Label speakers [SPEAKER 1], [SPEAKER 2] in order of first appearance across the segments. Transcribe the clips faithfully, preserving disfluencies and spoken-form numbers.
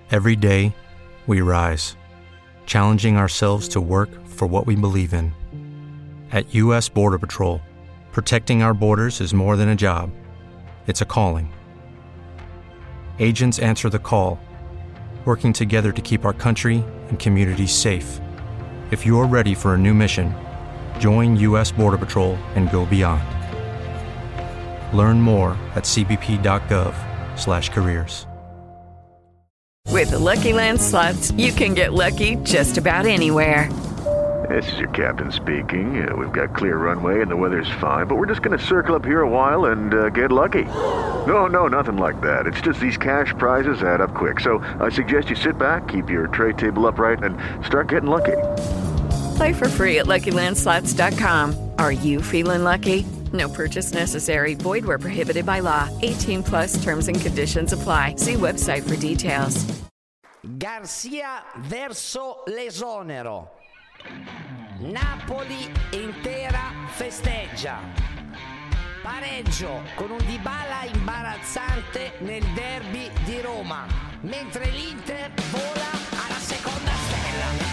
[SPEAKER 1] Every day, we rise, challenging ourselves to work for what we believe in. At U S Border Patrol, protecting our borders is more than a job. It's a calling. Agents answer the call, working together to keep our country and communities safe. If you're ready for a new mission, join U S Border Patrol and go beyond. Learn more at c b p dot gov slash careers.
[SPEAKER 2] With the Lucky Land Slots, you can get lucky just about anywhere.
[SPEAKER 3] This is your captain speaking. Uh, we've got clear runway and the weather's fine, but we're just going to circle up here a while and uh, get lucky. No, no, nothing like that. It's just these cash prizes add up quick. So I suggest you sit back, keep your tray table upright, and start getting lucky.
[SPEAKER 2] Play for free at lucky land slots dot com. Are you feeling lucky? No purchase necessary. Void where prohibited by law. eighteen plus terms and conditions apply. See website for details.
[SPEAKER 4] Garcia verso l'esonero. Napoli intera festeggia. Pareggio con un Dybala imbarazzante nel derby di Roma, mentre l'Inter vola alla seconda stella.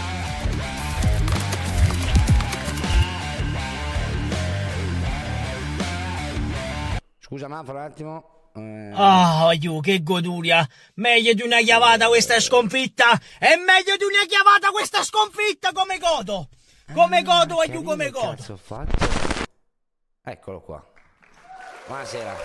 [SPEAKER 4] Scusa Manfro un attimo. Eh...
[SPEAKER 5] Oh, io, che goduria! Meglio di una chiavata questa sconfitta! È meglio di una chiavata questa sconfitta! Come godo! Come ah, godo, aiù, come godo!
[SPEAKER 4] Cazzo ho fatto? Eccolo qua. Buonasera.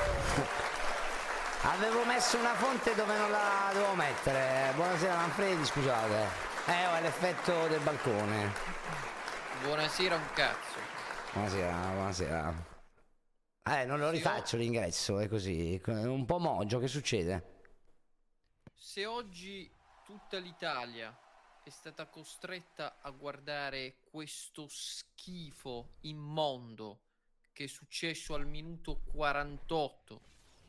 [SPEAKER 4] Avevo messo una fonte dove non la dovevo mettere. Buonasera Manfredi, scusate. Eh, ho l'effetto del balcone.
[SPEAKER 6] Buonasera un cazzo.
[SPEAKER 4] Buonasera, buonasera. Eh, non lo rifaccio l'ingresso, è così, un po' mogio, che succede?
[SPEAKER 6] Se oggi tutta l'Italia è stata costretta a guardare questo schifo immondo che è successo al minuto quarantotto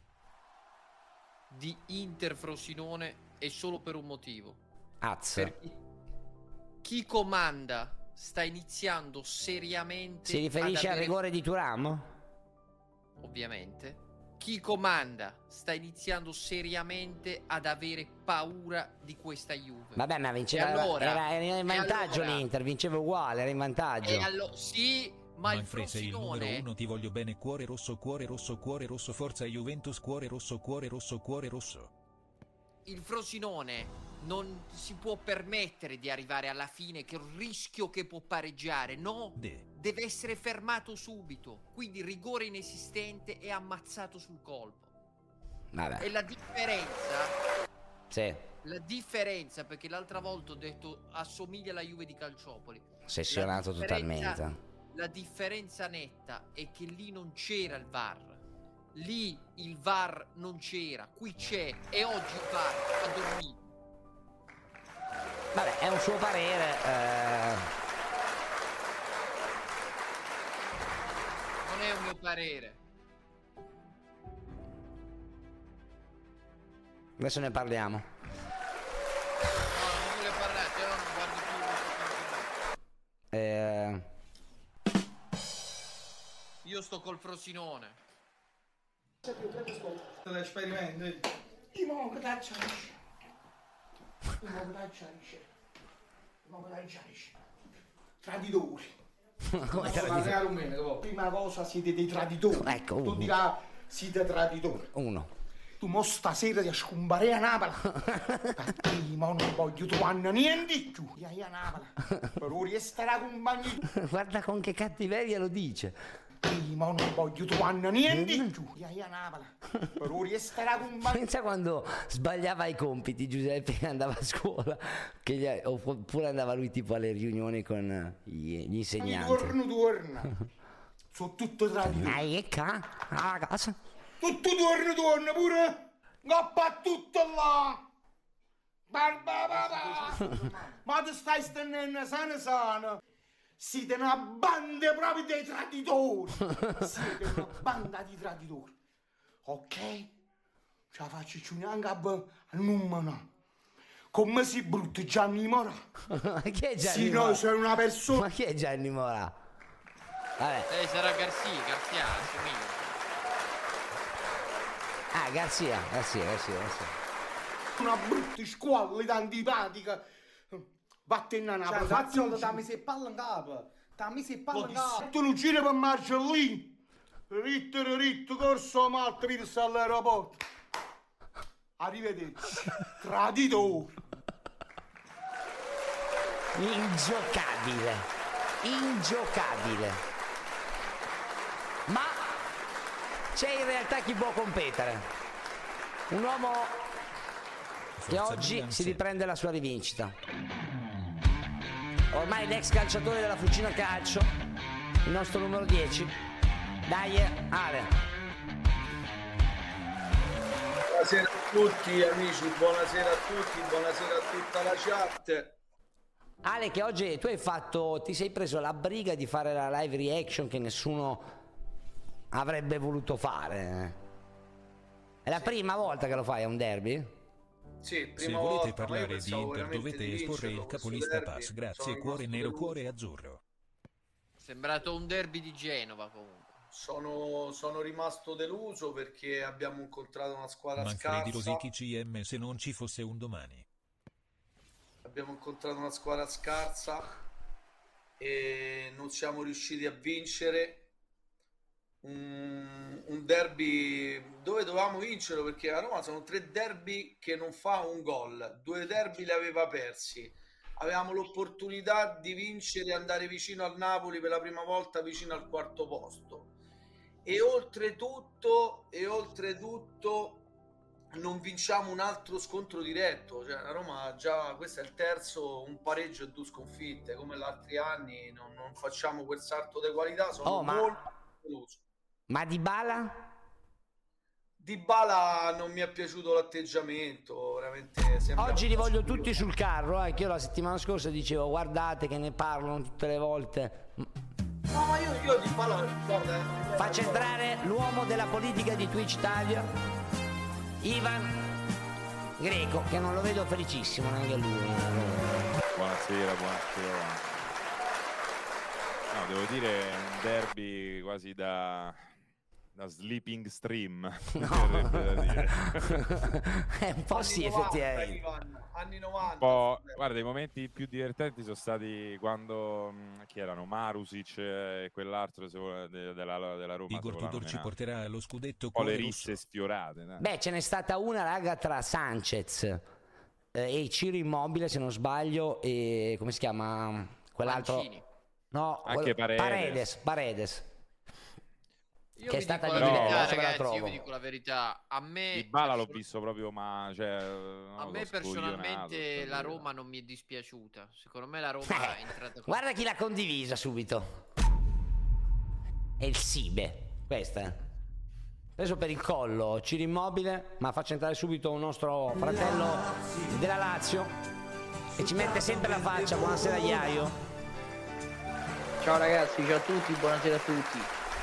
[SPEAKER 6] di Inter Frosinone, è solo per un motivo.
[SPEAKER 4] Azza.
[SPEAKER 6] Perché chi comanda sta iniziando seriamente.
[SPEAKER 4] Si riferisce
[SPEAKER 6] ad avere...
[SPEAKER 4] al rigore di Thuram?
[SPEAKER 6] Ovviamente. Chi comanda sta iniziando seriamente ad avere paura di questa Juve.
[SPEAKER 4] Vabbè, ma vinceva,
[SPEAKER 6] allora,
[SPEAKER 4] era, era in vantaggio
[SPEAKER 6] allora,
[SPEAKER 4] l'Inter, vinceva uguale, era in vantaggio.
[SPEAKER 6] E allo, sì, ma
[SPEAKER 7] Manfred,
[SPEAKER 6] il
[SPEAKER 7] sei il
[SPEAKER 6] Frosinone...
[SPEAKER 7] numero uno, ti voglio bene, cuore rosso, cuore rosso, cuore rosso, forza Juventus, cuore rosso, cuore rosso, cuore rosso.
[SPEAKER 6] Il Frosinone non si può permettere di arrivare alla fine, che è un rischio che può pareggiare, no,
[SPEAKER 7] De.
[SPEAKER 6] deve essere fermato subito, quindi rigore inesistente e ammazzato sul colpo.
[SPEAKER 4] Vabbè.
[SPEAKER 6] E la differenza,
[SPEAKER 4] sì,
[SPEAKER 6] la differenza, perché l'altra volta ho detto assomiglia alla Juve di Calciopoli,
[SPEAKER 4] ossessionato totalmente.
[SPEAKER 6] La differenza netta è che lì non c'era il V A R. Lì il V A R non c'era, qui c'è, e oggi il V A R ha dormito.
[SPEAKER 4] Vabbè, è un suo parere. Eh...
[SPEAKER 6] Non è un mio parere.
[SPEAKER 4] Adesso ne parliamo.
[SPEAKER 6] No, non voglio parlare, però non guardo più.
[SPEAKER 4] Eh...
[SPEAKER 6] Io sto col Frosinone.
[SPEAKER 8] L'esperimento, io mo che cazzo dici? Io mo che cazzo dici? Mo che cazzo dici? Traditori.
[SPEAKER 4] Come traditori?
[SPEAKER 8] Meno, prima cosa siete dei traditori.
[SPEAKER 4] Ecco, uno.
[SPEAKER 8] Tu dirà siete traditori.
[SPEAKER 4] Uno.
[SPEAKER 8] Tu mo stasera ti scompare a Napoli. Perché mo non voglio trovare niente di più. Io a Napoli. Per ora starà compagnia.
[SPEAKER 4] Guarda con che cattiveria lo dice.
[SPEAKER 8] Ma non voglio trovare niente di più. Io a Napoli. Per ora starà compagnia.
[SPEAKER 4] Pensa quando sbagliava i compiti Giuseppe, che andava a scuola, che gli, oppure andava lui tipo alle riunioni con gli, gli insegnanti.
[SPEAKER 8] Torno, torno. Sono tutto tradito.
[SPEAKER 4] Ah, che ca? Ah, casa.
[SPEAKER 8] Tutto torno, torno pure. Ngappa tutto là. Barbara. Ma tu stai stendendo sana sana. Siete una banda proprio dei traditori. Siete una banda di traditori. Ok? Ce la faccio più neanche a numero. Come si brutto Gianni Morà.
[SPEAKER 4] Ma chi è Gianni
[SPEAKER 8] sì,
[SPEAKER 4] Morà?
[SPEAKER 8] no, sei una persona.
[SPEAKER 4] Ma chi è Gianni Morà? Vabbè.
[SPEAKER 6] Eh, sarà Garcia, Garcia, assomiglia.
[SPEAKER 4] Ah, Garcia, Garcia, Garcia, Garcia.
[SPEAKER 8] una brutta squallida antipatica. Vattene a Napoli,
[SPEAKER 9] Fazzolo, dammi se palla in capo. Dammi se palla in capo.
[SPEAKER 8] Tu non giri per Marcellino. Ritto, ritto, corso Malta, vedi sta all'aeroporto. Arrivederci. Traditore.
[SPEAKER 4] Ingiocabile. Ingiocabile. Ma c'è in realtà chi può competere. Un uomo che
[SPEAKER 7] Forza
[SPEAKER 4] oggi
[SPEAKER 7] Milan
[SPEAKER 4] si
[SPEAKER 7] sei.
[SPEAKER 4] riprende la sua rivincita. Ormai l'ex calciatore della Fucina Calcio, il nostro numero dieci. Dai, Ale.
[SPEAKER 10] Buonasera a tutti amici, buonasera a tutti, buonasera a tutta la chat.
[SPEAKER 4] Ale, che oggi tu hai fatto, ti sei preso la briga di fare la live reaction che nessuno avrebbe voluto fare. È la
[SPEAKER 10] Sì.
[SPEAKER 4] prima volta che lo fai a un derby?
[SPEAKER 10] Sì,
[SPEAKER 7] Se
[SPEAKER 10] prima
[SPEAKER 7] volete
[SPEAKER 10] volta, ma io
[SPEAKER 7] parlare di
[SPEAKER 10] pensavo
[SPEAKER 7] Inter
[SPEAKER 10] veramente
[SPEAKER 7] dovete
[SPEAKER 10] di
[SPEAKER 7] esporre
[SPEAKER 10] vincerlo
[SPEAKER 7] il
[SPEAKER 10] questo
[SPEAKER 7] capolista
[SPEAKER 10] derby.
[SPEAKER 7] pass,
[SPEAKER 10] Sono
[SPEAKER 7] grazie,
[SPEAKER 10] rimasto
[SPEAKER 7] cuore nero,
[SPEAKER 10] deluso.
[SPEAKER 7] cuore azzurro.
[SPEAKER 6] Sembrato un derby di Genova comunque.
[SPEAKER 10] Sono, sono rimasto deluso perché abbiamo incontrato una squadra
[SPEAKER 7] Manfredi
[SPEAKER 10] scarsa.
[SPEAKER 7] Rosichi C M se non ci fosse un domani.
[SPEAKER 10] Abbiamo incontrato una squadra scarsa e non siamo riusciti a vincere un, un derby dove dovevamo vincerlo, perché a Roma sono tre derby che non fa un gol, due derby li aveva persi, avevamo l'opportunità di vincere e andare vicino al Napoli per la prima volta, vicino al quarto posto, e oltretutto e oltretutto non vinciamo un altro scontro diretto, cioè la Roma già, questo è il terzo, un pareggio e due sconfitte, come gli altri anni non, non facciamo quel salto di qualità, sono
[SPEAKER 4] Oh, ma-
[SPEAKER 10] molto deluso.
[SPEAKER 4] Ma Dybala?
[SPEAKER 10] Dybala non mi è piaciuto l'atteggiamento, veramente sembra
[SPEAKER 4] Oggi li
[SPEAKER 10] un po'
[SPEAKER 4] voglio
[SPEAKER 10] stupido.
[SPEAKER 4] tutti sul carro, eh, che io la settimana scorsa dicevo guardate che ne parlano tutte le volte.
[SPEAKER 10] No, ma io, io Dybala, guarda, eh,
[SPEAKER 4] Faccio entrare l'uomo della politica di Twitch Italia, Ivan Greco, che non lo vedo felicissimo neanche lui.
[SPEAKER 11] Buonasera, buonasera. No, devo dire un derby quasi da, da sleeping stream. mi verrebbe da dire.
[SPEAKER 4] È un po'
[SPEAKER 10] anni
[SPEAKER 4] sì,
[SPEAKER 10] novanta,
[SPEAKER 4] effettivamente.
[SPEAKER 10] Ivan, anni novanta.
[SPEAKER 11] Un po', guarda, i momenti più divertenti sono stati quando mh, chi erano Marusic e quell'altro se vuole, de- della, della Roma. se
[SPEAKER 7] Igor
[SPEAKER 11] voleva
[SPEAKER 7] Tudor ci
[SPEAKER 11] nominare.
[SPEAKER 7] porterà allo scudetto
[SPEAKER 11] Un po' le
[SPEAKER 7] cuore
[SPEAKER 11] risse
[SPEAKER 7] rosso.
[SPEAKER 11] sfiorate. dai.
[SPEAKER 4] Beh, ce n'è stata una, raga, tra Sanchez eh, e Ciro Immobile, se non sbaglio, e come si chiama quell'altro?
[SPEAKER 6] Mancini.
[SPEAKER 4] No,
[SPEAKER 11] Anche
[SPEAKER 4] quello-
[SPEAKER 11] Paredes.
[SPEAKER 4] Paredes, Paredes.
[SPEAKER 6] Io
[SPEAKER 4] Che è
[SPEAKER 6] vi
[SPEAKER 4] stata
[SPEAKER 6] dico la
[SPEAKER 11] lì,
[SPEAKER 6] verità,
[SPEAKER 11] adesso
[SPEAKER 4] ve la
[SPEAKER 6] ragazzi, io
[SPEAKER 4] trovo.
[SPEAKER 6] vi dico la verità. A me,
[SPEAKER 11] Dybala l'ho
[SPEAKER 6] perso-
[SPEAKER 11] visto proprio, ma cioè, non
[SPEAKER 6] a
[SPEAKER 11] lo
[SPEAKER 6] me
[SPEAKER 11] so,
[SPEAKER 6] personalmente
[SPEAKER 11] scoglionato,
[SPEAKER 6] la
[SPEAKER 11] capito?
[SPEAKER 6] Roma non mi è dispiaciuta. Secondo me la Roma è entrata con...
[SPEAKER 4] Guarda chi l'ha condivisa subito. È il Sibe, questa è. Preso per il collo, Ciro Immobile, ma faccio entrare subito un nostro fratello della Lazio, che ci mette sempre la faccia. Buonasera Iaio.
[SPEAKER 12] Ciao ragazzi, ciao a tutti, buonasera a tutti.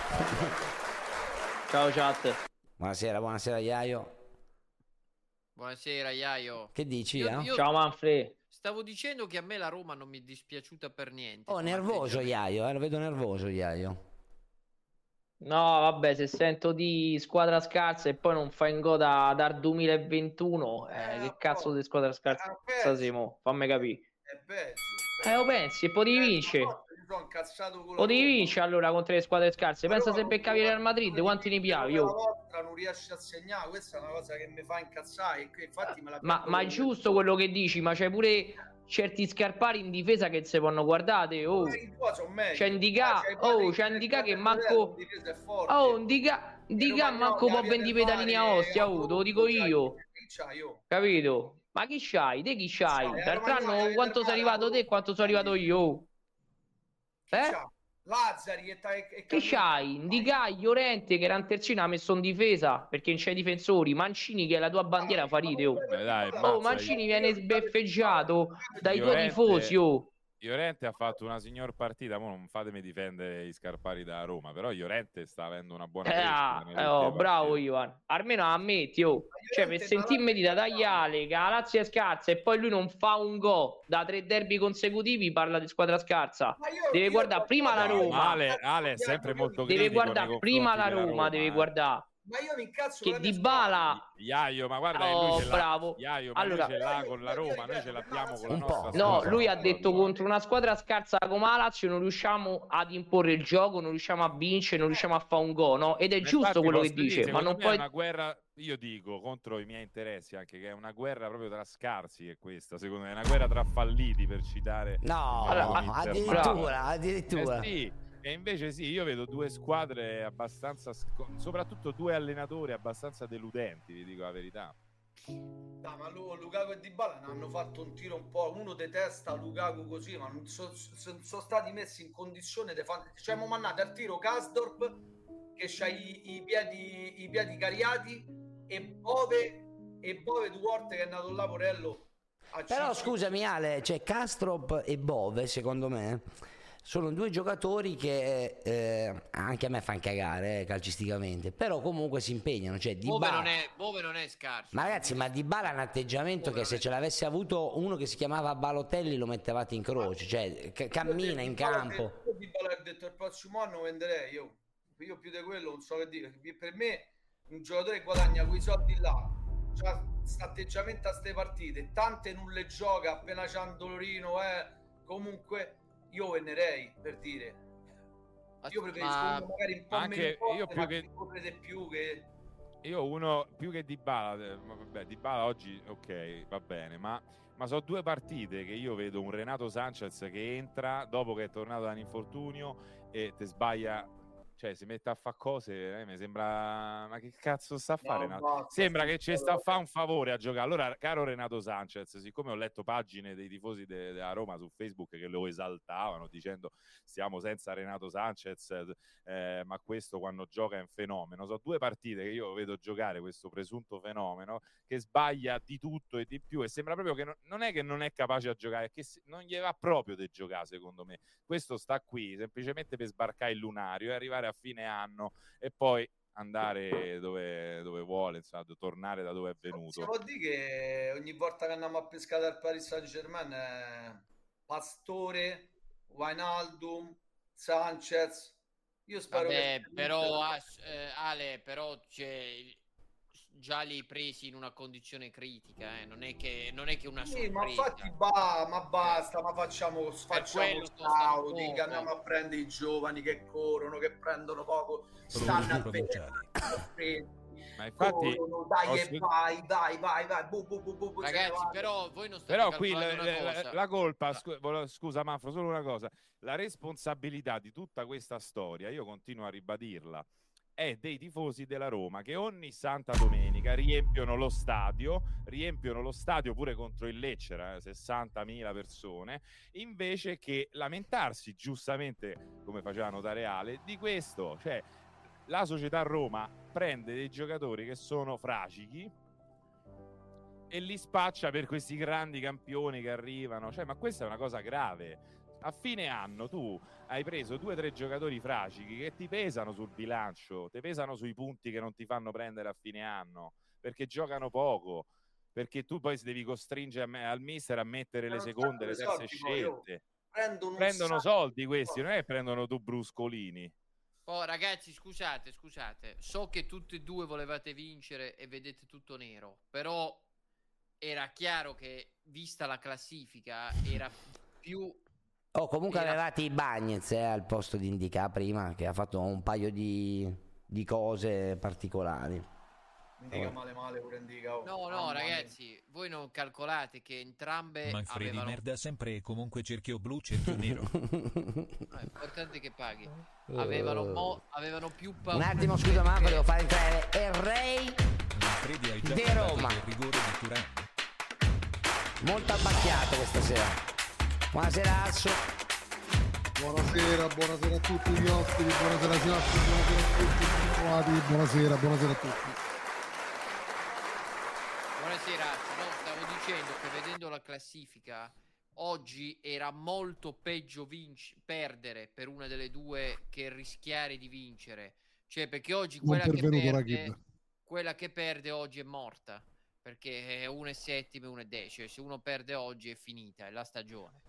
[SPEAKER 12] Ciao chat.
[SPEAKER 4] Buonasera, buonasera Iaio.
[SPEAKER 6] Buonasera Iaio.
[SPEAKER 4] Che dici?
[SPEAKER 6] Io-
[SPEAKER 4] eh?
[SPEAKER 6] io
[SPEAKER 12] Ciao Manfred.
[SPEAKER 6] stavo dicendo che a me la Roma non mi è dispiaciuta per niente.
[SPEAKER 4] Oh,
[SPEAKER 6] come
[SPEAKER 4] nervoso
[SPEAKER 6] atteggiamento.
[SPEAKER 4] Iaio, eh, lo vedo nervoso Iaio.
[SPEAKER 12] No, vabbè, se sento di squadra scarsa e poi non fa in goda dal duemilaventuno, eh,
[SPEAKER 10] Eh,
[SPEAKER 12] che cazzo di squadra scarsa
[SPEAKER 10] Eh, peggio,
[SPEAKER 12] siamo? Fammi capire.
[SPEAKER 10] è peggio.
[SPEAKER 12] Eh, lo pensi, e potevi
[SPEAKER 10] Eh,
[SPEAKER 12] vincere.
[SPEAKER 10] stavolta mi sono incazzato con la
[SPEAKER 12] Potevi
[SPEAKER 10] Roma.
[SPEAKER 12] vincere allora contro le squadre scarse.
[SPEAKER 10] La
[SPEAKER 12] Pensa
[SPEAKER 10] Roma
[SPEAKER 12] se beccavi il Real Madrid, quanti ne piavi?
[SPEAKER 10] La
[SPEAKER 12] Oh.
[SPEAKER 10] vostra non riesce a segnare, questa è una cosa che mi fa incazzare. E che infatti me la
[SPEAKER 12] Ma,
[SPEAKER 10] prendo
[SPEAKER 12] ma è
[SPEAKER 10] come-
[SPEAKER 12] giusto quello che dici, ma c'è pure certi scarpari in difesa che si vanno guardate. Oh.
[SPEAKER 10] Ma i tuoi sono meglio.
[SPEAKER 12] C'è Indica,
[SPEAKER 10] Eh, c'hai
[SPEAKER 12] oh,
[SPEAKER 10] Patrick,
[SPEAKER 12] c'è Indica che
[SPEAKER 10] il
[SPEAKER 12] manco,
[SPEAKER 10] in difesa è forte.
[SPEAKER 12] oh, Indica, Indica
[SPEAKER 10] Romagnoli,
[SPEAKER 12] manco può
[SPEAKER 10] Ariel
[SPEAKER 12] ben difendere la
[SPEAKER 10] Mare,
[SPEAKER 12] linea ostia, oh, te lo dico io,
[SPEAKER 10] Chi c'hai io?
[SPEAKER 12] capito? Ma chi c'hai? Te chi c'hai?
[SPEAKER 10] C'hai,
[SPEAKER 12] D'altro
[SPEAKER 10] Romagnoli,
[SPEAKER 12] anno
[SPEAKER 10] Ariel
[SPEAKER 12] quanto sei
[SPEAKER 10] Mare,
[SPEAKER 12] arrivato te e quanto sono arrivato io? oh?
[SPEAKER 10] Chi
[SPEAKER 12] Eh?
[SPEAKER 10] c'ha? Lazzari e, e, e
[SPEAKER 12] Che c'hai? Indica, Llorente che era un terzino ha messo in difesa perché non c'è difensori, Mancini che è la tua bandiera fa ride, oh.
[SPEAKER 11] Beh, dai,
[SPEAKER 12] Oh,
[SPEAKER 11] mazza,
[SPEAKER 12] Mancini viene sbeffeggiato dai tuoi
[SPEAKER 11] Llorente-
[SPEAKER 12] tifosi, oh.
[SPEAKER 11] Llorente ha fatto una signor partita, mo non fatemi difendere i scarpari da Roma, però Llorente sta avendo una buona
[SPEAKER 12] Eh,
[SPEAKER 11] crescita
[SPEAKER 12] ah,
[SPEAKER 11] nelle
[SPEAKER 12] eh, oh,
[SPEAKER 11] ultime
[SPEAKER 12] bravo
[SPEAKER 11] partite.
[SPEAKER 12] Ivan, almeno ammetti, oh. Cioè per sentirmi di da tagliare che la Lazio è scarsa e poi lui non fa un gol da tre derby consecutivi, parla di squadra scarsa.
[SPEAKER 10] Ma io-
[SPEAKER 12] Deve
[SPEAKER 10] io-
[SPEAKER 12] guardare prima la
[SPEAKER 11] No,
[SPEAKER 12] Roma,
[SPEAKER 11] Ale, Ale è sempre molto
[SPEAKER 12] deve
[SPEAKER 11] critico nei
[SPEAKER 12] guardare
[SPEAKER 11] confronti
[SPEAKER 12] prima la
[SPEAKER 11] della
[SPEAKER 12] Roma, deve
[SPEAKER 11] eh.
[SPEAKER 12] guardare
[SPEAKER 10] ma io mi incazzo
[SPEAKER 12] che Dybala
[SPEAKER 11] Iaio, ma guarda,
[SPEAKER 12] oh,
[SPEAKER 11] lui ce l'ha.
[SPEAKER 12] bravo.
[SPEAKER 11] Iaio, ma
[SPEAKER 12] Allora,
[SPEAKER 11] lui ce l'ha con la Roma, noi ce l'abbiamo con la
[SPEAKER 12] un
[SPEAKER 11] nostra
[SPEAKER 12] po'. No,
[SPEAKER 11] squadra.
[SPEAKER 12] lui ha detto contro una squadra scarsa come la Lazio non riusciamo ad imporre il gioco, non riusciamo a vincere, non riusciamo a fare un gol, no? Ed è
[SPEAKER 11] Ma
[SPEAKER 12] giusto
[SPEAKER 11] infatti
[SPEAKER 12] quello che
[SPEAKER 11] posso dire,
[SPEAKER 12] dice, ma
[SPEAKER 11] secondo
[SPEAKER 12] non
[SPEAKER 11] me
[SPEAKER 12] puoi...
[SPEAKER 11] è una guerra, io dico, contro i miei interessi, anche che è una guerra proprio tra scarsi, è questa, secondo me, è una guerra tra falliti, per citare
[SPEAKER 4] No,
[SPEAKER 11] allora,
[SPEAKER 4] addirittura, addirittura.
[SPEAKER 11] Eh sì, e invece sì, io vedo due squadre abbastanza, sc- soprattutto due allenatori abbastanza deludenti, vi dico la verità.
[SPEAKER 10] No, ma Lu- Lukaku e Dybala ne hanno fatto un tiro un po', uno detesta Lukaku così, ma non so- so- sono stati messi in condizione di fare, cioè mo mannate al tiro Kasdorp che c'ha i, i piedi i piedi cariati e Bove e Bove Duarte che è nato là Porello.
[SPEAKER 4] Però scusami Ale, cioè Kastrop e Bove secondo me sono due giocatori che eh, anche a me fanno cagare eh, calcisticamente, però comunque si impegnano, cioè
[SPEAKER 6] Bove
[SPEAKER 4] Dybala...
[SPEAKER 6] non è, Bove non è scarso.
[SPEAKER 4] Ma ragazzi, ma Dybala ha un atteggiamento che se ce l'avesse avuto uno che si chiamava Balotelli lo mettevate in croce, cioè c- cammina in campo.
[SPEAKER 10] Dybala ha detto il prossimo anno venderei io, io più di quello non so che dire, per me un giocatore che guadagna quei soldi là, c'ha questo atteggiamento a ste partite, tante non le gioca, appena c'ha un dolorino, eh, comunque io venderei, per dire. Io preferisco
[SPEAKER 11] Ma
[SPEAKER 10] uno magari un po'
[SPEAKER 11] anche
[SPEAKER 10] meno forte,
[SPEAKER 11] io più
[SPEAKER 10] ma
[SPEAKER 11] che-
[SPEAKER 10] che corre di più che...
[SPEAKER 11] Io uno più che Dybala, eh, ma vabbè, Dybala oggi ok, va bene, ma, ma sono due partite che io vedo un Renato Sanchez che entra dopo che è tornato da un infortunio e te sbaglia, cioè si mette a fare cose, eh, mi sembra, ma che cazzo sta a fare?
[SPEAKER 10] No,
[SPEAKER 11] Renato?
[SPEAKER 10] basta,
[SPEAKER 11] Sembra
[SPEAKER 10] sì,
[SPEAKER 11] che ci sta a fare un favore a giocare. Allora, caro Renato Sanchez, siccome ho letto pagine dei tifosi de- della Roma su Facebook che lo esaltavano dicendo stiamo senza Renato Sanchez, eh, ma questo quando gioca è un fenomeno. Sono due partite che io vedo giocare questo presunto fenomeno che sbaglia di tutto e di più e sembra proprio che no- non è che non è capace a giocare, è che se- non gli va proprio di giocare, secondo me. Questo sta qui semplicemente per sbarcare il lunario e arrivare a fine anno e poi andare dove, dove vuole, insomma, tornare da dove è
[SPEAKER 10] Si
[SPEAKER 11] venuto.
[SPEAKER 10] può dire che ogni volta che andiamo a pescare al Paris Saint-Germain eh, Pastore, Wijnaldum, Sanchez, io spero
[SPEAKER 6] Vabbè,
[SPEAKER 10] che...
[SPEAKER 6] però As- eh, Ale, però c'è già li hai presi in una condizione critica, eh. non è che non è che una
[SPEAKER 10] Sì, ma
[SPEAKER 6] sorpresa.
[SPEAKER 10] infatti ba, ma basta, ma facciamo, facciamo
[SPEAKER 6] quello costano
[SPEAKER 10] scouting,
[SPEAKER 6] poco.
[SPEAKER 10] andiamo a prendere i giovani che corrono, che prendono poco, stanno a vedere.
[SPEAKER 11] Ma infatti
[SPEAKER 10] Corrono, dai
[SPEAKER 11] posso-
[SPEAKER 10] e vai, vai, vai, vai, bu, bu, bu, bu, bu, se ne
[SPEAKER 6] Ragazzi,
[SPEAKER 10] vanno.
[SPEAKER 6] però voi non state
[SPEAKER 11] Però qui la,
[SPEAKER 6] calcolando una
[SPEAKER 11] la-
[SPEAKER 6] cosa.
[SPEAKER 11] la colpa, scu- volevo- scusa Manfro, solo una cosa, la responsabilità di tutta questa storia, io continuo a ribadirla, è dei tifosi della Roma che ogni santa domenica riempiono lo stadio, riempiono lo stadio pure contro il Lecce, eh, sessantamila persone, invece che lamentarsi giustamente, come faceva notare Ale, di questo, cioè la società Roma prende dei giocatori che sono fracichi e li spaccia per questi grandi campioni che arrivano, cioè, ma questa è una cosa grave. A fine anno tu hai preso due o tre giocatori fracichi che ti pesano sul bilancio, ti pesano sui punti che non ti fanno prendere a fine anno, perché giocano poco, perché tu poi devi costringere a me- al mister a mettere le
[SPEAKER 10] Prendono un
[SPEAKER 11] seconde, le
[SPEAKER 10] sacco
[SPEAKER 11] terze
[SPEAKER 10] di soldi, poi, oh.
[SPEAKER 11] scelte.
[SPEAKER 10] Prendono, un
[SPEAKER 11] Prendono
[SPEAKER 10] sacco
[SPEAKER 11] soldi
[SPEAKER 10] di
[SPEAKER 11] questi,
[SPEAKER 10] soldi.
[SPEAKER 11] non è che prendono tu bruscolini.
[SPEAKER 6] Oh, ragazzi, scusate, scusate. So che tutti e due volevate vincere e vedete tutto nero, però era chiaro che, vista la classifica, era più...
[SPEAKER 4] Oh, comunque
[SPEAKER 6] Era-
[SPEAKER 4] avevate i Bagnets eh, al posto di Indica prima, che ha fatto un paio di, di cose particolari.
[SPEAKER 10] Indica male male pure indica. oh.
[SPEAKER 6] No, no,
[SPEAKER 10] Mamma mia.
[SPEAKER 6] ragazzi, voi non calcolate che entrambe
[SPEAKER 7] Manfredi
[SPEAKER 6] avevano...
[SPEAKER 7] merda sempre e comunque cerchio blu, cerchio nero.
[SPEAKER 6] È importante che paghi. Avevano, mo- avevano più paura.
[SPEAKER 4] Un attimo, scusa Manfred, devo fare entrare il Rey
[SPEAKER 7] Manfredi hai già
[SPEAKER 4] De
[SPEAKER 7] parlato
[SPEAKER 4] Roma.
[SPEAKER 7] del rigore di Turan.
[SPEAKER 4] Molto abbacchiato questa sera. Buonasera Asso.
[SPEAKER 13] Buonasera, buonasera a tutti gli ospiti, buonasera Giacomo, buonasera a tutti i ritrovati, buonasera, buonasera a tutti.
[SPEAKER 6] Buonasera, no, stavo dicendo che vedendo la classifica oggi era molto peggio vinc- perdere per una delle due che rischiare di vincere. Cioè, perché oggi
[SPEAKER 13] Non
[SPEAKER 6] quella che
[SPEAKER 13] pervenuto,
[SPEAKER 6] perde,
[SPEAKER 13] Rachid.
[SPEAKER 6] quella che perde oggi è morta. Perché è uno e settimo e uno e decimo. Se uno perde oggi è finita, è la stagione.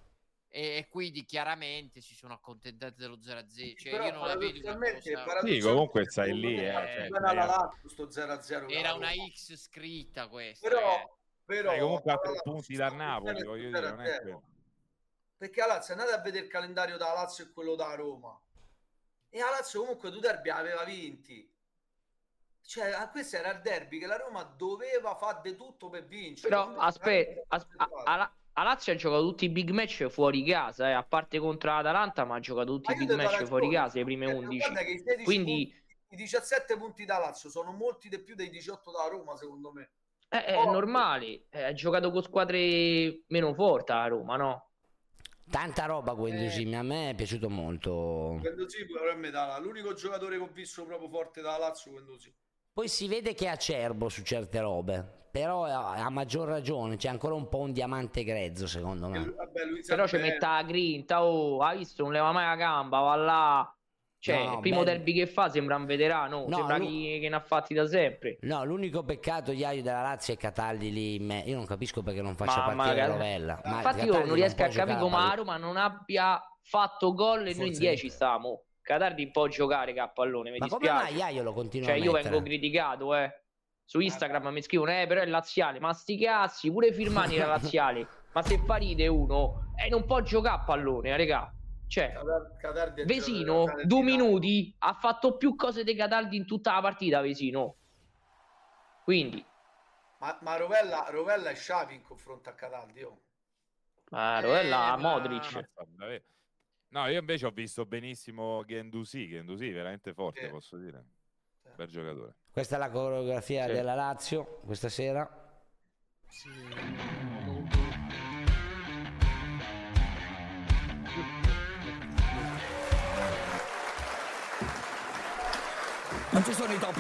[SPEAKER 6] e, e quindi chiaramente si sono accontentati dello zero a zero. Cioè,
[SPEAKER 10] Però
[SPEAKER 6] io non la vedo una cosa...
[SPEAKER 11] Sì, comunque stai lì, eh,
[SPEAKER 10] eh,
[SPEAKER 11] cioè,
[SPEAKER 10] la sto zero a zero
[SPEAKER 6] era una X scritta questa.
[SPEAKER 10] Però,
[SPEAKER 6] eh.
[SPEAKER 10] però
[SPEAKER 11] Dai, comunque a
[SPEAKER 10] la
[SPEAKER 11] tre
[SPEAKER 10] Lazio
[SPEAKER 11] punti
[SPEAKER 10] sta
[SPEAKER 11] da Napoli,
[SPEAKER 10] bene
[SPEAKER 11] voglio
[SPEAKER 10] zero
[SPEAKER 11] dire,
[SPEAKER 10] a
[SPEAKER 11] non è
[SPEAKER 10] zero.
[SPEAKER 11] quello.
[SPEAKER 10] Perché la Lazio, andate a vedere il calendario da Lazio e quello da Roma, e la Lazio comunque due derby aveva vinti. Cioè, questo era il derby che la Roma doveva fare di tutto per vincere.
[SPEAKER 12] Però aspetta, as- a, a, a Lazio ha giocato tutti i big match fuori casa, eh, a parte contro l'Atalanta, ma ha giocato tutti i big match fuori casa, le prime undici.
[SPEAKER 10] Guarda che i sedici
[SPEAKER 12] Quindi
[SPEAKER 10] punti, i diciassette punti da Lazio sono molti di più dei diciotto da Roma, secondo me.
[SPEAKER 12] eh, è
[SPEAKER 10] Oh,
[SPEAKER 12] normale, eh, ha giocato con squadre meno forti a Roma, no?
[SPEAKER 4] Tanta roba Guendouzi,
[SPEAKER 10] Eh.
[SPEAKER 4] a me è piaciuto molto.
[SPEAKER 10] Guendouzi però è metà, l'unico giocatore che ho visto proprio forte da Lazio, Guendouzi.
[SPEAKER 4] Poi si vede che è acerbo su certe robe, però ha, ha maggior ragione, c'è ancora un po' un diamante grezzo secondo me.
[SPEAKER 10] Vabbè, lui
[SPEAKER 12] Però
[SPEAKER 10] sa
[SPEAKER 12] ci
[SPEAKER 10] bene.
[SPEAKER 12] mette la grinta, oh, hai visto, non leva mai la gamba, va là. Cioè,
[SPEAKER 4] No,
[SPEAKER 12] il primo
[SPEAKER 4] bello.
[SPEAKER 12] derby che fa sembra un veterano,
[SPEAKER 4] No,
[SPEAKER 12] sembra
[SPEAKER 4] lui-
[SPEAKER 12] chi che ne ha fatti da sempre.
[SPEAKER 4] No, l'unico peccato Iaio della Lazio è Cataldi lì in me. Io non capisco perché non faccia
[SPEAKER 12] Ma
[SPEAKER 4] partire
[SPEAKER 12] magari-
[SPEAKER 4] Rovella. Ma
[SPEAKER 12] Infatti io
[SPEAKER 4] Cataldi
[SPEAKER 12] non riesco
[SPEAKER 4] può
[SPEAKER 12] a capire
[SPEAKER 4] giocare
[SPEAKER 12] come
[SPEAKER 4] a
[SPEAKER 12] la
[SPEAKER 4] pallone.
[SPEAKER 12] Roma non abbia fatto gol e noi in
[SPEAKER 4] Forse
[SPEAKER 12] dieci stiamo. Catardi può giocare che a pallone, mi
[SPEAKER 4] Ma come
[SPEAKER 12] dispiace.
[SPEAKER 4] mai Iaio lo continua
[SPEAKER 12] Cioè
[SPEAKER 4] a
[SPEAKER 12] io
[SPEAKER 4] mettere?
[SPEAKER 12] vengo criticato, eh. Su Instagram mi scrivono, eh, però è laziale. Ma sti cazzi, pure Firmani era laziale. Ma se fa ride uno, eh, non può giocare a pallone, eh, regà. Cioè,
[SPEAKER 10] Catardi è
[SPEAKER 12] Vesino,
[SPEAKER 10] giocatore
[SPEAKER 12] due
[SPEAKER 10] di
[SPEAKER 12] minuti, ha fatto più cose di Cataldi in tutta la partita, Vesino. Quindi,
[SPEAKER 10] Ma, ma Rovella, Rovella è Xavi in confronto a Cataldi, oh.
[SPEAKER 12] ma Rovella,
[SPEAKER 11] Eh,
[SPEAKER 12] Modric.
[SPEAKER 11] ma- vabbè. No, io invece ho visto benissimo Guendouzi, Guendouzi veramente forte,
[SPEAKER 10] Sì.
[SPEAKER 11] posso dire. Bel giocatore.
[SPEAKER 4] Questa è la coreografia
[SPEAKER 11] Sì.
[SPEAKER 4] della Lazio questa sera.
[SPEAKER 14] Non ci sono i topi?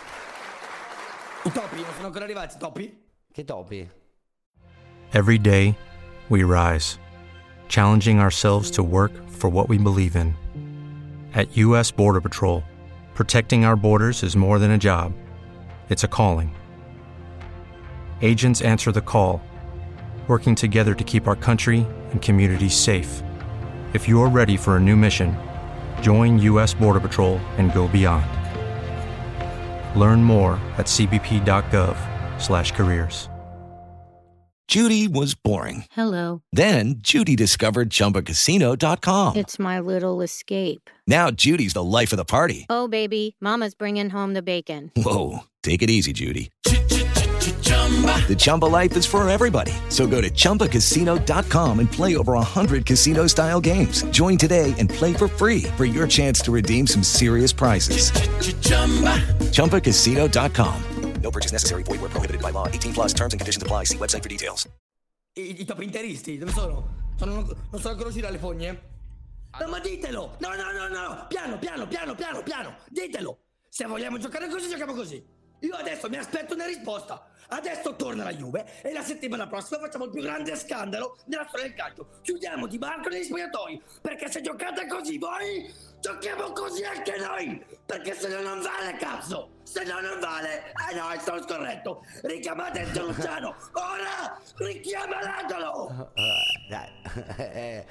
[SPEAKER 14] I topi non sono ancora arrivati, i topi?
[SPEAKER 4] Che topi?
[SPEAKER 1] Every day, we rise, challenging ourselves to work for what we believe in. At U S Border Patrol, protecting our borders is more than a job, it's a calling. Agents answer the call, working together to keep our country and communities safe. If you're ready for a new mission, join U S Border Patrol and go beyond. Learn more at c b p dot gov slash careers.
[SPEAKER 15] Judy was boring.
[SPEAKER 16] Hello.
[SPEAKER 15] Then Judy discovered Chumba Casino dot com.
[SPEAKER 16] It's my little escape.
[SPEAKER 15] Now Judy's the life of the party.
[SPEAKER 16] Oh, baby, mama's bringing home the bacon.
[SPEAKER 15] Whoa, take it easy, Judy. The Chumba life is for everybody. So go to Chumba Casino dot com and play over one hundred casino-style games. Join today and play for free for your chance to redeem some serious prizes. Chumba Casino dot com. No purchase necessary. Void where prohibited by law. eighteen plus terms and conditions apply. See website for details.
[SPEAKER 14] I, i topi interisti, dove sono? sono non, non sono ancora usciti dalle fogne? No, ma ditelo! No, no, no, no! Piano, piano, piano, piano, piano! Ditelo! Se vogliamo giocare così, giochiamo così! Io adesso mi aspetto una risposta. Adesso torna la Juve e la settimana prossima facciamo il più grande scandalo della storia del calcio. Chiudiamo Di Marco negli spogliatoi, perché se giocate così voi, giochiamo così anche noi. Perché se no non vale, cazzo. Se no non vale. Eh no, sono scorretto. Richiamate il Giuliano. Ora richiamatelo.
[SPEAKER 4] Dai.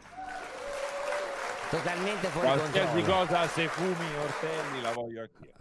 [SPEAKER 4] Totalmente fuori
[SPEAKER 11] Qualsiasi
[SPEAKER 4] controllo.
[SPEAKER 11] cosa, se fumi ortelli, la voglio anch'io.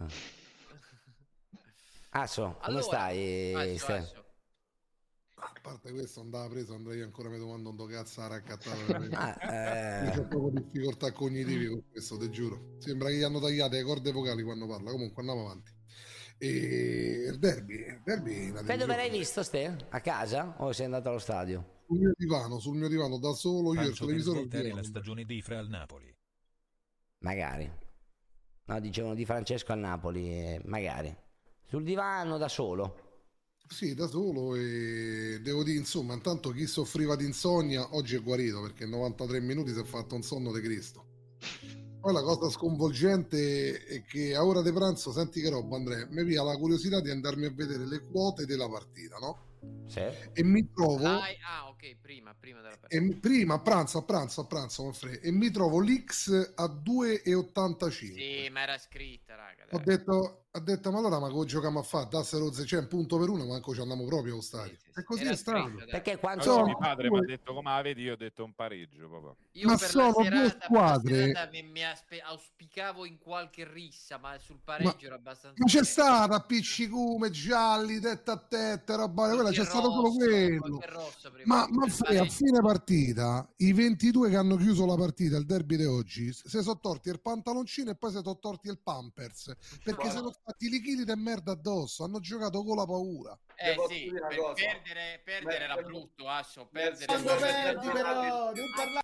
[SPEAKER 4] Asso, come
[SPEAKER 6] Allora,
[SPEAKER 4] stai?
[SPEAKER 6] Asso,
[SPEAKER 4] Ste?
[SPEAKER 6] Asso.
[SPEAKER 13] A parte questo andava preso, andrei ancora mi domando un cazzo a raccattare.
[SPEAKER 4] Ah, eh.
[SPEAKER 13] C'ho proprio difficoltà cognitive con questo, te giuro. Sembra che gli hanno tagliate le corde vocali quando parla. Comunque andiamo avanti. E il derby, il derby è una
[SPEAKER 4] Te dove l'hai
[SPEAKER 13] televisione.
[SPEAKER 4] visto, Ste? A casa? O sei andato allo stadio?
[SPEAKER 13] Sul mio divano, sul mio divano, da solo io e il
[SPEAKER 7] Pancio per
[SPEAKER 13] televisore. al
[SPEAKER 7] svoltare
[SPEAKER 13] divano.
[SPEAKER 7] la stagione di Fra al Napoli.
[SPEAKER 4] Magari. No, dicevano di Francesco al Napoli, eh, magari. Sul divano da solo.
[SPEAKER 13] Sì, da solo e devo dire, insomma, intanto chi soffriva di insonnia oggi è guarito perché in novantatré minuti si è fatto un sonno di Cristo. Poi la cosa sconvolgente è che a ora di pranzo, senti che roba Andrea, mi via la curiosità di andarmi a vedere le quote della partita, no?
[SPEAKER 4] Sì.
[SPEAKER 13] E mi trovo...
[SPEAKER 6] Ah, ah, ok, prima, prima della partita.
[SPEAKER 13] E mi- prima a pranzo, a pranzo, a pranzo, Manfred, e mi trovo l'X a due e ottantacinque.
[SPEAKER 6] Sì, ma era scritta, raga.
[SPEAKER 13] Ho
[SPEAKER 6] dai.
[SPEAKER 13] detto, ha detto, ma allora ma come giochiamo a fare? Dassero cioè, un punto per uno, manco ci andiamo proprio allo stadio. Sì, sì, e così è stato.
[SPEAKER 4] Perché quando
[SPEAKER 11] so, mio padre mi ha detto come la vedi, io ho detto un pareggio papà.
[SPEAKER 6] Io
[SPEAKER 13] ma
[SPEAKER 6] per
[SPEAKER 13] sono
[SPEAKER 6] la serata,
[SPEAKER 13] due squadre
[SPEAKER 6] per la serata mi, mi aspe- auspicavo in qualche rissa, ma sul pareggio
[SPEAKER 13] ma,
[SPEAKER 6] era abbastanza.
[SPEAKER 13] ma c'è stata Piccicume, Gialli, tetta a tetta, roba, quella c'è stato solo quello. Ma, ma fai, a fine partita, i ventidue che hanno chiuso la partita, il derby di oggi, si sono torti il pantaloncino e poi si sono torti il pampers, perché
[SPEAKER 6] Wow.
[SPEAKER 13] se sono fatti i chili di merda addosso, hanno giocato con la paura.
[SPEAKER 6] Eh sì, per perdere, perdere era brutto, Asso, perdere
[SPEAKER 8] Quando perdi però, non parlare.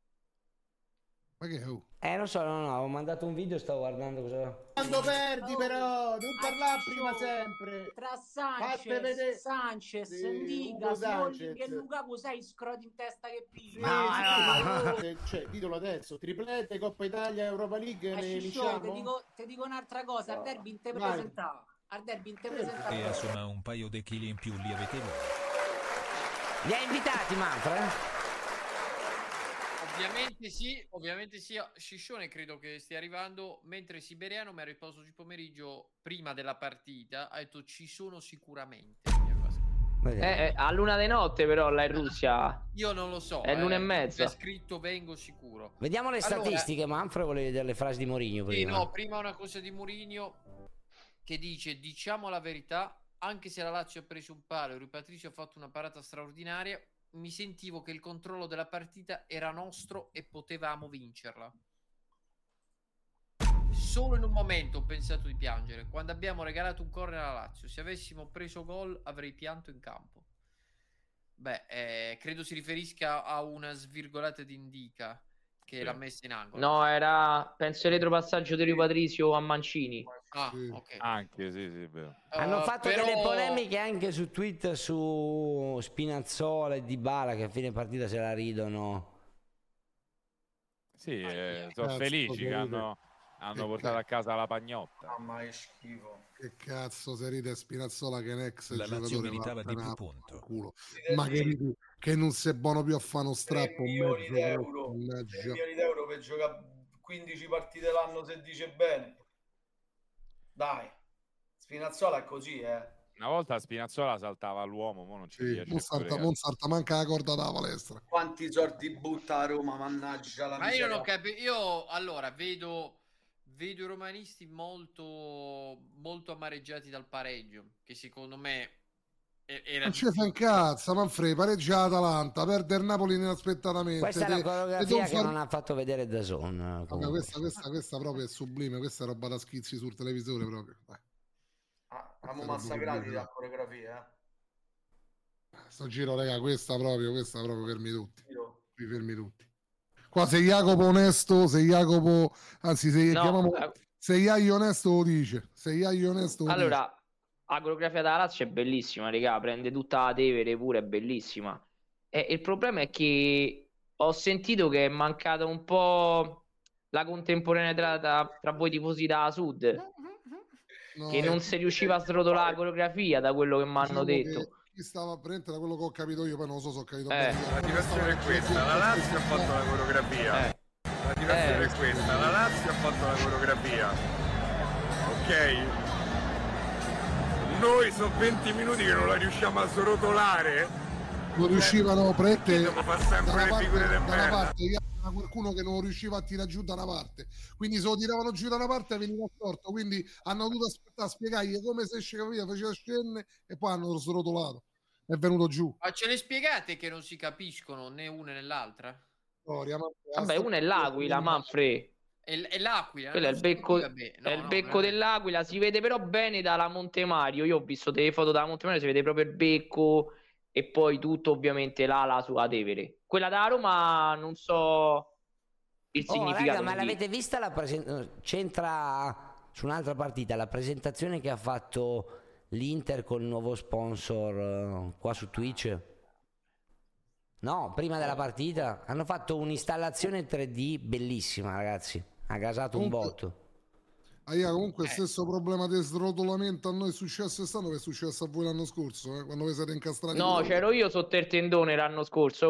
[SPEAKER 13] Ma che oh?
[SPEAKER 4] Eh, non so, no, no, ho mandato un video, stavo guardando cosa...
[SPEAKER 8] Quando perdi però, non parlare prima sempre.
[SPEAKER 17] Tra
[SPEAKER 8] Fatte vedere-
[SPEAKER 17] Sanchez, Sanchez,
[SPEAKER 8] Sì,
[SPEAKER 17] Ndiga,
[SPEAKER 8] Ugo
[SPEAKER 17] Smalling
[SPEAKER 8] Sanchez.
[SPEAKER 17] e Lukaku, sai, scroti in testa che
[SPEAKER 8] Sì,
[SPEAKER 17] piglia.
[SPEAKER 8] sì, sì, cioè, ditelo adesso, triplette, Coppa Italia, Europa League,
[SPEAKER 17] Ma
[SPEAKER 8] ne
[SPEAKER 17] Ciccio, ti
[SPEAKER 8] vinciamo?
[SPEAKER 17] dico, ti dico un'altra cosa, al derby in te
[SPEAKER 8] Vai.
[SPEAKER 17] presentava. Al derby in te
[SPEAKER 7] E
[SPEAKER 17] presentava.
[SPEAKER 7] insomma un paio di chili in più li avete voi.
[SPEAKER 4] Li hai invitati, Manfred?
[SPEAKER 6] Ovviamente sì, ovviamente sì. Sciscione credo che stia arrivando, mentre Siberiano mi ha risposto oggi pomeriggio prima della partita, ha detto ci sono sicuramente.
[SPEAKER 12] Eh, eh, a luna di notte però là in Russia.
[SPEAKER 6] Io non lo so.
[SPEAKER 12] È l'una e
[SPEAKER 6] eh,
[SPEAKER 12] mezza.
[SPEAKER 6] C'è scritto vengo sicuro.
[SPEAKER 4] Vediamo le
[SPEAKER 6] Allora-
[SPEAKER 4] statistiche, Manfred vuole vedere le frasi di Mourinho
[SPEAKER 6] Sì,
[SPEAKER 4] prima.
[SPEAKER 6] no, prima una cosa di Mourinho che dice diciamo la verità, anche se la Lazio ha preso un palo e Rui Patricio ha fatto una parata straordinaria, mi sentivo che il controllo della partita era nostro e potevamo vincerla. Solo in un momento ho pensato di piangere, quando abbiamo regalato un corner alla Lazio. Se avessimo preso gol avrei pianto in campo. Beh, eh, credo si riferisca a una svirgolata di Indica che l'ha messa in angolo.
[SPEAKER 12] No, era penso il retropassaggio di Rui Patricio a Mancini.
[SPEAKER 6] Ah, ok.
[SPEAKER 11] Anche sì, sì, è vero.
[SPEAKER 4] Hanno
[SPEAKER 6] Uh,
[SPEAKER 4] fatto
[SPEAKER 6] però-
[SPEAKER 4] delle polemiche anche su Twitter su Spinazzola e Dybala che a fine partita se la ridono.
[SPEAKER 11] Sì, eh, sono
[SPEAKER 13] Cazzo,
[SPEAKER 11] felici che
[SPEAKER 13] che
[SPEAKER 11] hanno, hanno
[SPEAKER 13] che
[SPEAKER 11] portato a casa la pagnotta.
[SPEAKER 10] Mamma che schifo.
[SPEAKER 13] Che cazzo se ride Spinazzola che è un ex
[SPEAKER 7] La Lazio
[SPEAKER 13] giocatore
[SPEAKER 7] meritava di più
[SPEAKER 13] vattene a
[SPEAKER 7] punto.
[SPEAKER 13] culo. Ma che, ridi- che non sei buono più a fare uno
[SPEAKER 10] tre
[SPEAKER 13] strappo
[SPEAKER 10] milioni
[SPEAKER 13] mezzo
[SPEAKER 10] di euro
[SPEAKER 13] grosso,
[SPEAKER 10] tre
[SPEAKER 13] mannaggia.
[SPEAKER 10] milioni di euro per giocare quindici partite l'anno se dice bene. Dai, Spinazzola è così, eh.
[SPEAKER 11] Una volta Spinazzola saltava l'uomo, mo non ci
[SPEAKER 13] Sì,
[SPEAKER 11] riesce
[SPEAKER 13] non
[SPEAKER 11] a
[SPEAKER 13] salta,
[SPEAKER 11] collegare.
[SPEAKER 13] non salta manca la corda dalla palestra.
[SPEAKER 10] Quanti soldi butta a Roma, mannaggia la
[SPEAKER 6] Ma io
[SPEAKER 10] miseria.
[SPEAKER 6] non ho capito. Io allora vedo, vedo i romanisti molto, molto amareggiati dal pareggio. Che secondo me e- era
[SPEAKER 13] Non ci fa un cazzo, Manfredi, pareggia l'Atalanta, perde il Napoli inaspettatamente.
[SPEAKER 4] Questa è la
[SPEAKER 13] te- te
[SPEAKER 4] coreografia
[SPEAKER 13] devo
[SPEAKER 4] che
[SPEAKER 13] far-
[SPEAKER 4] non ha fatto vedere da Zone.
[SPEAKER 13] Vabbè, questa, questa, questa proprio è sublime, questa è roba da schizzi sul televisore proprio. Dai.
[SPEAKER 10] Ah, siamo massacrati da coreografia, eh.
[SPEAKER 13] Sto giro, raga, questa proprio, questa proprio fermi tutti.
[SPEAKER 10] Giro.
[SPEAKER 13] Qui fermi tutti. Qua se Jacopo onesto, se Jacopo, anzi se
[SPEAKER 12] No,
[SPEAKER 13] chiamiamo,
[SPEAKER 12] eh.
[SPEAKER 13] se Iaio onesto lo dice, se Iaio onesto lo
[SPEAKER 12] Allora, la coreografia della Lazio è bellissima, raga, prende tutta la Tevere pure, è bellissima. E il problema è che ho sentito che è mancata un po' la contemporaneità tra, tra voi tifosi da Sud,
[SPEAKER 13] dice. No,
[SPEAKER 12] che
[SPEAKER 13] eh,
[SPEAKER 12] non si riusciva a srotolare la coreografia da quello che mi hanno
[SPEAKER 13] diciamo che
[SPEAKER 12] detto.
[SPEAKER 13] chi stava presente da quello che ho capito io, poi non lo so se ho capito
[SPEAKER 12] Eh.
[SPEAKER 13] bene.
[SPEAKER 11] La situazione è questa, la Lazio ha fatto la coreografia.
[SPEAKER 12] Eh.
[SPEAKER 11] La situazione
[SPEAKER 12] Eh.
[SPEAKER 11] è questa, la Lazio ha fatto la coreografia. Ok? Noi sono venti minuti che non la riusciamo a srotolare.
[SPEAKER 13] Non riuscivano prete
[SPEAKER 11] Devo fare sempre
[SPEAKER 13] da una
[SPEAKER 11] le
[SPEAKER 13] parte,
[SPEAKER 11] figure di
[SPEAKER 13] da una
[SPEAKER 11] merda.
[SPEAKER 13] parte c'era qualcuno che non riusciva a tirare giù da una parte, quindi se lo tiravano giù da una parte veniva storto, quindi hanno dovuto aspettare a spiegargli come se esce, capito, faceva scene e poi hanno srotolato, è venuto giù.
[SPEAKER 6] Ma ce le spiegate che non si capiscono né una né l'altra?
[SPEAKER 13] Storia, ma-
[SPEAKER 12] Vabbè, una è l'Aquila, Manfred.
[SPEAKER 6] E, e l'Aquila?
[SPEAKER 12] Quello è il
[SPEAKER 6] non
[SPEAKER 12] becco,
[SPEAKER 6] si- vabbè, no,
[SPEAKER 12] è il
[SPEAKER 6] no,
[SPEAKER 12] becco
[SPEAKER 6] veramente.
[SPEAKER 12] dell'Aquila, si vede però bene dalla Montemario. Io ho visto delle foto dalla Montemario, si vede proprio il becco e poi tutto ovviamente l'ala sulla Tevere. Quella da Roma non so il
[SPEAKER 4] Oh,
[SPEAKER 12] significato.
[SPEAKER 4] raga, ma
[SPEAKER 12] di-
[SPEAKER 4] l'avete vista la presentazione? C'entra su un'altra partita la presentazione che ha fatto l'Inter col nuovo sponsor eh, qua su Twitch? No, prima della partita hanno fatto un'installazione tre D bellissima, ragazzi. Ha gasato un
[SPEAKER 13] Comunque-
[SPEAKER 4] botto.
[SPEAKER 13] Ah, yeah, comunque il stesso problema di srotolamento a noi è successo quest'anno che è successo a voi l'anno scorso, eh, quando vi siete incastrati.
[SPEAKER 12] No,
[SPEAKER 13] con-
[SPEAKER 12] c'ero io sotto il tendone l'anno scorso. Oh.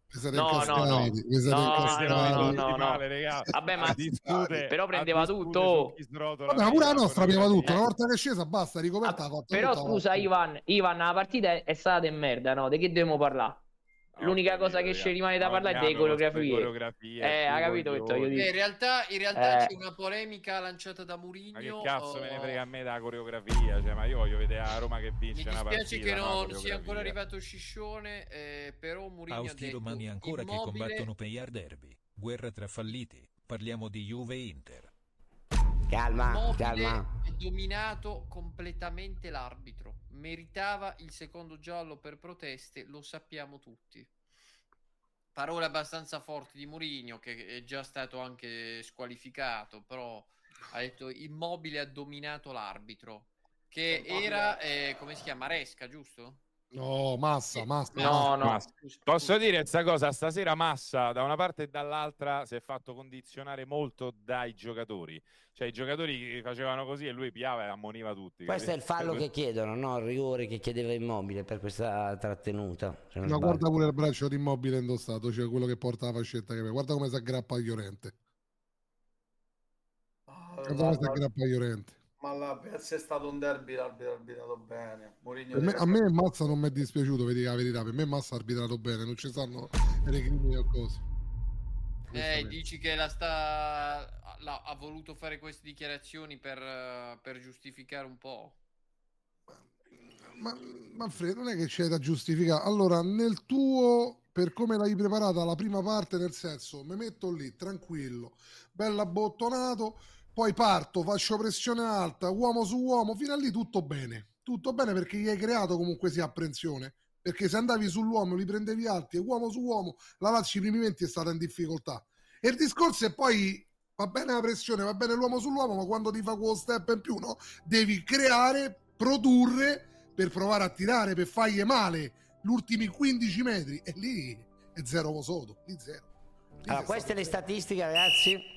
[SPEAKER 13] Vi siete
[SPEAKER 12] No, no, no.
[SPEAKER 13] incascati, vi siete
[SPEAKER 12] No,
[SPEAKER 13] incascati.
[SPEAKER 12] no, no, no, no.
[SPEAKER 11] male, regà.
[SPEAKER 12] Vabbè, ma
[SPEAKER 11] discute,
[SPEAKER 12] però prendeva
[SPEAKER 11] a discute
[SPEAKER 12] tutto.
[SPEAKER 11] su chi srotola
[SPEAKER 13] Vabbè, ma pure la
[SPEAKER 11] meglio
[SPEAKER 13] nostra
[SPEAKER 11] la
[SPEAKER 13] prima tutto,
[SPEAKER 11] coreografia.
[SPEAKER 13] una volta che è scesa basta, ricoperta ha fatto
[SPEAKER 12] Però
[SPEAKER 13] tutta,
[SPEAKER 12] scusa
[SPEAKER 13] va-
[SPEAKER 12] Ivan, Ivan, la partita è, è stata de merda, no? Di che dobbiamo parlare? L'unica cosa che ci rimane da parlare è delle coreografie.
[SPEAKER 11] coreografie,
[SPEAKER 12] Eh, ha capito che voglio
[SPEAKER 6] Eh,
[SPEAKER 12] dire?
[SPEAKER 6] in realtà, in realtà
[SPEAKER 12] Eh.
[SPEAKER 6] c'è una polemica lanciata da
[SPEAKER 11] Ma che
[SPEAKER 6] Mourinho.
[SPEAKER 11] cazzo me ne
[SPEAKER 6] oh,
[SPEAKER 11] frega a me della coreografia? Cioè, ma io voglio vedere la Roma che vince
[SPEAKER 6] Mi
[SPEAKER 11] una partita.
[SPEAKER 6] dispiace che
[SPEAKER 11] no,
[SPEAKER 6] non
[SPEAKER 11] coreografia.
[SPEAKER 6] sia ancora arrivato Sciscione, eh, però Mourinho ha
[SPEAKER 7] Austi
[SPEAKER 6] detto
[SPEAKER 7] romani ancora che
[SPEAKER 6] Immobile-
[SPEAKER 7] combattono per il derby. Guerra tra falliti. Parliamo di Juve e Inter.
[SPEAKER 4] Calma,
[SPEAKER 6] Immobile
[SPEAKER 4] calma.
[SPEAKER 6] ha dominato completamente l'arbitro. Meritava il secondo giallo per proteste, lo sappiamo tutti. Parole abbastanza forti di Mourinho, che è già stato anche squalificato, però ha detto Immobile ha dominato l'arbitro, che era, eh, come si chiama, Maresca, giusto?
[SPEAKER 13] No, Massa, Massa.
[SPEAKER 12] No, no.
[SPEAKER 11] Massa. Posso dire questa cosa? Stasera Massa da una parte e dall'altra si è fatto condizionare molto dai giocatori. Cioè i giocatori facevano così e lui piava e ammoniva tutti.
[SPEAKER 4] Questo è il
[SPEAKER 11] capito?
[SPEAKER 4] fallo che chiedono, no? Il rigore che chiedeva Immobile per questa trattenuta. se non
[SPEAKER 13] Ma
[SPEAKER 4] sbaglio.
[SPEAKER 13] guarda pure il braccio di Immobile indossato, cioè quello che porta la fascetta che guarda come si aggrappa a Llorente. Guarda come si aggrappa a Llorente.
[SPEAKER 10] Ma la Pezza è stato un derby, l'arbitro ha arbitrato bene. Mourinho
[SPEAKER 13] Per me-
[SPEAKER 10] deve-
[SPEAKER 13] a me Mazza non mi è dispiaciuto, vedi la verità, per me Massa ha arbitrato bene, non ci stanno recrimini o cose.
[SPEAKER 6] Eh, dici che la sta la- ha voluto fare queste dichiarazioni per, eh, per giustificare un po'.
[SPEAKER 13] Ma Manfredo, non è che c'è da giustificare. Allora, nel tuo, per come l'hai preparata la prima parte, nel senso, mi metto lì tranquillo, bella abbottonato, poi parto, faccio pressione alta, uomo su uomo, fino a lì tutto bene. Tutto bene perché gli hai creato comunque sia apprensione. Perché se andavi sull'uomo, li prendevi alti e uomo su uomo, la Lazio i primi venti è stata in difficoltà. E il discorso è poi, va bene la pressione, va bene l'uomo sull'uomo, ma quando ti fa quello step in più, no? Devi creare, produrre per provare a tirare, per fargli male gli ultimi quindici metri. E lì è zero Vosoto, lì zero. Lì
[SPEAKER 4] Allora,
[SPEAKER 13] sei
[SPEAKER 4] queste
[SPEAKER 13] stato
[SPEAKER 4] le statistiche, ragazzi.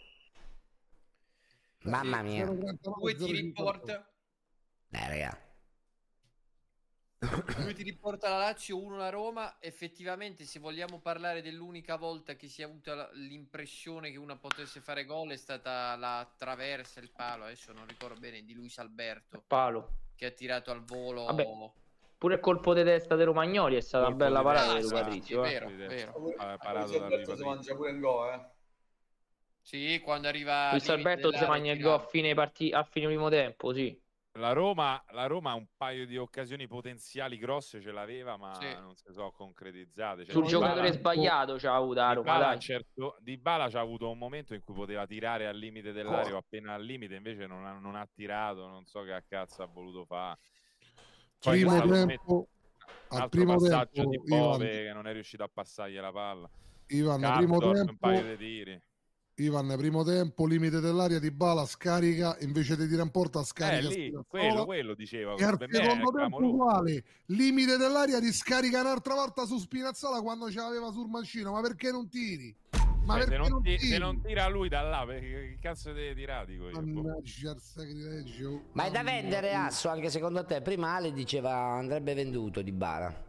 [SPEAKER 4] Mamma mia.
[SPEAKER 6] Due ti riporta
[SPEAKER 4] Eh, raga.
[SPEAKER 6] Due ti riporta la Lazio, uno la Roma. Effettivamente, se vogliamo parlare dell'unica volta che si è avuta la- l'impressione che una potesse fare gol, è stata la traversa, il palo, adesso non ricordo bene, di Luis Alberto,
[SPEAKER 12] Palo.
[SPEAKER 6] che ha tirato al volo.
[SPEAKER 12] Vabbè, pure il colpo di testa di Romagnoli è stata una bella parata di
[SPEAKER 6] testa,
[SPEAKER 12] Patrizio.
[SPEAKER 6] sì,
[SPEAKER 12] eh.
[SPEAKER 6] vero, vero.
[SPEAKER 11] Ha
[SPEAKER 10] Ah,
[SPEAKER 11] parato
[SPEAKER 10] Luis
[SPEAKER 11] da
[SPEAKER 10] Alberto
[SPEAKER 11] lui,
[SPEAKER 10] si mangia pure in go, eh.
[SPEAKER 6] Sì, quando arriva
[SPEAKER 12] Luis
[SPEAKER 6] al limite
[SPEAKER 12] Alberto si
[SPEAKER 6] dell'area,
[SPEAKER 12] magna il
[SPEAKER 6] tira.
[SPEAKER 12] gol a fine, parti- a fine primo tempo, sì.
[SPEAKER 11] La Roma, la Roma ha un paio di occasioni potenziali grosse ce l'aveva, ma
[SPEAKER 6] Sì.
[SPEAKER 11] non si sono concretizzate. Cioè,
[SPEAKER 12] Sul
[SPEAKER 11] Dybala-
[SPEAKER 12] giocatore sbagliato c'ha avuto la Roma,
[SPEAKER 11] Dybala,
[SPEAKER 12] dai.
[SPEAKER 11] certo, Dybala c'ha avuto un momento in cui poteva tirare al limite dell'area o appena al limite, invece non ha, non ha tirato, non so che a cazzo ha voluto fare. Poi
[SPEAKER 13] Primo
[SPEAKER 11] c'è stato un
[SPEAKER 13] tempo,
[SPEAKER 11] momento- un
[SPEAKER 13] al
[SPEAKER 11] altro
[SPEAKER 13] primo
[SPEAKER 11] passaggio
[SPEAKER 13] tempo,
[SPEAKER 11] di Bove
[SPEAKER 13] Ivan,
[SPEAKER 11] che non è riuscito a passargli la palla.
[SPEAKER 13] Ivan, primo
[SPEAKER 11] Karsdorp, un
[SPEAKER 13] tempo,
[SPEAKER 11] paio di tiri.
[SPEAKER 13] Ivan, primo tempo, limite dell'aria di Bala, scarica, invece di tirare in porta
[SPEAKER 11] Eh,
[SPEAKER 13] scarica.
[SPEAKER 11] lì,
[SPEAKER 13] Spinazzola.
[SPEAKER 11] quello, quello dicevo.
[SPEAKER 13] E al
[SPEAKER 11] Per me è
[SPEAKER 13] secondo tempo
[SPEAKER 11] clamoroso.
[SPEAKER 13] uguale, limite dell'aria di scarica un'altra volta su Spinazzola quando ce l'aveva sul mancino. Ma perché non tiri? Ma
[SPEAKER 11] Cioè, se,
[SPEAKER 13] perché
[SPEAKER 11] non
[SPEAKER 13] non
[SPEAKER 11] ti-
[SPEAKER 13] tiri?
[SPEAKER 11] se non tira lui da là, perché che cazzo deve tirare? Dico io. boh.
[SPEAKER 13] Mannaggia il sacrilegio.
[SPEAKER 4] Ma è da vendere, Asso, anche secondo te? Prima Ale diceva andrebbe venduto Dybala.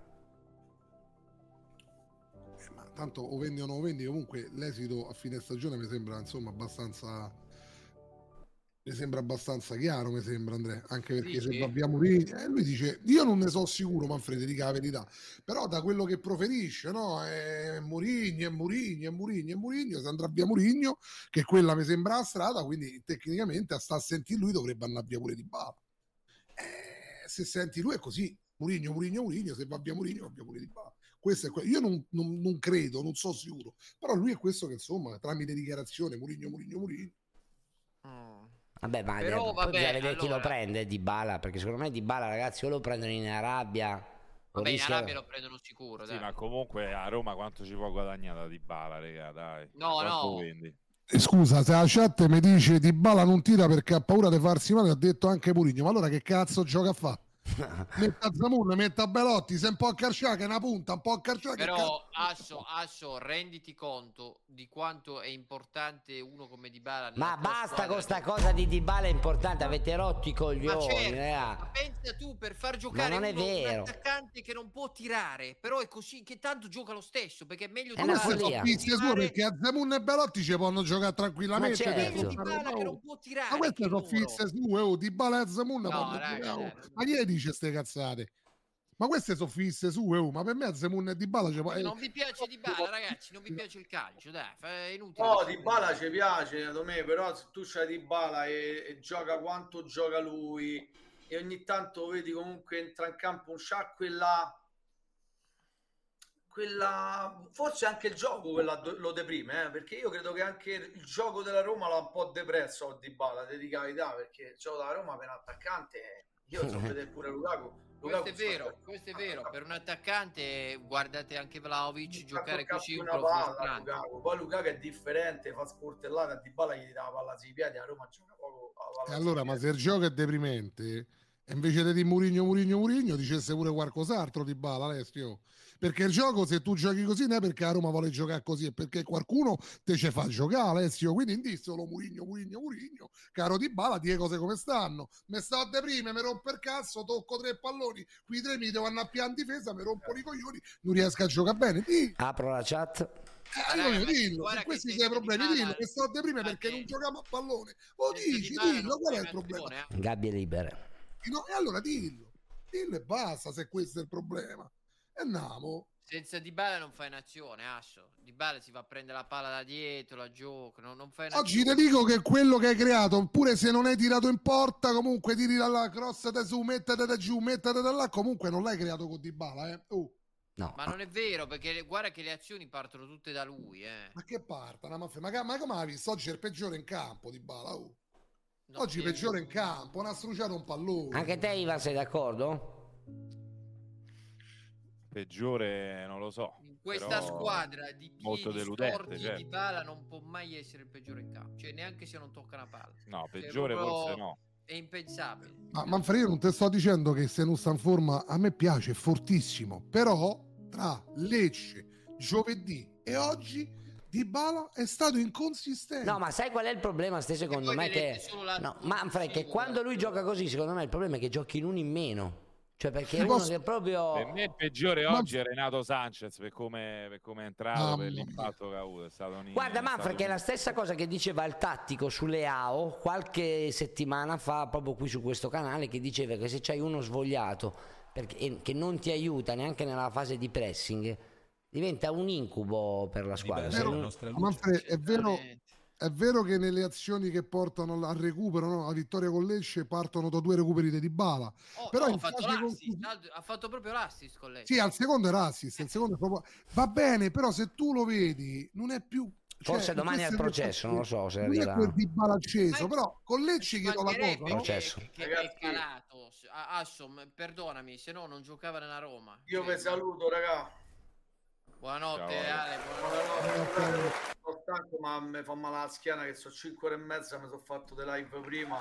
[SPEAKER 13] Tanto o vendi o non vendi, comunque l'esito a fine stagione mi sembra insomma abbastanza mi sembra abbastanza chiaro, mi sembra, Andrea, anche perché
[SPEAKER 6] Sì,
[SPEAKER 13] se
[SPEAKER 6] sì.
[SPEAKER 13] va via Mourinho, eh, lui dice io non ne so sicuro, Manfredi, dica la verità, però da quello che proferisce, no, è Mourinho, è Mourinho, è Mourinho, è Mourinho, se andrà via Mourinho, che quella mi sembra la strada, quindi tecnicamente a sta a sentire lui dovrebbe andare via pure Dybala. Eh, se senti lui è così, Mourinho, Mourinho, Mourinho, se va via Mourinho va via pure Dybala. Questo è que- io non, non- non credo, non so sicuro, però lui è questo che insomma tramite dichiarazione Mourinho, Mourinho, Mourinho.
[SPEAKER 4] Vabbè, ma
[SPEAKER 6] Però,
[SPEAKER 4] poi
[SPEAKER 6] vabbè,
[SPEAKER 4] bisogna vedere chi lo
[SPEAKER 6] allora-
[SPEAKER 4] prende Dybala, perché secondo me Dybala, ragazzi, o lo prendono in Arabia o
[SPEAKER 6] Vabbè, in
[SPEAKER 4] rischia-
[SPEAKER 6] Arabia lo prendono sicuro,
[SPEAKER 11] Sì,
[SPEAKER 6] dai.
[SPEAKER 11] ma comunque a Roma quanto ci può guadagnare da Dybala, raga, dai.
[SPEAKER 6] No,
[SPEAKER 11] Quanto
[SPEAKER 6] no.
[SPEAKER 11] vendi?
[SPEAKER 13] E scusa, se la chat mi dice Dybala non tira perché ha paura di farsi male, ha detto anche Mourinho, ma allora che cazzo gioca a fa? metta Zamun, metta Belotti, se un po' a Carcià che è una punta, un po' a Carcià che
[SPEAKER 6] Però Asso, Asso, renditi conto di quanto è importante uno come Dybala.
[SPEAKER 4] Ma basta con sta cosa di Dybala è importante, avete rotto i coglioni.
[SPEAKER 6] Ma, certo,
[SPEAKER 4] eh.
[SPEAKER 6] ma pensa tu per far giocare
[SPEAKER 4] non è
[SPEAKER 6] uno, un
[SPEAKER 4] vero.
[SPEAKER 6] attaccante che non può tirare, però è così che tanto gioca lo stesso, perché è meglio
[SPEAKER 13] Ma queste sono
[SPEAKER 6] Dybala
[SPEAKER 13] pizze sue, perché a Zamun e Belotti ci possono giocare tranquillamente.
[SPEAKER 4] Ma
[SPEAKER 13] per
[SPEAKER 4] certo.
[SPEAKER 13] giocare
[SPEAKER 6] Dybala
[SPEAKER 13] un
[SPEAKER 6] che
[SPEAKER 13] po'.
[SPEAKER 6] non può tirare.
[SPEAKER 13] Ma queste sono fizze sue, oh, Dybala e Zamun
[SPEAKER 6] No,
[SPEAKER 13] possono
[SPEAKER 6] raga,
[SPEAKER 13] giocare, oh.
[SPEAKER 6] dai.
[SPEAKER 13] Ma chi le dice ste cazzate? Ma queste sono fisse sue, oh. Ma per me a Zamun e Dybala c'è poi-
[SPEAKER 6] Non vi piace Dybala, ragazzi, non vi piace il calcio, dai, fa- è inutile.
[SPEAKER 10] No, Dybala ci piace, a me, però se tu c'hai Dybala e, e gioca quanto gioca lui e ogni tanto vedi comunque entra in campo un c'ha quella quella forse anche il gioco quella do- lo deprime, eh, perché io credo che anche il gioco della Roma l'ha un po' depresso a Dybala, ti dico la verità, perché il gioco della Roma per un attaccante, io so vedere pure Lukaku.
[SPEAKER 6] Questo
[SPEAKER 10] Lukaku
[SPEAKER 6] è vero, questo è vero. Per un attaccante, guardate anche Vlahovic giocare così un
[SPEAKER 10] una
[SPEAKER 6] po'
[SPEAKER 10] palla,
[SPEAKER 6] frustrante.
[SPEAKER 10] Lukaku. Poi Lukaku è differente, fa sportellate, a Dybala gli dà la palla sui piedi, a Roma gioca poco a
[SPEAKER 13] E
[SPEAKER 10] palla
[SPEAKER 13] allora,
[SPEAKER 10] sui
[SPEAKER 13] ma
[SPEAKER 10] piedi.
[SPEAKER 13] se il gioco è deprimente, e invece di dire Murigno, Murigno, Murigno, dicesse pure qualcos'altro di Bala, Alessio. Perché il gioco, se tu giochi così, non è perché la Roma vuole giocare così, è perché qualcuno te ce fa giocare, Alessio. Quindi indì solo Murigno, Murigno, Murigno, caro Di Bala, di cose come stanno. Me sto a deprime, mi rompo il cazzo, tocco tre palloni, qui tre mi devo andare a pian difesa, mi rompo i coglioni, non riesco a giocare bene. Di.
[SPEAKER 4] Apro la chat.
[SPEAKER 13] Eh, io dillo, se questi sono i problemi, dillo, che sto a deprime perché non giochiamo a pallone. O dici, dillo, qual è il problema?
[SPEAKER 4] Gabbie libere.
[SPEAKER 13] No, e allora dillo, dillo e basta se questo è il problema. E andiamo.
[SPEAKER 6] Senza Dybala non fai nazione, Asso. Dybala si va a prendere la palla da dietro, la gioca, non, non fai
[SPEAKER 13] Oggi
[SPEAKER 6] nazione.
[SPEAKER 13] ti dico che quello che hai creato, pure se non hai tirato in porta, comunque tiri dalla cross da su, mettete da giù, mettete da là, comunque non l'hai creato con Dybala, eh. Oh.
[SPEAKER 4] No.
[SPEAKER 6] Ma non è vero, perché guarda che le azioni partono tutte da lui, eh.
[SPEAKER 13] Ma che partano? Ma, ma, ma come hai visto? Oggi è il peggiore in campo Dybala, oh.
[SPEAKER 6] No,
[SPEAKER 13] Oggi
[SPEAKER 6] che-
[SPEAKER 13] peggiore in campo, non ha struciato un pallone.
[SPEAKER 4] Anche te, Ivan, sei d'accordo?
[SPEAKER 11] Peggiore non lo so.
[SPEAKER 6] In questa
[SPEAKER 11] però
[SPEAKER 6] squadra di
[SPEAKER 11] molto
[SPEAKER 6] piedi
[SPEAKER 11] deludente,
[SPEAKER 6] storti
[SPEAKER 11] certo.
[SPEAKER 6] Dybala non può mai essere il peggiore in campo, cioè neanche se non tocca una palla.
[SPEAKER 11] No,
[SPEAKER 6] Cioè,
[SPEAKER 11] peggiore
[SPEAKER 6] proprio
[SPEAKER 11] forse no.
[SPEAKER 6] È impensabile.
[SPEAKER 13] Ma Manfred, io non ti sto dicendo che se non sta in forma, a me piace, è fortissimo, però tra Lecce, giovedì e oggi Dybala è stato inconsistente.
[SPEAKER 4] No, ma sai qual è il problema? Ste secondo
[SPEAKER 6] poi
[SPEAKER 4] me
[SPEAKER 6] vedete
[SPEAKER 4] che
[SPEAKER 6] solo la-
[SPEAKER 4] no, Manfred, che quando lui gioca così, secondo me il problema è che giochi in uno in meno. Cioè perché è
[SPEAKER 13] Ti
[SPEAKER 4] uno
[SPEAKER 13] posso-
[SPEAKER 4] che proprio
[SPEAKER 11] Per me il peggiore
[SPEAKER 13] Ma-
[SPEAKER 11] oggi è Renato Sanchez per come, per come è entrato,
[SPEAKER 13] Mamma
[SPEAKER 11] per
[SPEAKER 13] mia.
[SPEAKER 11] l'impatto che ha avuto. È stato un,
[SPEAKER 4] Guarda
[SPEAKER 11] è
[SPEAKER 4] Manfred,
[SPEAKER 11] stato
[SPEAKER 4] che è
[SPEAKER 11] un-
[SPEAKER 4] la stessa cosa che diceva il tattico sulle A O qualche settimana fa, proprio qui su questo canale, che diceva che se c'hai uno svogliato perché, e- che non ti aiuta neanche nella fase di pressing, diventa un incubo per la squadra.
[SPEAKER 13] È
[SPEAKER 4] Se
[SPEAKER 13] vero,
[SPEAKER 4] non-
[SPEAKER 13] ma Manfred, è vero, è vero che nelle azioni che portano al recupero, no? La vittoria con Lecce partono da due recuperi di Dybala.
[SPEAKER 6] Oh,
[SPEAKER 13] Però
[SPEAKER 6] no,
[SPEAKER 13] in
[SPEAKER 6] ha, fatto
[SPEAKER 13] fase
[SPEAKER 6] l'assist,
[SPEAKER 13] conclusiva-
[SPEAKER 6] ha fatto proprio l'assist con lei.
[SPEAKER 13] Sì, al secondo era assist, il secondo è proprio... Va bene, però se tu lo vedi, non è più... cioè,
[SPEAKER 4] Forse domani
[SPEAKER 13] questo
[SPEAKER 4] al
[SPEAKER 13] è il
[SPEAKER 4] processo, non lo so se
[SPEAKER 13] non
[SPEAKER 4] arriva.
[SPEAKER 13] è quel Dybala acceso,
[SPEAKER 6] Ma-
[SPEAKER 13] però con Lecce chiedo la cosa,
[SPEAKER 6] Mancherebbe
[SPEAKER 13] no?
[SPEAKER 4] Processo.
[SPEAKER 6] che, che
[SPEAKER 10] Ragazzi,
[SPEAKER 6] è calato. A- Asso, m- perdonami, se no non giocava nella Roma.
[SPEAKER 10] Io
[SPEAKER 6] Cioè,
[SPEAKER 10] vi saluto, raga.
[SPEAKER 6] Buonanotte,
[SPEAKER 11] Ciao,
[SPEAKER 6] Ale. Buonanotte.
[SPEAKER 10] Buonanotte. Sono stanco, ma mi fa male la schiena che sono cinque ore e mezza, mi sono fatto delle live prima.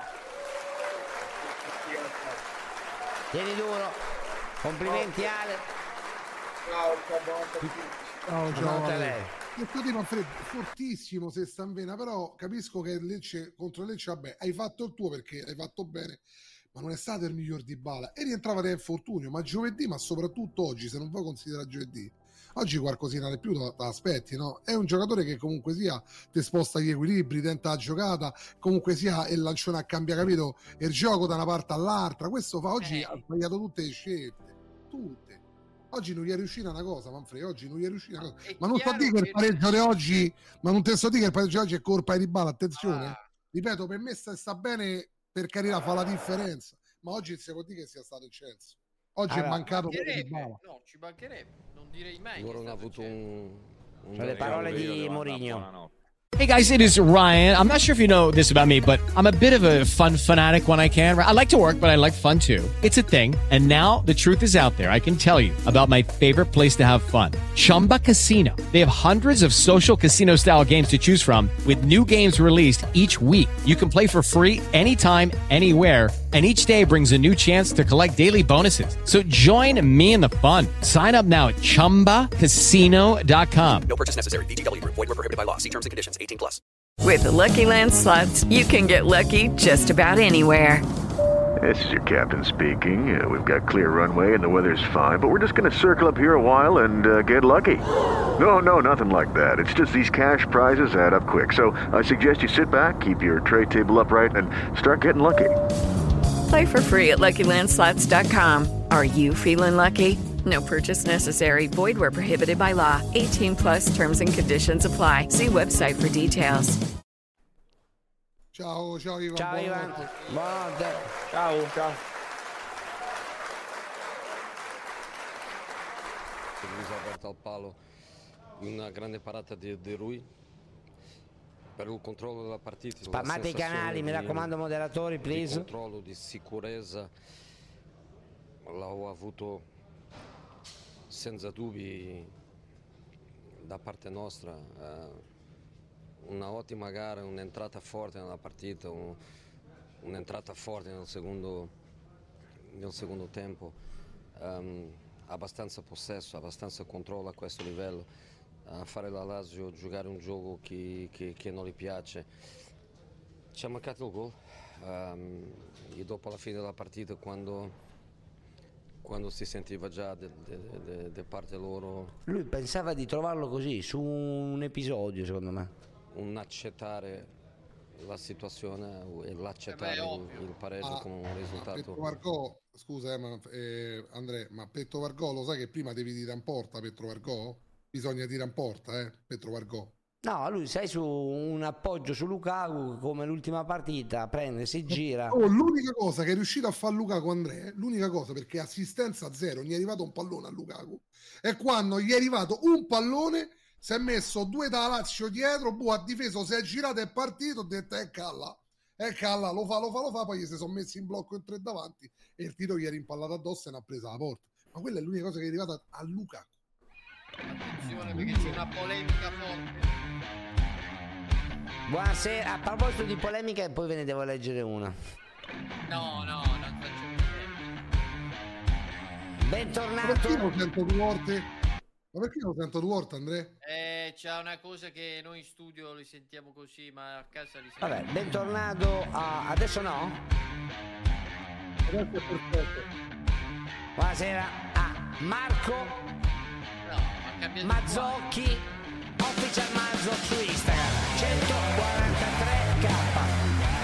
[SPEAKER 4] Tieni duro. Complimenti Ale.
[SPEAKER 10] Ciao, ciao, buonanotte a tutti.
[SPEAKER 13] Ciao, ciao.
[SPEAKER 4] Buonanotte a
[SPEAKER 13] Ale.
[SPEAKER 4] lei.
[SPEAKER 13] Detto di Manfred, fortissimo se sta in vena, però capisco che Lecce contro Lecce, vabbè, hai fatto il tuo perché hai fatto bene, ma non è stato il miglior Dybala e rientrava da infortunio, ma giovedì, ma soprattutto oggi, se non vuoi considerare giovedì, oggi qualcosina di più te aspetti, no? È un giocatore che comunque sia ti sposta gli equilibri, tenta la giocata, comunque sia il lancione a cambia, capito? Il gioco da una parte all'altra, questo fa oggi
[SPEAKER 6] Eh.
[SPEAKER 13] ha sbagliato tutte le scelte, tutte. Oggi non gli è riuscita una cosa, Manfred, oggi non gli è riuscita una cosa.
[SPEAKER 6] È
[SPEAKER 13] Ma non so
[SPEAKER 6] chiaro
[SPEAKER 13] dire che il
[SPEAKER 6] che-
[SPEAKER 13] pareggio di oggi, ma non te so dire che il pareggio di oggi è colpa di Dybala, attenzione.
[SPEAKER 6] Ah.
[SPEAKER 13] Ripeto, per me sta, sta bene, per carità, fa la differenza, ma oggi si può dire che sia stato eccelso. Oggi
[SPEAKER 4] Allora,
[SPEAKER 13] è mancato proprio
[SPEAKER 6] Mancherebbe,
[SPEAKER 13] Dybala.
[SPEAKER 6] no, ci mancherebbe. Non direi mai
[SPEAKER 4] Loro
[SPEAKER 6] che è
[SPEAKER 4] hanno
[SPEAKER 6] stato
[SPEAKER 4] avuto
[SPEAKER 6] eccelso.
[SPEAKER 4] un, un
[SPEAKER 11] Sono
[SPEAKER 4] le parole
[SPEAKER 11] io
[SPEAKER 4] di
[SPEAKER 11] devo andare,
[SPEAKER 4] Mourinho.
[SPEAKER 11] buonanotte.
[SPEAKER 18] Hey guys, it is Ryan. I'm not sure if you know this about me, but I'm a bit of a fun fanatic when I can. I like to work, but I like fun too. It's a thing. And now the truth is out there. I can tell you about my favorite place to have fun. Chumba Casino. They have hundreds of social casino style games to choose from with new games released each week. You can play for free anytime, anywhere And each day brings a new chance to collect daily bonuses. So join me in the fun. Sign up now at chumba casino dot com.
[SPEAKER 15] No purchase necessary. V G W Group. Void where prohibited by law. See terms and conditions. eighteen plus.
[SPEAKER 2] With the Lucky Land Slots, you can get lucky just about anywhere.
[SPEAKER 3] This is your captain speaking. Uh, we've got clear runway and the weather's fine, but we're just going to circle up here a while and uh, get lucky. No, no, nothing like that. It's just these cash prizes add up quick. So I suggest you sit back, keep your tray table upright, and start getting lucky.
[SPEAKER 2] Play for free at Lucky Land Slots dot com. Are you feeling lucky? No purchase necessary. Void where prohibited by law. eighteen plus terms and conditions apply. See website for details.
[SPEAKER 13] Ciao, ciao Ivan.
[SPEAKER 4] Ciao
[SPEAKER 13] buonanotte.
[SPEAKER 4] Ivan. Buonanotte.
[SPEAKER 12] Ciao, ciao.
[SPEAKER 19] Luisa aperta al palo, una grande parata di, di Rui per il controllo della partita.
[SPEAKER 4] Spalmate i canali, mi raccomando, moderatori, please.
[SPEAKER 19] Il controllo di sicurezza l'ho avuto senza dubbi da parte nostra. Eh, una ottima gara, un'entrata forte nella partita, un, un'entrata forte nel secondo, nel secondo tempo. Um, abbastanza possesso, abbastanza controllo a questo livello, a fare la Lazio giocare un gioco che, che, che non gli piace. Ci ha mancato il gol um, e dopo la fine della partita, quando, quando si sentiva già da parte loro,
[SPEAKER 4] lui pensava di trovarlo così su un episodio, secondo me,
[SPEAKER 19] un accettare la situazione e l'accettare il, il pareggio
[SPEAKER 13] Ah,
[SPEAKER 19] come un risultato.
[SPEAKER 13] Petro Vargò, scusa eh, ma, eh, Andrea, ma Petro Vargò lo sai che prima devi tirare in porta, Petro Vargò? Bisogna tirare in porta, eh, Petro Vargò.
[SPEAKER 4] No, lui sei su un appoggio su Lukaku come l'ultima partita, prende, si gira.
[SPEAKER 13] Oh, l'unica cosa che è riuscito a fare Lukaku, Andrea, l'unica cosa, perché assistenza zero, gli è arrivato un pallone a Lukaku, è quando gli è arrivato un pallone, si è messo due da Lazio dietro, boh, ha difeso, si è girato e è partito, ho detto è calla, è calla, lo fa, lo fa, lo fa, poi gli si sono messi in blocco in tre davanti e il tiro gli è rimpallato addosso e ne ha presa la porta. Ma quella è l'unica cosa che è arrivata a Lukaku.
[SPEAKER 6] Attenzione perché c'è una polemica forte.
[SPEAKER 4] Buonasera, a proposito di polemica, e poi ve ne devo leggere una.
[SPEAKER 6] No, no, non faccio niente.
[SPEAKER 4] Bentornato.
[SPEAKER 13] Ma perché lo sento due volte? Ma perché lo sento due volte, Andrea?
[SPEAKER 6] Eh, c'è una cosa che noi in studio li sentiamo così, ma a casa li sentiamo.
[SPEAKER 4] Vabbè, bentornato a... adesso no?
[SPEAKER 13] Adesso è perfetto.
[SPEAKER 4] Buonasera a Marco Mazzocchi, Official Mazzo su Instagram, centoquarantatré k.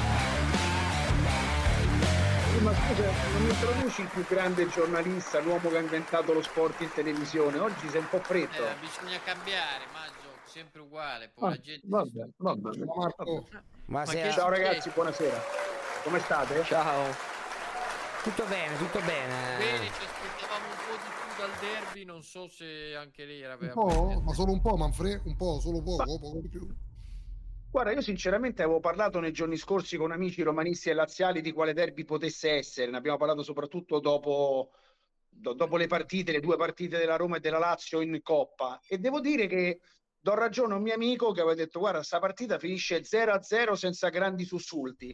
[SPEAKER 20] Ma scusa, non mi introduci il più grande giornalista, l'uomo che ha inventato lo sport in televisione? Oggi sei un po' freddo.
[SPEAKER 6] Eh, bisogna cambiare, Maggio, sempre uguale, poi
[SPEAKER 20] Ah,
[SPEAKER 6] la gente...
[SPEAKER 20] vabbè, vabbè.
[SPEAKER 13] Marco.
[SPEAKER 6] Ma che
[SPEAKER 20] Ciao
[SPEAKER 6] succede?
[SPEAKER 20] ragazzi, buonasera. Come state?
[SPEAKER 12] Ciao.
[SPEAKER 4] Tutto bene, tutto bene.
[SPEAKER 6] Bene, ci aspettavamo un po' di più dal derby, non so se anche lei era
[SPEAKER 13] Un po', ma solo un po', Manfred, un po', solo poco, poco di più.
[SPEAKER 20] Guarda, io sinceramente avevo parlato nei giorni scorsi con amici romanisti e laziali di quale derby potesse essere. Ne abbiamo parlato soprattutto dopo, do- dopo le partite, le due partite della Roma e della Lazio in Coppa. E devo dire che do ragione a un mio amico che aveva detto: guarda, sta partita finisce zero a zero senza grandi sussulti.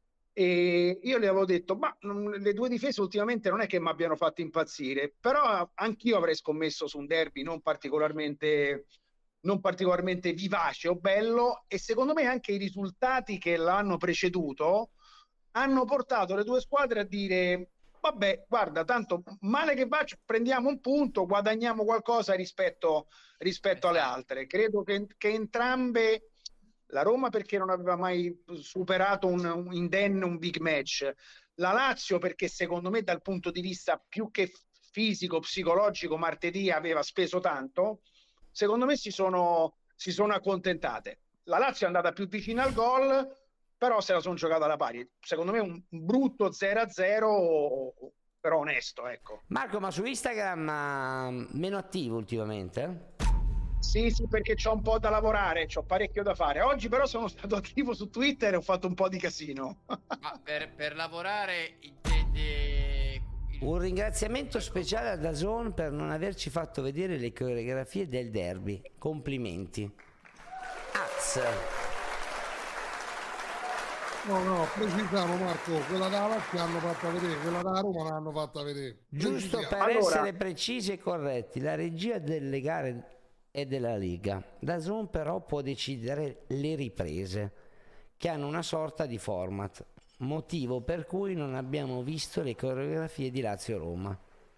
[SPEAKER 20] E io le avevo detto: ma non- le due difese ultimamente non è che mi abbiano fatto impazzire, però anch'io avrei scommesso su un derby non particolarmente non particolarmente vivace o bello, e secondo me anche i risultati che l'hanno preceduto hanno portato le due squadre a dire: vabbè, guarda, tanto male che va, ci prendiamo un punto, guadagniamo qualcosa rispetto, rispetto alle altre. Credo che, che entrambe, la Roma perché non aveva mai superato un, un indenne, un big match, la Lazio perché secondo me dal punto di vista più che fisico, psicologico, martedì aveva speso tanto. Secondo me si sono, si sono accontentate. La Lazio è andata più vicina al gol, però se la sono giocata alla pari. Secondo me un brutto zero a zero, però onesto, ecco.
[SPEAKER 4] Marco, ma su Instagram uh, meno attivo ultimamente?
[SPEAKER 20] Sì, sì, perché c'ho un po' da lavorare, c'ho parecchio da fare. Oggi però sono stato attivo su Twitter e ho fatto un po' di casino.
[SPEAKER 6] Ma per, per lavorare intende...
[SPEAKER 4] Un ringraziamento speciale a DAZN per non averci fatto vedere le coreografie del derby. Complimenti. Az.
[SPEAKER 13] No, no, precisiamo Marco, quella della Lazio hanno fatta vedere, quella della Roma l'hanno fatta vedere.
[SPEAKER 4] Giusto per
[SPEAKER 20] Allora-
[SPEAKER 4] essere precisi e corretti, la regia delle gare è della Lega. DAZN però può decidere le riprese, che hanno una sorta di format, motivo per cui non abbiamo visto le coreografie di Lazio-Roma.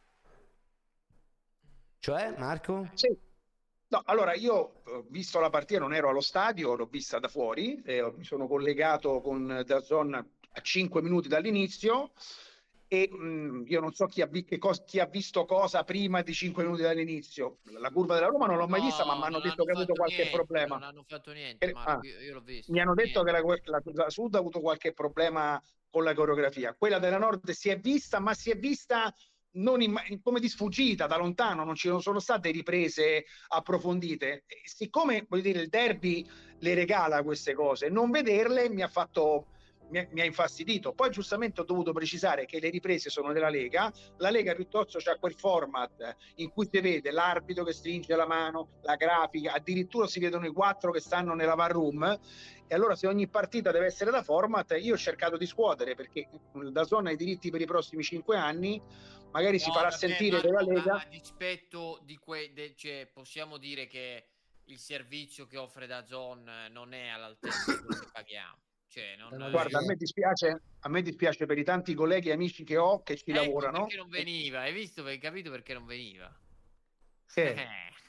[SPEAKER 4] Cioè, Marco?
[SPEAKER 20] Sì. No, allora io ho visto la partita, non ero allo stadio, l'ho vista da fuori, e ho- mi sono collegato con DAZN a cinque minuti dall'inizio e mh, io non so chi ha, vi- che cos- chi ha visto cosa prima di cinque minuti dall'inizio. La curva della Roma non l'ho mai
[SPEAKER 6] No,
[SPEAKER 20] vista, ma mi hanno
[SPEAKER 6] non
[SPEAKER 20] detto
[SPEAKER 6] hanno
[SPEAKER 20] che ha avuto
[SPEAKER 6] fatto
[SPEAKER 20] qualche
[SPEAKER 6] niente,
[SPEAKER 20] problema.
[SPEAKER 6] non hanno fatto niente,
[SPEAKER 20] Eh,
[SPEAKER 6] Marco,
[SPEAKER 20] ah,
[SPEAKER 6] io, io l'ho visto.
[SPEAKER 20] Mi hanno detto
[SPEAKER 6] niente.
[SPEAKER 20] che la, la, la Sud ha avuto qualche problema con la coreografia. Quella della Nord si è vista, ma si è vista non in- come di sfuggita, da lontano, non ci non sono state riprese approfondite. E siccome, voglio dire, il derby le regala queste cose, non vederle mi ha fatto mi ha, mi ha infastidito. Poi giustamente ho dovuto precisare che le riprese sono della Lega, la Lega piuttosto c'ha quel format in cui si vede l'arbitro che stringe la mano, la grafica, addirittura si vedono i quattro che stanno nella war room. E allora se ogni partita deve essere da format, io ho cercato di scuotere, perché il DAZN ha i diritti per i prossimi cinque anni, magari si
[SPEAKER 6] No,
[SPEAKER 20] farà
[SPEAKER 6] vabbè,
[SPEAKER 20] sentire
[SPEAKER 6] Marco,
[SPEAKER 20] della
[SPEAKER 6] a,
[SPEAKER 20] Lega.
[SPEAKER 6] a dispetto di que, de- cioè, possiamo dire che il servizio che offre DAZN non è all'altezza di quello che paghiamo. Cioè, non,
[SPEAKER 20] Guarda, a me dispiace, a me dispiace per i tanti colleghi e amici che ho che ci
[SPEAKER 6] ecco
[SPEAKER 20] lavorano.
[SPEAKER 6] perché non veniva, hai visto? Hai capito perché non veniva?
[SPEAKER 20] Sì.
[SPEAKER 6] Eh,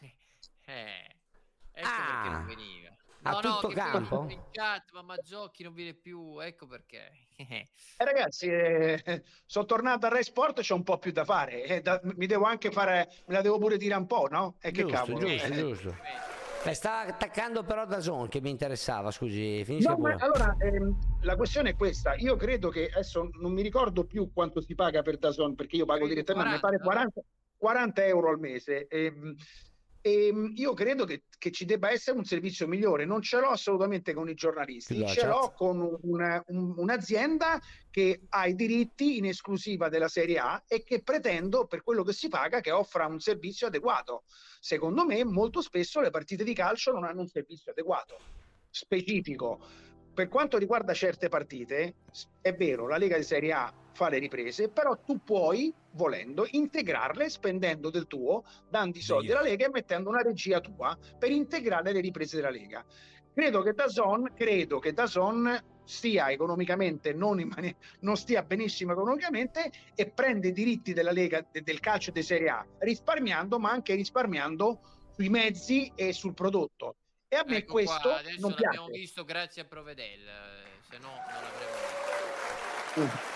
[SPEAKER 6] eh, ecco perché non veniva.
[SPEAKER 4] a
[SPEAKER 6] No, no,
[SPEAKER 4] tutto
[SPEAKER 6] che poi
[SPEAKER 4] campo?
[SPEAKER 6] in chat, ma Mazzocchi non viene più, ecco perché.
[SPEAKER 20] Eh, ragazzi, eh, sono tornato al Rai Sport, c'è un po' più da fare. eh, da- mi devo anche fare, me la devo pure dire un po', no? E che
[SPEAKER 4] Giusto,
[SPEAKER 20] cavolo.
[SPEAKER 4] giusto,
[SPEAKER 20] eh.
[SPEAKER 4] giusto. Beh, stava attaccando però DAZN che mi interessava, scusi, finisca
[SPEAKER 20] No, ma
[SPEAKER 4] pure.
[SPEAKER 20] allora ehm, la questione è questa. Io credo che adesso non mi ricordo più quanto si paga per DAZN, perché io pago direttamente, mi pare quaranta, quaranta euro al mese. Ehm, ehm, io credo che, che ci debba essere un servizio migliore. Non ce l'ho assolutamente con i giornalisti,
[SPEAKER 4] Chiudo la
[SPEAKER 20] ce
[SPEAKER 4] chat.
[SPEAKER 20] l'ho con un- un- un'azienda che ha i diritti in esclusiva della Serie A e che pretendo, per quello che si paga, che offra un servizio adeguato. Secondo me molto spesso le partite di calcio non hanno un servizio adeguato, specifico. Per quanto riguarda certe partite, è vero, la Lega di Serie A fa le riprese, però tu puoi, volendo, integrarle spendendo del tuo, dando i soldi alla Lega e mettendo una regia tua per integrare le riprese della Lega. Credo che DAZN, credo che DAZN stia economicamente non, in mani- non stia benissimo economicamente e prende i diritti della Lega de- del calcio di Serie A, risparmiando, ma anche risparmiando sui mezzi e sul prodotto. E a me
[SPEAKER 6] Ecco
[SPEAKER 20] questo
[SPEAKER 6] qua, adesso
[SPEAKER 20] non
[SPEAKER 6] l'abbiamo
[SPEAKER 20] piace.
[SPEAKER 6] visto grazie a Provedel, eh, se no non l'avremmo visto.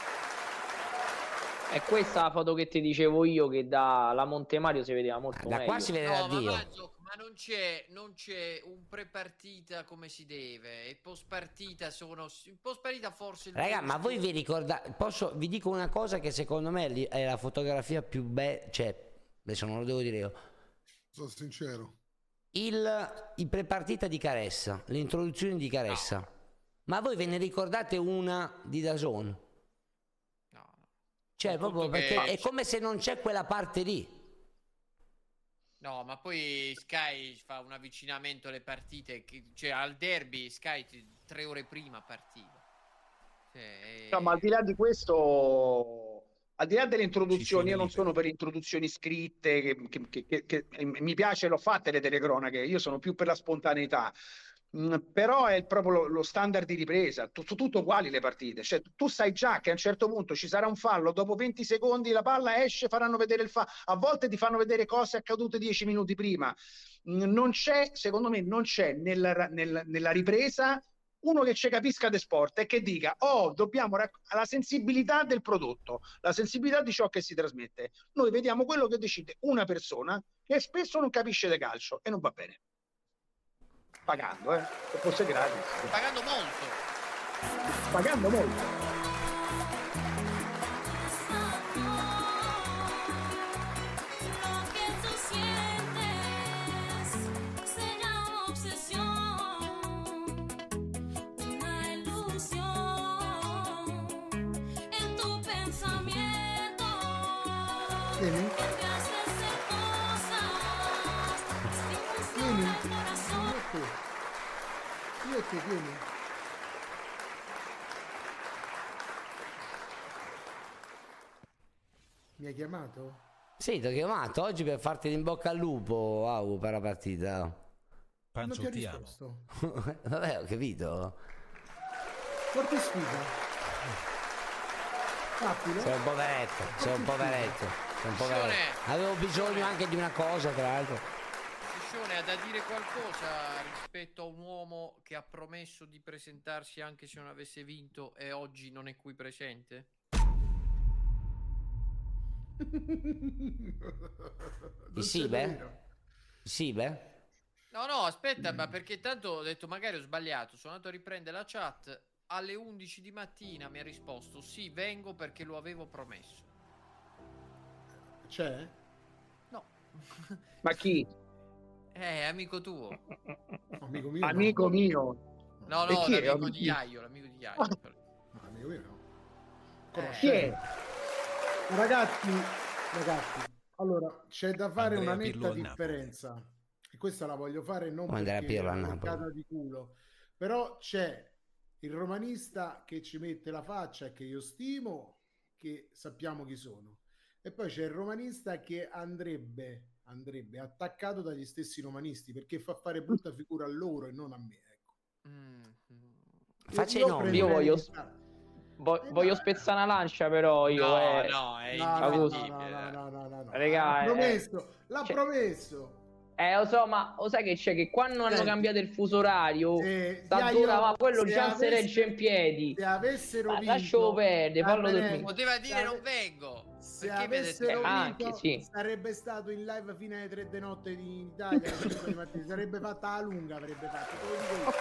[SPEAKER 12] È questa la foto che ti dicevo io, che da la Montemario si vedeva molto
[SPEAKER 4] Da
[SPEAKER 12] meglio.
[SPEAKER 4] qua si vede
[SPEAKER 6] No,
[SPEAKER 4] da
[SPEAKER 6] ma,
[SPEAKER 4] Dio.
[SPEAKER 6] Mazzo, ma non c'è, non c'è un pre-partita come si deve, e post-partita sono, il post-partita forse il
[SPEAKER 4] Raga,
[SPEAKER 6] vero
[SPEAKER 4] ma voi vi ricordate, posso, vi dico una cosa che secondo me li- è la fotografia più bella, cioè, adesso non lo devo dire io,
[SPEAKER 13] Sono sincero.
[SPEAKER 4] il, il prepartita di Caressa, l'introduzione di Caressa, ma voi ve ne ricordate una di DAZN? Cioè, proprio
[SPEAKER 6] tutto che-
[SPEAKER 4] perché è come se non c'è quella parte lì.
[SPEAKER 6] No, ma poi Sky fa un avvicinamento alle partite, che- cioè al derby Sky ti- tre ore prima partiva. Cioè,
[SPEAKER 20] No, ma al di là di questo, al di là delle introduzioni,
[SPEAKER 6] Ciccione
[SPEAKER 20] io non
[SPEAKER 6] libero.
[SPEAKER 20] sono per introduzioni scritte, che, che- che- che- che- eh, mi piace, l'ho fatte le telecronache, io sono più per la spontaneità. Mm, però è proprio lo, lo standard di ripresa, tutto, tutto uguali le partite, cioè tu sai già che a un certo punto ci sarà un fallo, dopo venti secondi la palla esce, faranno vedere il fallo, a volte ti fanno vedere cose accadute dieci minuti prima. Mm, non c'è, secondo me non c'è nella, nel- nella ripresa uno che ci capisca di sport e che dica: oh, dobbiamo rac- la sensibilità del prodotto, la sensibilità di ciò che si trasmette. Noi vediamo quello che decide una persona che spesso non capisce di calcio e non va bene. Pagando, eh, se fosse gratis.
[SPEAKER 6] pagando molto.
[SPEAKER 20] Pagando molto.
[SPEAKER 21] Lo que tú sientes será obsesión, una ilusión en tu pensamiento que te hace hacer cosas sin
[SPEAKER 13] Vieni.
[SPEAKER 21] el corazón.
[SPEAKER 13] Io e te, vieni.
[SPEAKER 8] hai chiamato?
[SPEAKER 4] Sì, ti ho chiamato oggi per farti in bocca al lupo, Au, per la partita.
[SPEAKER 8] Non ti ho
[SPEAKER 7] Panzottiamo.
[SPEAKER 8] risposto.
[SPEAKER 4] Vabbè, ho capito.
[SPEAKER 8] Forte sfiga. Sappilo.
[SPEAKER 4] Sei un poveretto, sei un poveretto. Sei un poveretto. Avevo bisogno anche di una cosa, tra l'altro.
[SPEAKER 6] Scione ha da dire qualcosa rispetto a un uomo che ha promesso di presentarsi anche se non avesse vinto e oggi non è qui presente?
[SPEAKER 4] Il Sibe? Il Sibe?
[SPEAKER 6] No, no, aspetta, ma perché tanto ho detto magari ho sbagliato, sono andato a riprendere la chat, alle undici di mattina mi ha risposto sì, vengo perché lo avevo promesso.
[SPEAKER 8] C'è?
[SPEAKER 6] No.
[SPEAKER 20] Ma chi?
[SPEAKER 6] Eh, amico tuo.
[SPEAKER 8] Amico mio.
[SPEAKER 20] Amico
[SPEAKER 8] no.
[SPEAKER 20] mio.
[SPEAKER 6] No,
[SPEAKER 20] E
[SPEAKER 6] no,
[SPEAKER 20] chi è?
[SPEAKER 6] l'amico
[SPEAKER 20] Amico
[SPEAKER 6] di
[SPEAKER 20] mio?
[SPEAKER 6] Iaio, l'amico di Iaio.
[SPEAKER 8] No, amico mio no.
[SPEAKER 6] Eh,
[SPEAKER 20] Chi è?
[SPEAKER 8] Ragazzi, ragazzi, allora c'è da fare
[SPEAKER 7] Andrea
[SPEAKER 8] una
[SPEAKER 7] Pirlo
[SPEAKER 8] netta
[SPEAKER 7] al Napoli.
[SPEAKER 8] differenza. E questa la voglio fare non
[SPEAKER 4] Come Andrea
[SPEAKER 8] perché
[SPEAKER 4] Pirlo
[SPEAKER 8] è
[SPEAKER 4] al
[SPEAKER 8] una
[SPEAKER 4] Napoli.
[SPEAKER 8] toccata di culo, però c'è il romanista che ci mette la faccia e che io stimo, che sappiamo chi sono. E poi c'è il romanista che andrebbe, andrebbe attaccato dagli stessi romanisti perché fa fare brutta figura a loro e non a me. Ecco.
[SPEAKER 6] Mm.
[SPEAKER 4] Faccia i
[SPEAKER 8] Io
[SPEAKER 4] nomi.
[SPEAKER 8] prenderei
[SPEAKER 12] Io voglio,
[SPEAKER 8] di-
[SPEAKER 12] vo- voglio spezzare una lancia, però io
[SPEAKER 6] No,
[SPEAKER 12] eh,
[SPEAKER 6] no, è
[SPEAKER 8] No, no, no,
[SPEAKER 6] improponibile.
[SPEAKER 8] no, no, no, no, no.
[SPEAKER 12] Regà,
[SPEAKER 8] L'ha
[SPEAKER 12] eh,
[SPEAKER 8] promesso, l'ha
[SPEAKER 12] cioè-
[SPEAKER 8] promesso.
[SPEAKER 12] eh, lo so, ma lo sai che c'è? Che quando hanno
[SPEAKER 8] Senti,
[SPEAKER 12] cambiato il fuso orario,
[SPEAKER 8] se-
[SPEAKER 12] sta
[SPEAKER 8] io-
[SPEAKER 12] dura, ma quello
[SPEAKER 8] se
[SPEAKER 12] già si
[SPEAKER 8] avesse-
[SPEAKER 12] regge in piedi.
[SPEAKER 8] Se avessero
[SPEAKER 12] Ma
[SPEAKER 8] vinto,
[SPEAKER 12] lascialo perdere, fallo
[SPEAKER 8] Gabriele,
[SPEAKER 12] dormire.
[SPEAKER 6] Poteva
[SPEAKER 8] se
[SPEAKER 6] dire
[SPEAKER 8] ave-
[SPEAKER 6] non vengo.
[SPEAKER 8] Se
[SPEAKER 6] Perché mi ha detto
[SPEAKER 8] avessero
[SPEAKER 12] Eh,
[SPEAKER 8] vinto,
[SPEAKER 12] anche, sì.
[SPEAKER 8] sarebbe stato in live fino alle tre di notte in Italia, alle cinque di mattina. Sarebbe fatta la lunga, avrebbe fatto. Te lo dico io.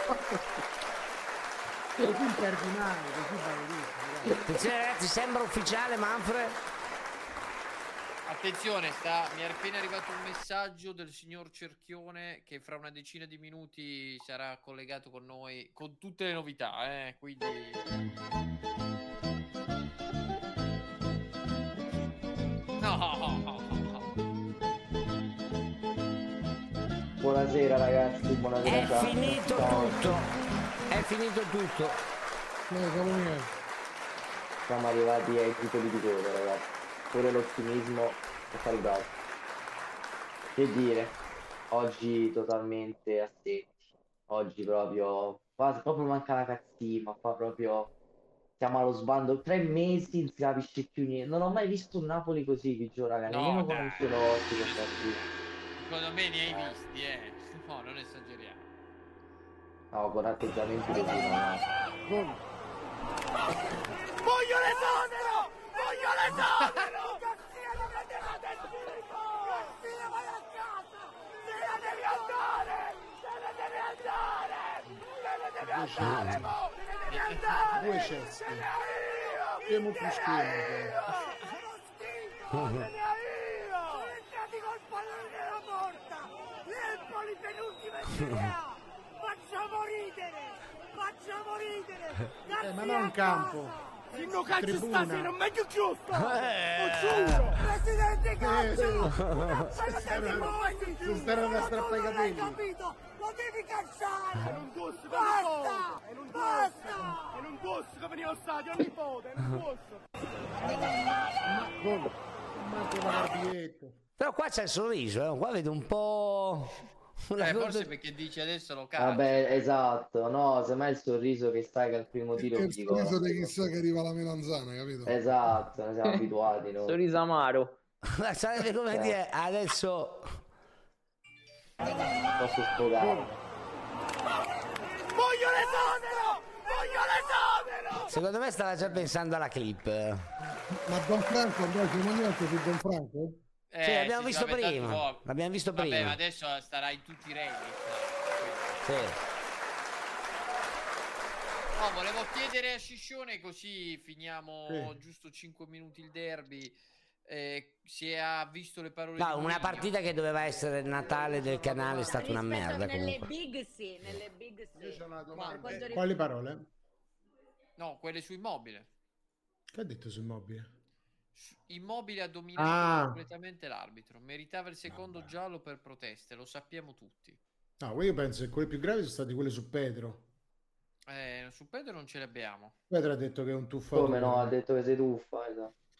[SPEAKER 8] Così non perdi mai, così vai lì.
[SPEAKER 4] Attenzione ragazzi, sembra ufficiale Manfred.
[SPEAKER 6] Attenzione, sta, mi è appena arrivato un messaggio del signor Cerchione che fra una decina di minuti sarà collegato con noi con tutte le novità, eh, quindi... No!
[SPEAKER 12] Buonasera ragazzi, buonasera.
[SPEAKER 4] È
[SPEAKER 12] ciao.
[SPEAKER 4] finito
[SPEAKER 12] Ciao.
[SPEAKER 4] tutto. È finito tutto.
[SPEAKER 12] Siamo arrivati ai titoli di coda, ragazzi. Pure l'ottimismo è arrivato. Che dire, oggi totalmente assenti. Oggi proprio, quasi proprio manca la cazzima, qua proprio siamo allo sbando. Tre mesi non si capisce più niente. Non ho mai visto un Napoli così, vi giuro, raga.
[SPEAKER 6] No,
[SPEAKER 12] Nemmeno con
[SPEAKER 6] dai.
[SPEAKER 12] Ancelotti questa qui.
[SPEAKER 6] Secondo me ne hai visti, eh. No, non esageriamo.
[SPEAKER 12] No, con atteggiamenti così non
[SPEAKER 21] Voglio l'esonero! Voglio l'esonero! Garzia, non prendevate il tiro! Garzia, vai a casa! Te ne devi andare! Te ne devi andare! Te ne devi andare, mo! Te ne devi andare!
[SPEAKER 8] Due cessi.
[SPEAKER 21] Te ne io!
[SPEAKER 8] Siamo più schifo.
[SPEAKER 21] Lo schifo! Te ne io! Sono entrati col pallone nella porta! L'Empoli penultima in Serie A! Facciamo ridere! Facciamo ridere!
[SPEAKER 8] Eh, ma non campo.
[SPEAKER 21] Sinno calcio
[SPEAKER 8] Tribuna.
[SPEAKER 21] stasera, meglio giusto!
[SPEAKER 4] Eh.
[SPEAKER 21] Lo giuro! Presidente
[SPEAKER 8] Eh,
[SPEAKER 21] calcio!
[SPEAKER 8] sì.
[SPEAKER 21] Una
[SPEAKER 8] Si staranno- si staranno a strappare i
[SPEAKER 21] Non hai
[SPEAKER 8] capelli.
[SPEAKER 21] capito! Lo devi calciare!
[SPEAKER 8] È un gusto,
[SPEAKER 21] Basta!
[SPEAKER 8] è un
[SPEAKER 21] Basta!
[SPEAKER 8] È un gusto che veniva allo stadio, ogni nipote, è un gusto. Manco l'arbietto.
[SPEAKER 4] Però qua c'è il sorriso, eh. Qua vedo un po'... una
[SPEAKER 6] Eh,
[SPEAKER 4] cosa-
[SPEAKER 6] forse perché dici adesso lo calcio.
[SPEAKER 12] Vabbè, esatto, no, semmai il sorriso che stai al primo tiro
[SPEAKER 13] È
[SPEAKER 12] mi
[SPEAKER 13] il
[SPEAKER 12] dico.
[SPEAKER 13] sorriso di chissà che arriva la melanzana, capito?
[SPEAKER 12] Esatto, ne siamo abituati noi. Sorriso amaro.
[SPEAKER 4] Ma sarebbe come
[SPEAKER 12] Certo.
[SPEAKER 4] dire adesso...
[SPEAKER 12] Posso sfogare.
[SPEAKER 21] Voglio l'esonero! Voglio l'esonero!
[SPEAKER 4] Secondo me stava già pensando alla clip.
[SPEAKER 13] Ma Don Franco, Andrea, siamo arrivati su Don Franco?
[SPEAKER 6] Eh,
[SPEAKER 4] Sì, l'abbiamo
[SPEAKER 6] si
[SPEAKER 4] visto
[SPEAKER 6] sta mettendo
[SPEAKER 4] prima.
[SPEAKER 6] fuoco.
[SPEAKER 4] L'abbiamo visto
[SPEAKER 6] Vabbè,
[SPEAKER 4] prima.
[SPEAKER 6] ma adesso starà in tutti i Reddit.
[SPEAKER 4] Sì.
[SPEAKER 6] No, volevo chiedere a Sciscione, così finiamo
[SPEAKER 8] Sì.
[SPEAKER 6] giusto cinque minuti il derby. Eh, se ha visto le parole
[SPEAKER 4] No,
[SPEAKER 6] di
[SPEAKER 4] una
[SPEAKER 6] Mourinho.
[SPEAKER 4] partita che doveva essere il Natale del canale è stata una
[SPEAKER 17] Rispetto
[SPEAKER 4] merda
[SPEAKER 17] nelle
[SPEAKER 4] comunque.
[SPEAKER 17] big sì, nelle big sì.
[SPEAKER 8] Io c'ho una
[SPEAKER 17] Per
[SPEAKER 8] domanda.
[SPEAKER 17] quanto
[SPEAKER 8] Eh, Quali parole?
[SPEAKER 6] No, quelle su Immobile.
[SPEAKER 8] Che ha detto su Immobile?
[SPEAKER 6] Immobile ha dominato
[SPEAKER 8] Ah.
[SPEAKER 6] completamente l'arbitro. Meritava il secondo giallo per proteste, lo sappiamo tutti.
[SPEAKER 8] No, io penso che quelli più gravi sono stati quelli su Pedro.
[SPEAKER 6] Eh, su Pedro non ce le abbiamo.
[SPEAKER 8] Pedro ha detto che è un tuffatore.
[SPEAKER 12] Come no, ha detto che sei tuffa, esatto.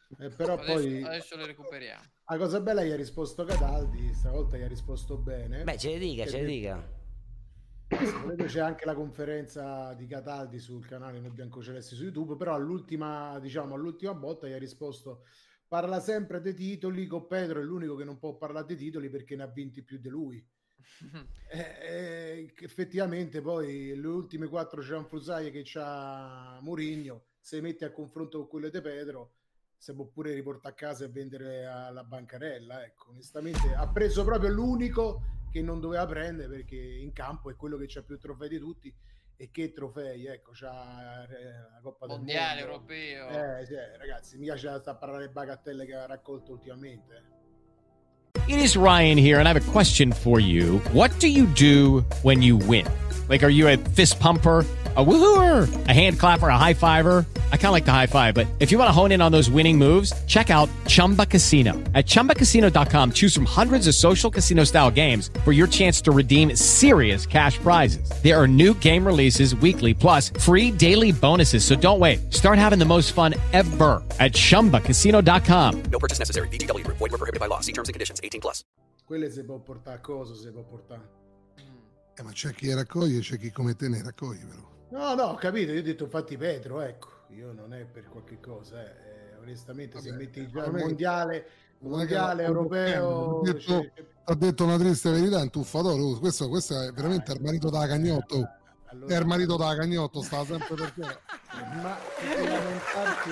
[SPEAKER 5] Eh, però
[SPEAKER 6] adesso,
[SPEAKER 5] poi
[SPEAKER 6] adesso le recuperiamo.
[SPEAKER 5] la cosa bella gli ha risposto Cataldi, stavolta gli ha risposto bene.
[SPEAKER 4] Beh, ce ne dica, ce ne dica.
[SPEAKER 5] Se volete c'è anche la conferenza di Cataldi sul canale Noi Biancocelesti su YouTube, però all'ultima, diciamo, all'ultima botta gli ha risposto: parla sempre dei titoli, con Pedro è l'unico che non può parlare dei titoli perché ne ha vinti più di lui. eh, eh, effettivamente poi le ultime quattro cianfrusaglie che c'ha Mourinho, se mette a confronto con quelle di Pedro, si può pure riportare a casa e vendere alla bancarella. Ecco, onestamente ha preso proprio l'unico che non doveva prendere, perché in campo è quello che c'ha più trofei di tutti. E che trofei, ecco, c'ha la Coppa
[SPEAKER 6] Mondiale,
[SPEAKER 5] del Mondo,
[SPEAKER 6] europeo.
[SPEAKER 5] eh, cioè, ragazzi, mica c'è sta a parlare delle bagatelle che ha raccolto ultimamente.
[SPEAKER 18] It is Ryan here, and I have a question for you. What do you do when you win? Like, are you a fist pumper, a woohooer, a hand clapper, a high fiver? I kind of like the high five, but if you want to hone in on those winning moves, check out Chumba Casino. At chumba casino dot com, choose from hundreds of social casino style games for your chance to redeem serious cash prizes. There are new game releases weekly, plus free daily bonuses. So don't wait. Start having the most fun ever at chumba casino dot com.
[SPEAKER 15] No purchase necessary. V G W Group. Void where prohibited by law. See terms and conditions. eighteen plus.
[SPEAKER 5] Quelle si può portare a coso, si può portare.
[SPEAKER 13] Eh, ma c'è chi raccoglie, c'è chi come te ne raccoglie, però.
[SPEAKER 5] No, no, ho capito, io ho detto infatti Pedro, ecco, io non è per qualche cosa, eh. Eh, onestamente
[SPEAKER 13] Vabbè,
[SPEAKER 5] se metti già
[SPEAKER 13] non
[SPEAKER 5] il
[SPEAKER 13] è che-
[SPEAKER 5] mondiale,
[SPEAKER 13] non è che
[SPEAKER 5] mondiale,
[SPEAKER 13] la-
[SPEAKER 5] europeo,
[SPEAKER 13] ha detto,
[SPEAKER 5] cioè,
[SPEAKER 13] ha detto una triste verità, un tuffatore. Oh, questo, questo è veramente il marito da Cagnotto.
[SPEAKER 5] allora-
[SPEAKER 13] È il marito da Cagnotto, sta sempre per te.
[SPEAKER 5] ma e lamentarti,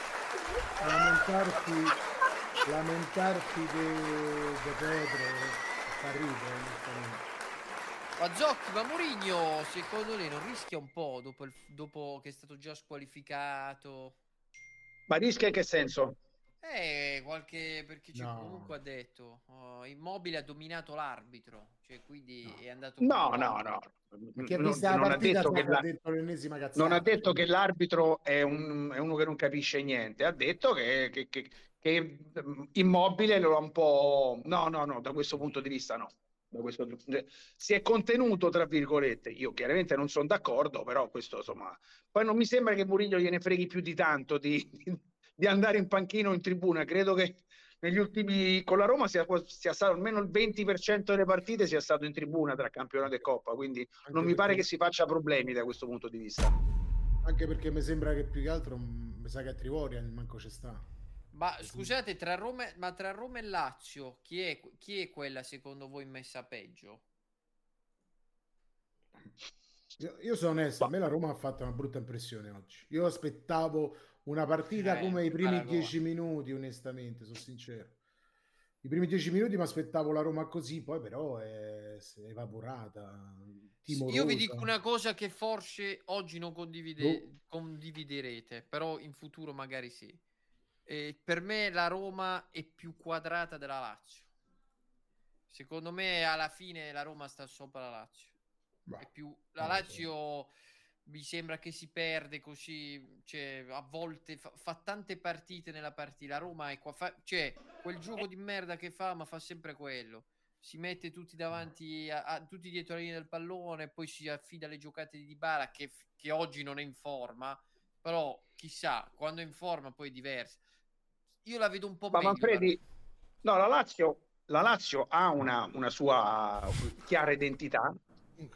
[SPEAKER 5] lamentarti, lamentarti di Pedro, fa ridere, onestamente.
[SPEAKER 6] Ma Zocchi, ma Mourinho secondo lei non rischia un po' dopo, il- dopo che è stato già squalificato?
[SPEAKER 20] Ma rischia in che senso?
[SPEAKER 6] Eh, qualche... perché c'è
[SPEAKER 5] No.
[SPEAKER 6] comunque ha detto oh, Immobile ha dominato l'arbitro, cioè quindi è andato...
[SPEAKER 20] No,
[SPEAKER 6] con-
[SPEAKER 20] no, no.
[SPEAKER 5] Perché
[SPEAKER 20] Non,
[SPEAKER 5] vista la
[SPEAKER 20] non ha
[SPEAKER 5] partita
[SPEAKER 20] detto che
[SPEAKER 5] ha
[SPEAKER 20] la-
[SPEAKER 5] detto l'ennesima cazzata.
[SPEAKER 20] non ha detto che l'arbitro è, un- è uno che non capisce niente, ha detto che, che- che- che, mm, Immobile lo ha un po'... No, no, no, da questo punto di vista no. Da questo... Si è contenuto, tra virgolette. Io chiaramente non sono d'accordo, però questo insomma... Poi non mi sembra che Mourinho gliene freghi più di tanto di, di andare in panchino o in tribuna. Credo che negli ultimi... con la Roma sia, sia stato almeno il venti per cento delle partite sia stato in tribuna tra campionato e Coppa, quindi non mi pare che si faccia problemi da questo punto di vista.
[SPEAKER 5] Anche perché mi sembra che più che altro mm, mi sa che a Trigoria manco ci sta.
[SPEAKER 6] Ma scusate, tra Roma, ma tra Roma e Lazio, chi è, chi è quella secondo voi messa peggio?
[SPEAKER 5] Io, io sono onesto, a me la Roma ha fatto una brutta impressione oggi. Io aspettavo una partita
[SPEAKER 6] Eh,
[SPEAKER 5] come i primi
[SPEAKER 6] paragone.
[SPEAKER 5] dieci minuti, onestamente, sono sincero. I primi dieci minuti mi aspettavo la Roma così, poi però è, si è evaporata, timorosa.
[SPEAKER 6] Io vi dico una cosa che forse oggi non condivide-
[SPEAKER 5] Boh.
[SPEAKER 6] condividerete, però in futuro magari sì. Eh, per me la Roma è più quadrata della Lazio. Secondo me alla fine la Roma sta sopra la Lazio. È più, la Lazio mi sembra che si perde così, cioè a volte fa, fa tante partite nella partita. La Roma è qua, fa, cioè quel gioco di merda che fa, ma fa sempre quello. Si mette tutti davanti, a, a- tutti dietro la linea del pallone, poi si affida alle giocate di Dybala che, che oggi non è in forma, però chissà, quando è in forma poi è diverso. Ì la vedo un po'
[SPEAKER 20] Ma
[SPEAKER 6] meglio.
[SPEAKER 20] Manfredi, no, la Lazio, la Lazio ha una, una sua chiara identità. Mi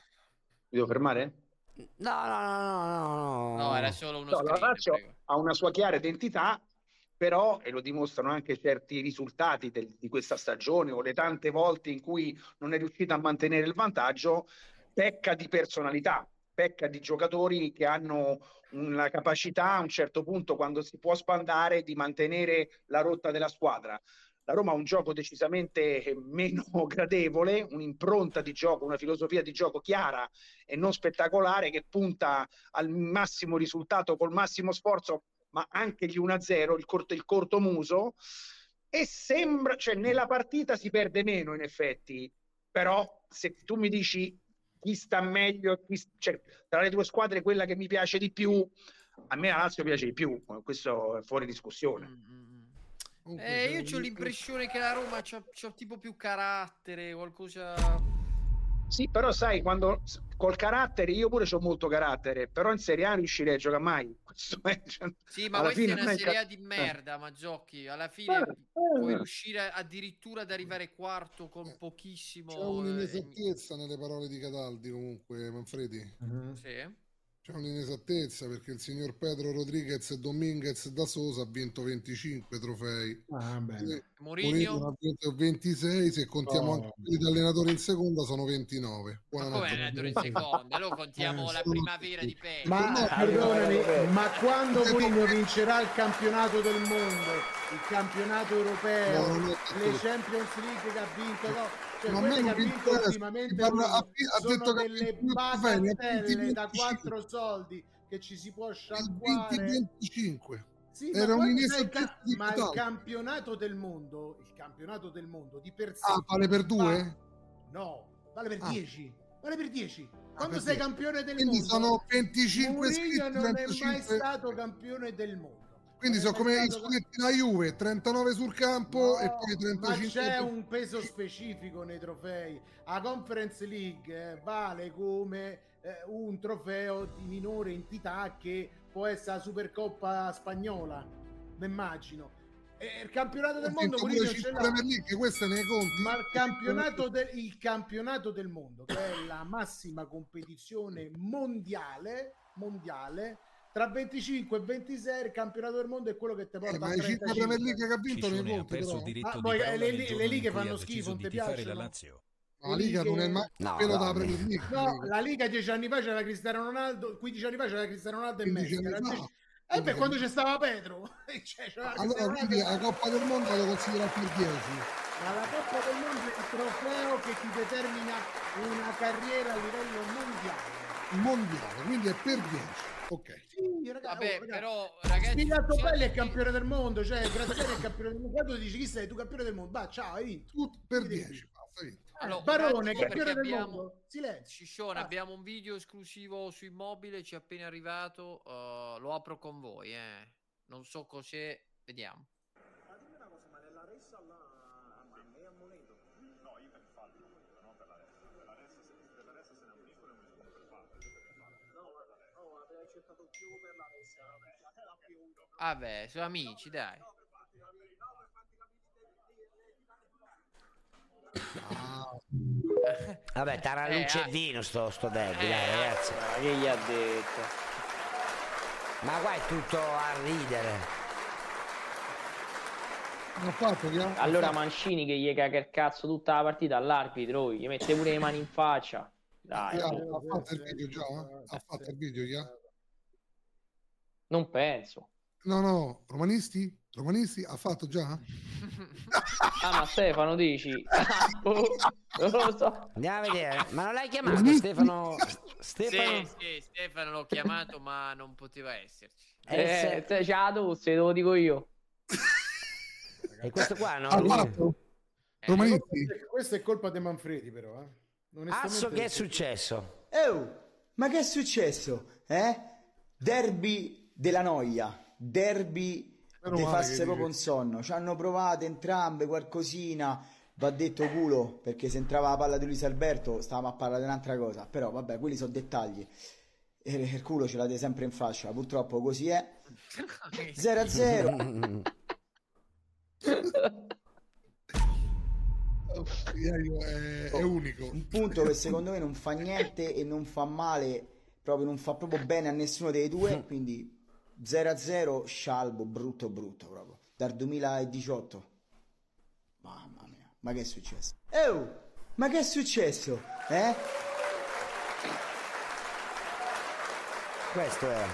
[SPEAKER 20] devo fermare?
[SPEAKER 4] No, no, no, no, no,
[SPEAKER 6] No, era solo uno
[SPEAKER 20] No, la
[SPEAKER 6] screen,
[SPEAKER 20] Lazio
[SPEAKER 6] prego.
[SPEAKER 20] ha una sua chiara identità, però, e lo dimostrano anche certi risultati del- di questa stagione o le tante volte in cui non è riuscita a mantenere il vantaggio, pecca di personalità, pecca di giocatori che hanno una capacità a un certo punto, quando si può spandare, di mantenere la rotta della squadra. La Roma ha un gioco decisamente meno gradevole, un'impronta di gioco, una filosofia di gioco chiara e non spettacolare, che punta al massimo risultato col massimo sforzo, ma anche gli uno a zero, il corto, il corto muso, e sembra, cioè nella partita si perde meno in effetti, però se tu mi dici chi sta meglio, chi, cioè, tra le due squadre quella che mi piace di più, a me la Lazio piace di più, questo è fuori discussione.
[SPEAKER 6] Eh, io ho l'impressione che la Roma c'ha, c'ha tipo più carattere, qualcosa...
[SPEAKER 20] Sì, però sai, quando col carattere, io pure ho molto carattere, però in Serie A non riuscirei a giocare mai. Questo è, cioè,
[SPEAKER 6] Sì, ma
[SPEAKER 20] alla
[SPEAKER 6] questa
[SPEAKER 20] fine
[SPEAKER 6] è una
[SPEAKER 20] non è
[SPEAKER 6] Serie
[SPEAKER 20] ca-
[SPEAKER 6] A di merda, Mazzocchi. Alla fine
[SPEAKER 20] Eh,
[SPEAKER 6] puoi
[SPEAKER 20] eh.
[SPEAKER 6] riuscire addirittura ad arrivare quarto con pochissimo.
[SPEAKER 13] C'è
[SPEAKER 6] eh,
[SPEAKER 13] un'inesattezza nelle parole di Cataldi comunque, Manfredi.
[SPEAKER 6] Sì.
[SPEAKER 13] C'è un'inesattezza perché il signor Pedro Rodriguez Dominguez da Sosa ha vinto venticinque trofei.
[SPEAKER 5] Ah, bene.
[SPEAKER 6] Mourinho?
[SPEAKER 13] ha vinto ventisei, se contiamo
[SPEAKER 5] Oh.
[SPEAKER 13] anche quelli da allenatore in seconda sono ventinove.
[SPEAKER 6] Ma
[SPEAKER 13] Buonanotte.
[SPEAKER 6] come allenatore in seconda? Lo contiamo
[SPEAKER 13] Eh,
[SPEAKER 6] la
[SPEAKER 13] sono
[SPEAKER 6] primavera di Pedro.
[SPEAKER 5] Ma perdonami, ma quando Mourinho vincerà il campionato del mondo, il campionato europeo,
[SPEAKER 13] No, non è
[SPEAKER 5] le
[SPEAKER 13] detto.
[SPEAKER 5] Champions League che ha vinto, no? Cioè
[SPEAKER 13] Ma a
[SPEAKER 5] quelle
[SPEAKER 13] me
[SPEAKER 5] che ha
[SPEAKER 13] non mi
[SPEAKER 5] vinto
[SPEAKER 13] interessa,
[SPEAKER 5] ultimamente
[SPEAKER 13] mi parla- ha-
[SPEAKER 5] Mourinho
[SPEAKER 13] ha
[SPEAKER 5] sono
[SPEAKER 13] detto che ha
[SPEAKER 5] delle
[SPEAKER 13] vinto trofei, ne ha vinti
[SPEAKER 5] bagattelle da
[SPEAKER 13] venticinque.
[SPEAKER 5] quattro soldi che ci si può
[SPEAKER 13] vinti
[SPEAKER 5] sciacquare.
[SPEAKER 13] venticinque.
[SPEAKER 5] Sì,
[SPEAKER 13] Era
[SPEAKER 5] ma, quando sei
[SPEAKER 13] un'inesattezza
[SPEAKER 5] ca-
[SPEAKER 13] di
[SPEAKER 5] ma il
[SPEAKER 13] Cataldi.
[SPEAKER 5] campionato del mondo, il campionato del mondo di per sé
[SPEAKER 13] Ah, vale per due?
[SPEAKER 5] va- no, vale per
[SPEAKER 13] Ah.
[SPEAKER 5] dieci. Vale per dieci. Quando
[SPEAKER 13] per
[SPEAKER 5] sei
[SPEAKER 13] dieci.
[SPEAKER 5] campione del
[SPEAKER 13] Quindi
[SPEAKER 5] mondo,
[SPEAKER 13] sono venticinque
[SPEAKER 5] Mourinho
[SPEAKER 13] iscritti,
[SPEAKER 5] non è mai
[SPEAKER 13] trentacinque.
[SPEAKER 5] stato campione del mondo.
[SPEAKER 13] Quindi
[SPEAKER 5] Non è
[SPEAKER 13] sono
[SPEAKER 5] mai
[SPEAKER 13] come i
[SPEAKER 5] stato-
[SPEAKER 13] scudetti da Juve, trentanove sul campo e poi
[SPEAKER 5] ma
[SPEAKER 13] trentacinque.
[SPEAKER 5] c'è un peso specifico nei trofei. La Conference League eh, vale come eh, un trofeo di minore entità che può essere la Supercoppa spagnola, mi immagino. E il campionato del
[SPEAKER 13] Ho
[SPEAKER 5] mondo
[SPEAKER 13] vinto
[SPEAKER 5] Mourinho
[SPEAKER 13] pure
[SPEAKER 5] ce
[SPEAKER 13] cinque
[SPEAKER 5] l'ha.
[SPEAKER 13] Premier League, queste nei conti.
[SPEAKER 5] Ma il campionato, de- il campionato del mondo, che è la massima competizione mondiale, mondiale tra venticinque e ventisei, il campionato del mondo è quello che ti porta
[SPEAKER 13] Eh, ma
[SPEAKER 5] a
[SPEAKER 13] i cinque
[SPEAKER 5] trentacinque.
[SPEAKER 13] Premier League che ha vinto nei
[SPEAKER 7] Ciccione ha
[SPEAKER 13] conti,
[SPEAKER 7] perso
[SPEAKER 13] però.
[SPEAKER 7] il diritto
[SPEAKER 5] Ah,
[SPEAKER 7] di
[SPEAKER 5] poi,
[SPEAKER 7] parola
[SPEAKER 5] eh, le-
[SPEAKER 7] nel
[SPEAKER 5] le
[SPEAKER 7] giorno in
[SPEAKER 5] lighe
[SPEAKER 7] cui
[SPEAKER 5] fanno
[SPEAKER 7] ha
[SPEAKER 5] schifo,
[SPEAKER 7] deciso
[SPEAKER 5] non
[SPEAKER 7] di
[SPEAKER 5] ti
[SPEAKER 7] tifare la
[SPEAKER 5] piacciono?
[SPEAKER 7] Lazio.
[SPEAKER 13] La Liga non è mai
[SPEAKER 4] No,
[SPEAKER 13] quello da
[SPEAKER 4] dai.
[SPEAKER 13] Premier League.
[SPEAKER 5] No, la Liga dieci anni fa c'era Cristiano Ronaldo, quindici anni fa c'era Cristiano Ronaldo e
[SPEAKER 13] quindici
[SPEAKER 5] Messi.
[SPEAKER 13] anni
[SPEAKER 5] Era
[SPEAKER 13] fa.
[SPEAKER 5] dieci- Eh, per quando c'è stava Pedro. Cioè, c'era
[SPEAKER 13] Allora,
[SPEAKER 5] Cristiano
[SPEAKER 13] quindi la
[SPEAKER 5] Ronaldo.
[SPEAKER 13] Coppa del Mondo lo considera per dieci.
[SPEAKER 5] Ma la Coppa del Mondo è il trofeo che ti determina una carriera a livello mondiale.
[SPEAKER 13] Mondiale, quindi è per dieci. Ok.
[SPEAKER 5] Sì, ragazzi,
[SPEAKER 6] Vabbè,
[SPEAKER 5] oh, ragazzi.
[SPEAKER 6] però, ragazzi,
[SPEAKER 5] Spinazzotelli è campione del mondo, cioè Graziani è campione del mondo. Quando ti dici chi sei, tu campione del mondo, va, ciao, hai vinto.
[SPEAKER 13] Tutto per dieci, basta, hai vinto.
[SPEAKER 6] Allora, un
[SPEAKER 5] Barone,
[SPEAKER 6] attimo,
[SPEAKER 5] campione
[SPEAKER 6] perché
[SPEAKER 5] del
[SPEAKER 6] abbiamo-
[SPEAKER 5] mondo. Silenzio.
[SPEAKER 6] Ciccione, abbiamo un video esclusivo su Immobile, ci è appena arrivato, uh, lo apro con voi, eh. Non so cos'è, vediamo. Vabbè, sono amici, dai.
[SPEAKER 4] Vabbè, tara
[SPEAKER 6] Eh,
[SPEAKER 4] lucedino sto, sto derby,
[SPEAKER 6] Eh,
[SPEAKER 4] dai ragazzi.
[SPEAKER 12] Ma che gli ha detto?
[SPEAKER 4] Ma qua è tutto a ridere.
[SPEAKER 13] Ha fatto che ha-
[SPEAKER 12] Allora
[SPEAKER 13] ha fatto-
[SPEAKER 12] Mancini che gli caga il cazzo tutta la partita all'arbitro, gli mette pure le mani in faccia. Dai,
[SPEAKER 13] ha,
[SPEAKER 12] su.
[SPEAKER 13] ha fatto il video già? Ha fatto il video già?
[SPEAKER 12] Non penso.
[SPEAKER 13] No, no, romanisti? Romanisti? Ha fatto già?
[SPEAKER 12] Ah, ma Stefano dici? Oh, non lo so.
[SPEAKER 4] Andiamo a vedere. Ma non l'hai chiamato Stefano? Stefano?
[SPEAKER 6] Sì, sì, Stefano l'ho chiamato, ma non poteva esserci.
[SPEAKER 12] Eh, te- c'ha la tosse, te lo dico io.
[SPEAKER 4] E questo qua no?
[SPEAKER 13] Ha
[SPEAKER 4] Lui-
[SPEAKER 13] fatto?
[SPEAKER 6] Eh,
[SPEAKER 13] Romanisti?
[SPEAKER 5] Questa è colpa di Manfredi, però. Eh. Onestamente-
[SPEAKER 4] Asso, che è successo?
[SPEAKER 9] Oh, ma che è successo? Eh? Derby della noia, derby
[SPEAKER 13] Meno
[SPEAKER 9] di
[SPEAKER 13] male
[SPEAKER 9] farsi
[SPEAKER 13] che
[SPEAKER 9] proprio
[SPEAKER 13] dici.
[SPEAKER 9] un sonno. Ci hanno provato entrambe qualcosina, va detto culo, perché se entrava la palla di Luis Alberto stavamo a parlare di un'altra cosa, però vabbè, quelli sono dettagli. E il culo ce l'avete sempre in fascia, purtroppo così è. zero a zero.
[SPEAKER 13] È, è unico.
[SPEAKER 9] Un punto che secondo me non fa niente e non fa male, proprio non fa proprio bene a nessuno dei due, quindi zero a zero scialbo, brutto brutto proprio, dal duemiladiciotto. Mamma mia, ma che è successo? Oh, ma che è successo? Eh?
[SPEAKER 4] Questo è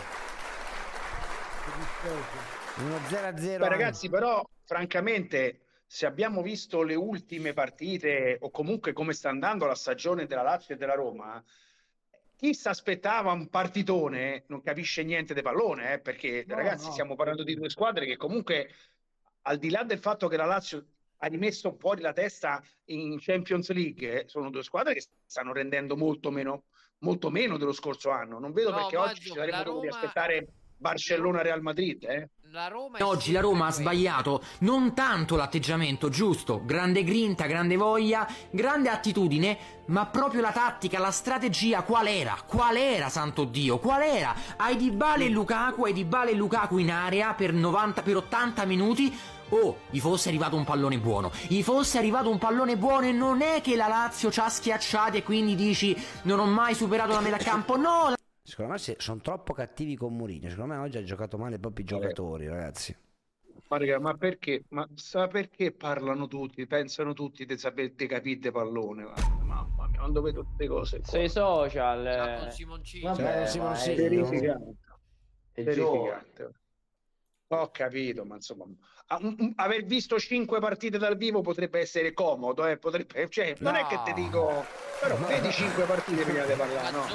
[SPEAKER 4] uno zero a zero.
[SPEAKER 20] Beh, ragazzi, però, francamente, se abbiamo visto le ultime partite o comunque come sta andando la stagione della Lazio e della Roma, chi si aspettava un partitone non capisce niente di pallone, eh, perché
[SPEAKER 5] No,
[SPEAKER 20] ragazzi,
[SPEAKER 5] no.
[SPEAKER 20] stiamo parlando di due squadre che comunque, al di là del fatto che la Lazio ha rimesso fuori la testa in Champions League, eh, sono due squadre che stanno rendendo molto meno, molto meno dello scorso anno. Non vedo
[SPEAKER 6] No,
[SPEAKER 20] perché
[SPEAKER 6] Maggio,
[SPEAKER 20] oggi ci saremmo
[SPEAKER 6] la
[SPEAKER 20] dovuti
[SPEAKER 6] Roma-
[SPEAKER 20] aspettare Barcellona-Real Madrid, eh.
[SPEAKER 6] la Roma è
[SPEAKER 1] Oggi la Roma ha sbagliato non tanto l'atteggiamento, giusto, grande grinta, grande voglia, grande attitudine, ma proprio la tattica, la strategia qual era? Qual era, santo Dio? Qual era? Hai Dybala e Lukaku, hai Dybala e Lukaku in area per novanta, per ottanta minuti. Oh, gli fosse arrivato un pallone buono, gli fosse arrivato un pallone buono e non è che la Lazio ci ha schiacciati e quindi dici non ho mai superato la metà campo, no! la-
[SPEAKER 4] Secondo me se- sono troppo cattivi con Mourinho. Secondo me oggi ha giocato male proprio i giocatori, ragazzi.
[SPEAKER 20] Ma, raga, ma perché? Ma sa perché parlano tutti, pensano tutti di sapete capite pallone? Guarda, mamma mia, quando vedo queste cose qua.
[SPEAKER 12] Sui social.
[SPEAKER 6] Ah, con
[SPEAKER 12] eh.
[SPEAKER 6] Simoncini.
[SPEAKER 12] Vabbè,
[SPEAKER 20] Cioè,
[SPEAKER 12] ma
[SPEAKER 20] Simoncini,
[SPEAKER 12] è-
[SPEAKER 20] verificante.
[SPEAKER 12] è
[SPEAKER 20] Verificante. Ho capito, ma insomma, a- un- un- aver visto cinque partite dal vivo potrebbe essere comodo, eh, potrebbe, cioè, non è che ti dico, però vedi cinque partite prima di parlare, no?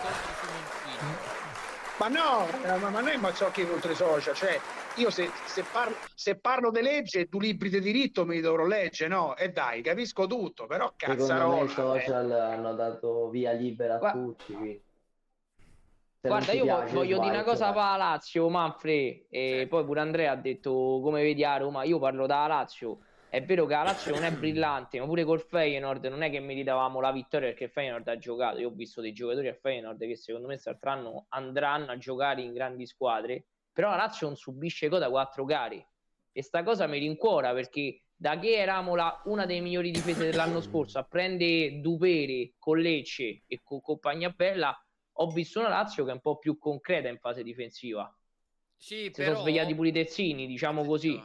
[SPEAKER 20] Ma no, eh, ma ma non è Mazzocchi contro i social, cioè io se, se parlo, se parlo di legge, tu libri di diritto mi dovrò leggere, no? E dai, capisco tutto, però
[SPEAKER 22] Secondo me
[SPEAKER 20] cazzarola.
[SPEAKER 22] i social hanno dato via libera a tutti, quindi. Se non
[SPEAKER 12] Guarda,
[SPEAKER 22] ti
[SPEAKER 12] io vo-
[SPEAKER 22] piace,
[SPEAKER 12] voglio dire una
[SPEAKER 22] sbagli,
[SPEAKER 12] cosa
[SPEAKER 22] vai.
[SPEAKER 12] per la Lazio, Manfred, e poi pure Andrea ha detto come vedi a Roma, io parlo da Lazio, è vero che la Lazio non è brillante, ma pure col Feyenoord non è che meritavamo la vittoria perché il Feyenoord ha giocato, io ho visto dei giocatori al Feyenoord che secondo me quest'anno andranno a giocare in grandi squadre, però la Lazio non subisce gol da quattro gare e sta cosa mi rincuora perché da che eravamo la, una delle migliori difese dell'anno scorso a prendere Dupere con Lecce e con compagnia bella, ho visto una Lazio che è un po' più concreta in fase difensiva.
[SPEAKER 6] Sì,
[SPEAKER 12] Si
[SPEAKER 6] però...
[SPEAKER 12] sono svegliati pure i terzini, diciamo così.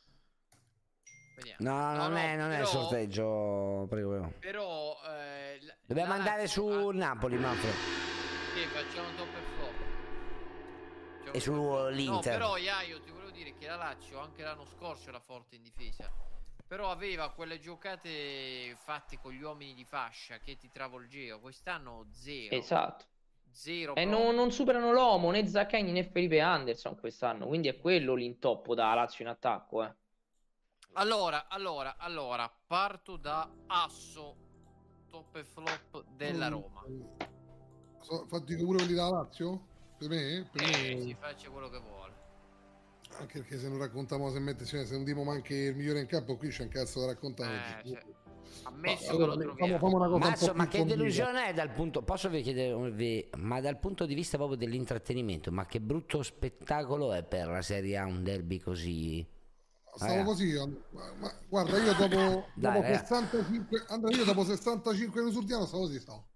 [SPEAKER 4] No,
[SPEAKER 6] No,
[SPEAKER 4] non
[SPEAKER 6] no,
[SPEAKER 4] è, non è il
[SPEAKER 6] però-
[SPEAKER 4] sorteggio. Prego.
[SPEAKER 6] Però eh, la-
[SPEAKER 4] Dobbiamo
[SPEAKER 6] la
[SPEAKER 4] andare
[SPEAKER 6] Lazio
[SPEAKER 4] su
[SPEAKER 6] ha-
[SPEAKER 4] Napoli, Manfred.
[SPEAKER 6] Sì, facciamo un top e flop.
[SPEAKER 4] E sull'Inter.
[SPEAKER 6] No, però Iaio, ti volevo dire che la Lazio anche l'anno scorso era forte in difesa. Però aveva quelle giocate fatte con gli uomini di fascia che ti travolgevano. Quest'anno zero.
[SPEAKER 12] Esatto.
[SPEAKER 6] Zero.
[SPEAKER 12] E
[SPEAKER 6] proprio.
[SPEAKER 12] non, non superano l'Omo, né Zaccagni né Felipe Anderson quest'anno, quindi è quello l'intoppo da Lazio in attacco. Eh.
[SPEAKER 6] Allora, allora, allora, parto da Asso, top e flop della Roma.
[SPEAKER 13] So, fatti pure quelli della Lazio? Per me? Per
[SPEAKER 6] Eh,
[SPEAKER 13] me...
[SPEAKER 6] si faccia quello che vuole.
[SPEAKER 13] Anche perché se non raccontiamo, se, mette, se non dimo anche il migliore in campo, qui c'è un cazzo da raccontare.
[SPEAKER 6] Eh, cioè, ammesso
[SPEAKER 13] Ma,
[SPEAKER 6] che
[SPEAKER 13] allora,
[SPEAKER 6] lo
[SPEAKER 13] famo-
[SPEAKER 6] troviamo.
[SPEAKER 13] famo una cosa un
[SPEAKER 4] Mazzo,
[SPEAKER 13] po'
[SPEAKER 4] ma
[SPEAKER 13] più
[SPEAKER 4] che
[SPEAKER 13] convinta.
[SPEAKER 4] delusione è dal punto, posso vi chiedere, ma dal punto di vista proprio dell'intrattenimento, ma che brutto spettacolo è per la Serie A un derby così?
[SPEAKER 13] Stavo
[SPEAKER 4] Raga.
[SPEAKER 13] così, ma, ma guarda, io dopo,
[SPEAKER 4] Dai,
[SPEAKER 13] dopo
[SPEAKER 4] raga.
[SPEAKER 13] sessantacinque, Andrea, io dopo sessantacinque anni sul piano stavo così, stavo.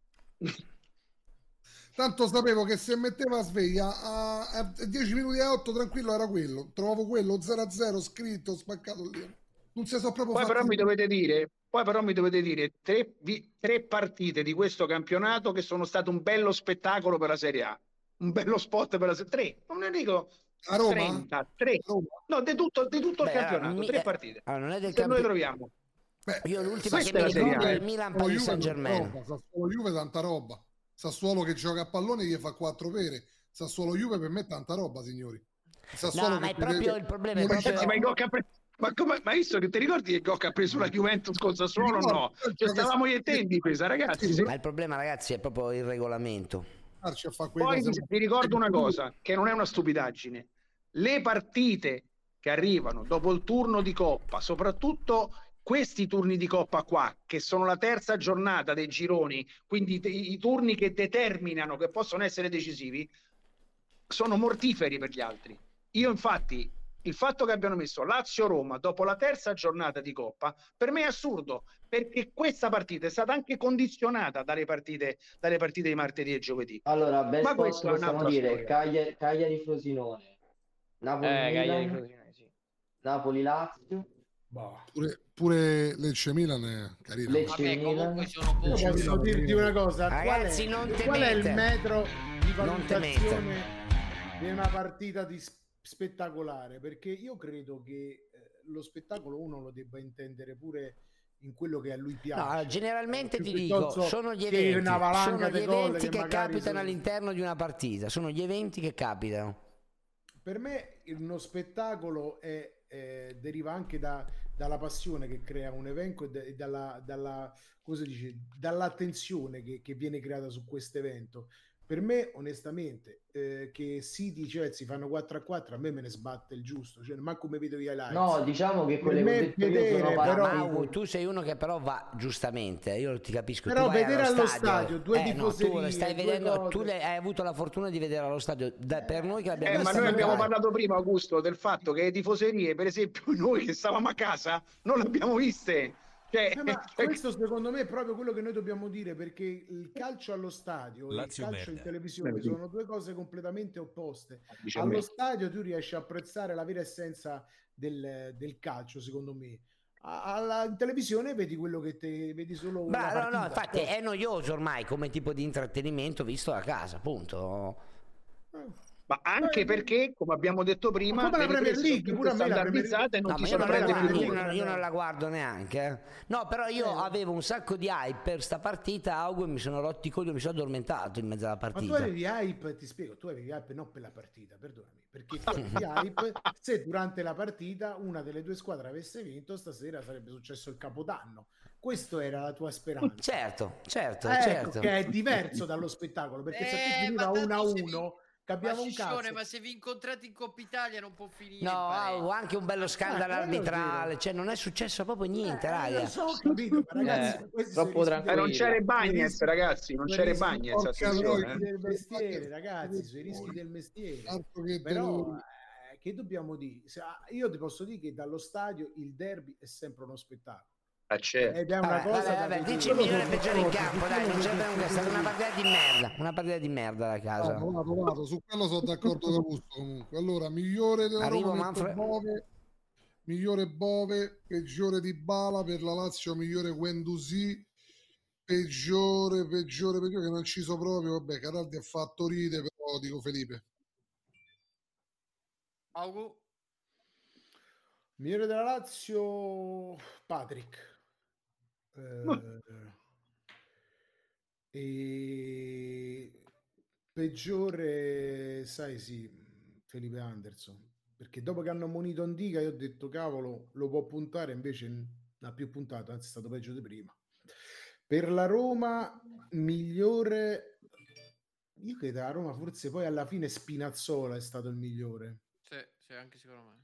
[SPEAKER 13] Tanto sapevo che se metteva a sveglia a, a dieci minuti e otto tranquillo era quello, trovavo quello zero a zero scritto, spaccato lì. Non si so proprio
[SPEAKER 20] Poi
[SPEAKER 13] fatti-
[SPEAKER 20] però mi dovete dire, poi però mi dovete dire tre, vi- tre partite di questo campionato che sono state un bello spettacolo per la Serie A, un bello spot per la Serie A. Tre, non ne dico
[SPEAKER 13] A Roma?
[SPEAKER 20] trenta, tre. No, di tutto, di tutto
[SPEAKER 4] Beh,
[SPEAKER 20] il campionato,
[SPEAKER 4] mi-
[SPEAKER 20] tre
[SPEAKER 4] eh,
[SPEAKER 20] partite.
[SPEAKER 4] allora, non è del
[SPEAKER 20] Se noi
[SPEAKER 4] campi-
[SPEAKER 20] troviamo.
[SPEAKER 4] Io l'ultima che
[SPEAKER 20] questa
[SPEAKER 4] mi
[SPEAKER 20] è la Serie
[SPEAKER 4] ricordo
[SPEAKER 20] A.
[SPEAKER 4] è il Milan
[SPEAKER 13] Sassuolo
[SPEAKER 4] Paris
[SPEAKER 13] Juve
[SPEAKER 4] Saint
[SPEAKER 13] tanta
[SPEAKER 4] Germain.
[SPEAKER 13] roba, Sassuolo Juve tanta roba. Sassuolo che gioca a pallone gli fa quattro pere. Sassuolo Juve per me è tanta roba, signori. Sassuolo
[SPEAKER 4] No, ma
[SPEAKER 13] che
[SPEAKER 4] è proprio
[SPEAKER 13] vede-
[SPEAKER 4] il problema, è
[SPEAKER 13] non
[SPEAKER 4] proprio-
[SPEAKER 13] c'è-
[SPEAKER 20] Ma, il Gocca ha pre- ma come ma visto che ti ricordi che Gocca ha preso la Juventus con Sassuolo o no? Cioè, stavamo io e te in difesa, ragazzi. sì.
[SPEAKER 4] Ma il problema, ragazzi, è proprio il regolamento.
[SPEAKER 13] Marci a fare quelle
[SPEAKER 20] Poi
[SPEAKER 13] cose-
[SPEAKER 20] vi vi ricordo una cosa, che non è una stupidaggine. Le partite che arrivano dopo il turno di Coppa, soprattutto questi turni di Coppa qua, che sono la terza giornata dei gironi, quindi te- i turni che determinano, che possono essere decisivi, sono mortiferi per gli altri. Io infatti, il fatto che abbiano messo Lazio-Roma dopo la terza giornata di Coppa, per me è assurdo, perché questa partita è stata anche condizionata dalle partite, dalle partite di martedì e giovedì.
[SPEAKER 22] Allora, best
[SPEAKER 20] Ma
[SPEAKER 22] spot
[SPEAKER 20] questo è
[SPEAKER 22] possiamo
[SPEAKER 20] un'altra
[SPEAKER 22] dire
[SPEAKER 20] storia.
[SPEAKER 22] Cagliari, Cagliari Frosinone, Napoli
[SPEAKER 12] Eh, Cagliari
[SPEAKER 22] Milan,
[SPEAKER 12] Frosinone, sì.
[SPEAKER 22] Napoli Lazio,
[SPEAKER 13] Pure, pure Lecce Milan è carino.
[SPEAKER 22] Lecce
[SPEAKER 6] Vabbè, comunque sono
[SPEAKER 5] Io
[SPEAKER 6] pochi.
[SPEAKER 5] posso dirti una cosa,
[SPEAKER 4] Ragazzi,
[SPEAKER 5] qual è,
[SPEAKER 4] non
[SPEAKER 5] qual è il
[SPEAKER 4] temete.
[SPEAKER 5] metro di
[SPEAKER 4] Non
[SPEAKER 5] valutazione di una partita di s- spettacolare? Perché io credo che eh, lo spettacolo uno lo debba intendere pure in quello che a lui piace.
[SPEAKER 4] No, generalmente
[SPEAKER 5] Più
[SPEAKER 4] ti
[SPEAKER 5] piuttosto
[SPEAKER 4] dico, sono gli
[SPEAKER 5] che
[SPEAKER 4] eventi,
[SPEAKER 5] una valanga
[SPEAKER 4] sono gli
[SPEAKER 5] di gol
[SPEAKER 4] eventi che,
[SPEAKER 5] magari
[SPEAKER 4] capitano
[SPEAKER 5] sono-
[SPEAKER 4] all'interno di una partita, sono gli eventi che capitano.
[SPEAKER 5] Per me uno spettacolo è, eh, deriva anche da- dalla passione che crea un evento e, da- e dalla, dalla, cosa dice, dall'attenzione che, che viene creata su questo evento. per me onestamente eh, che City Chelsea fanno quattro a quattro, a me me ne sbatte il giusto, cioè ma come vedo io highlights.
[SPEAKER 22] No, diciamo che
[SPEAKER 5] Per
[SPEAKER 22] quelle che ho
[SPEAKER 5] me
[SPEAKER 22] detto io
[SPEAKER 5] vedere,
[SPEAKER 22] sono
[SPEAKER 5] però,
[SPEAKER 4] Ma
[SPEAKER 22] partite.
[SPEAKER 4] Mau, tu sei uno che però va giustamente, io ti capisco.
[SPEAKER 5] Però
[SPEAKER 4] tu vai
[SPEAKER 5] vedere
[SPEAKER 4] allo
[SPEAKER 5] allo
[SPEAKER 4] stadio,
[SPEAKER 5] stadio due
[SPEAKER 4] eh, no, tu
[SPEAKER 5] tifoserie,
[SPEAKER 4] stai
[SPEAKER 5] due
[SPEAKER 4] vedendo,
[SPEAKER 5] cose.
[SPEAKER 4] tu le- hai avuto la fortuna di vedere allo stadio. Da- per noi che l'abbiamo
[SPEAKER 20] Eh, ma
[SPEAKER 4] vista
[SPEAKER 20] noi abbiamo
[SPEAKER 4] giocare.
[SPEAKER 20] parlato prima, Augusto, del fatto che le tifoserie, per esempio, noi che stavamo a casa non le abbiamo viste. Cioè,
[SPEAKER 5] Eh, ma questo secondo me è proprio quello che noi dobbiamo dire, perché il calcio allo stadio e il
[SPEAKER 7] Lazio
[SPEAKER 5] calcio in
[SPEAKER 7] merda.
[SPEAKER 5] televisione
[SPEAKER 20] Eh, sì.
[SPEAKER 5] sono due cose completamente opposte.
[SPEAKER 20] Dice a
[SPEAKER 5] Allo
[SPEAKER 20] me.
[SPEAKER 5] stadio tu riesci a apprezzare la vera essenza del, del calcio, secondo me. A- Alla, in televisione vedi quello che te vedi solo
[SPEAKER 4] Beh,
[SPEAKER 5] la
[SPEAKER 4] no,
[SPEAKER 5] partita.
[SPEAKER 4] no, infatti è noioso ormai come tipo di intrattenimento visto da casa, appunto.
[SPEAKER 20] Ma anche perché, come abbiamo detto prima,
[SPEAKER 5] Ma come la
[SPEAKER 20] le
[SPEAKER 5] Premier
[SPEAKER 20] riprese sono
[SPEAKER 5] League,
[SPEAKER 20] tutte
[SPEAKER 5] pure a me la Premier
[SPEAKER 20] standardizzate e non
[SPEAKER 4] No,
[SPEAKER 20] ti
[SPEAKER 4] ma io non, la
[SPEAKER 20] sorprende più
[SPEAKER 4] guardo, io,
[SPEAKER 20] nulla.
[SPEAKER 4] non, io non la guardo neanche. eh. No, però io
[SPEAKER 5] Eh.
[SPEAKER 4] avevo un sacco di hype per sta partita, Augo, e mi sono rotti i coglioni, mi sono addormentato in mezzo alla
[SPEAKER 5] Ma tu
[SPEAKER 4] partita.
[SPEAKER 5] avevi hype, ti spiego, tu avevi hype non per la partita, perdonami, perché tu avevi hype se durante la partita una delle due squadre avesse vinto, stasera sarebbe successo il Capodanno. Questo era la tua speranza.
[SPEAKER 4] Certo, certo,
[SPEAKER 5] Eh, ecco,
[SPEAKER 4] certo.
[SPEAKER 5] che è diverso dallo spettacolo, perché se
[SPEAKER 6] Eh,
[SPEAKER 5] tu finiva
[SPEAKER 6] ma tanto
[SPEAKER 5] uno a
[SPEAKER 6] se vi-
[SPEAKER 5] uno, capiamo
[SPEAKER 6] ma
[SPEAKER 5] un
[SPEAKER 6] Ciccione,
[SPEAKER 5] cazzo.
[SPEAKER 6] ma se vi incontrate in Coppa Italia non può finire.
[SPEAKER 4] No,
[SPEAKER 6] in pareggio.
[SPEAKER 4] Augo, anche un bello scandalo
[SPEAKER 5] Eh, quello è
[SPEAKER 4] arbitrale,
[SPEAKER 5] vero.
[SPEAKER 4] cioè non è successo proprio niente,
[SPEAKER 5] Eh,
[SPEAKER 4] raga.
[SPEAKER 5] lo so, ho capito, ma ragazzi,
[SPEAKER 12] Eh,
[SPEAKER 5] ma questi
[SPEAKER 12] troppo
[SPEAKER 5] sono i rischi
[SPEAKER 20] Eh, non
[SPEAKER 12] tranquillo.
[SPEAKER 20] c'era
[SPEAKER 5] del-
[SPEAKER 20] Bagnez,
[SPEAKER 5] rischi-
[SPEAKER 20] ragazzi, non
[SPEAKER 5] quei
[SPEAKER 20] c'era
[SPEAKER 5] rischi-
[SPEAKER 20] Bagnez,
[SPEAKER 13] porca
[SPEAKER 5] sui
[SPEAKER 20] attenzione.
[SPEAKER 5] rischi
[SPEAKER 20] eh.
[SPEAKER 5] del mestiere, ragazzi, sui rischi del mestiere.
[SPEAKER 13] Altro che
[SPEAKER 5] Però
[SPEAKER 13] dolori.
[SPEAKER 5] eh, che dobbiamo dire? Se- ah, io ti posso dire che dallo stadio il derby è sempre uno spettacolo.
[SPEAKER 20] Ah, certo.
[SPEAKER 5] Ed è una
[SPEAKER 4] Vabbè,
[SPEAKER 5] cosa
[SPEAKER 4] vabbè,
[SPEAKER 5] da
[SPEAKER 4] vabbè,
[SPEAKER 5] vedere.
[SPEAKER 4] dici il migliore e
[SPEAKER 5] Quello
[SPEAKER 4] peggiore in
[SPEAKER 5] sono
[SPEAKER 4] campo,
[SPEAKER 5] d'accordo,
[SPEAKER 4] dai, non
[SPEAKER 5] quello
[SPEAKER 4] c'è
[SPEAKER 5] sono
[SPEAKER 4] è stata una
[SPEAKER 5] d'accordo.
[SPEAKER 4] partita di merda, una partita di merda da casa.
[SPEAKER 13] Vado, vado, vado. Su quello sono d'accordo con Augusto comunque. Allora, migliore della
[SPEAKER 4] Arrivo,
[SPEAKER 13] Roma, metto
[SPEAKER 4] Manfred.
[SPEAKER 13] Bove, migliore Bove, peggiore di Bala, per la Lazio migliore Guendouzi, peggiore, peggiore, peggiore che non ci so proprio, vabbè, Cataldi ha fatto ride, però dico Felipe.
[SPEAKER 6] Augu?
[SPEAKER 5] Migliore della Lazio, Patrick. Eh, e peggiore, sai, sì, Felipe Anderson. Perché dopo che hanno ammonito Ondiga, io ho detto, cavolo, lo può puntare, invece non ha più puntato, anzi è stato peggio di prima. Per la Roma, migliore... Io credo la Roma forse poi alla fine Spinazzola è stato il migliore.
[SPEAKER 6] Sì, sì, anche secondo me.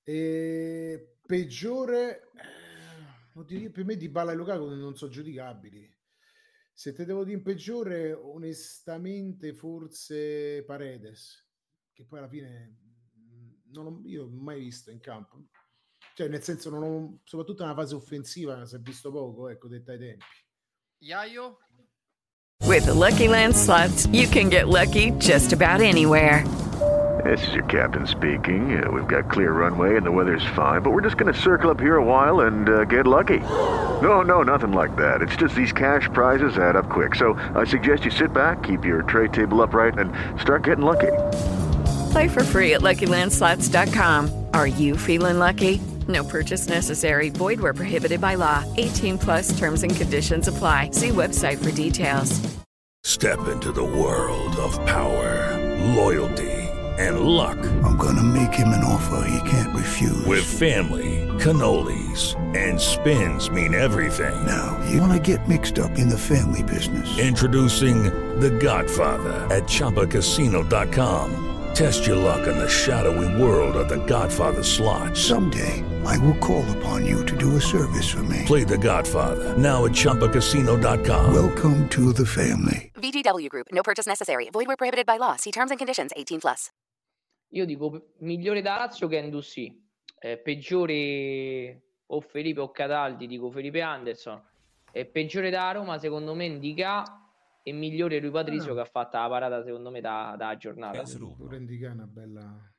[SPEAKER 5] E peggiore, eh, oddio, io- per me Dybala e Lukaku non sono giudicabili. Se te devo dire in peggiore, onestamente forse Paredes, che poi alla fine mh, non ho, io non ho mai visto in campo. Cioè, nel senso, non ho, soprattutto nella fase offensiva si è visto poco, ecco, detto ai tempi.
[SPEAKER 6] Iaio?
[SPEAKER 2] With the Lucky Land Slots, you can get lucky just about anywhere.
[SPEAKER 3] This is your captain speaking. Uh, we've got clear runway and the weather's fine, but we're just going to circle up here a while and uh, get lucky. No, no, nothing like that. It's just these cash prizes add up quick. So I suggest you sit back, keep your tray table upright, and start getting lucky.
[SPEAKER 2] Play for free at Lucky Land Slots dot com. Are you feeling lucky? No purchase necessary. Void where prohibited by law. eighteen plus terms and conditions apply. See website for details.
[SPEAKER 14] Step into the world of power, loyalty, and luck.
[SPEAKER 16] I'm gonna make him an offer he can't refuse.
[SPEAKER 14] With family, cannolis, and spins mean everything.
[SPEAKER 16] Now, you wanna get mixed up in the family business.
[SPEAKER 14] Introducing The Godfather at Chumba Casino dot com. Test your luck in the shadowy world of The Godfather slot.
[SPEAKER 16] Someday, I will call upon you to do a service for me.
[SPEAKER 14] Play The Godfather now at Chumba Casino dot com.
[SPEAKER 16] Welcome to the family.
[SPEAKER 23] V G W Group. No purchase necessary. Void where prohibited by law. See terms and conditions. eighteen plus.
[SPEAKER 12] Io dico p- migliore da Lazio Guendouzi, eh, peggiore o Felipe o Cataldi, dico Felipe Anderson, e peggiore da Roma secondo me Ndicà, e migliore Rui Patricio
[SPEAKER 5] Ah.
[SPEAKER 12] che ha fatto la parata secondo me da, da giornata.
[SPEAKER 5] Pure Indica è una bella...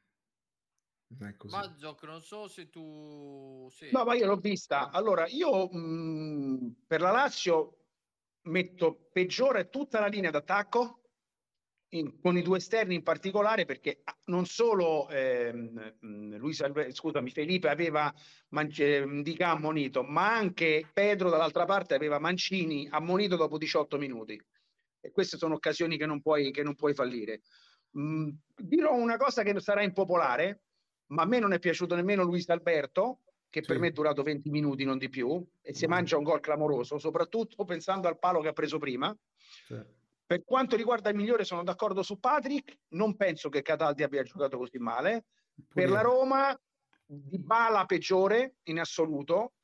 [SPEAKER 5] Non è così.
[SPEAKER 6] Mazzok, non so se tu... Sì.
[SPEAKER 20] No, ma io l'ho vista. Allora, io mh, per la Lazio metto peggiore tutta la linea d'attacco, in- con i due esterni in particolare, perché ah, non solo ehm, mh, Luis Alve- scusami, Felipe aveva Mance- Ndicà ammonito, ma anche Pedro dall'altra parte aveva Mancini ammonito dopo diciotto minuti. E queste sono occasioni che non puoi, che non puoi fallire. Mh, dirò una cosa che sarà impopolare, ma a me non è piaciuto nemmeno Luis Alberto, che per me è durato venti minuti, non di più, e si mangia un gol clamoroso, soprattutto pensando al palo che ha preso prima.
[SPEAKER 5] Cioè,
[SPEAKER 20] Per quanto riguarda il migliore, sono d'accordo su Patrick, non penso che Cataldi abbia giocato così male. Per la Roma, Dybala peggiore in assoluto,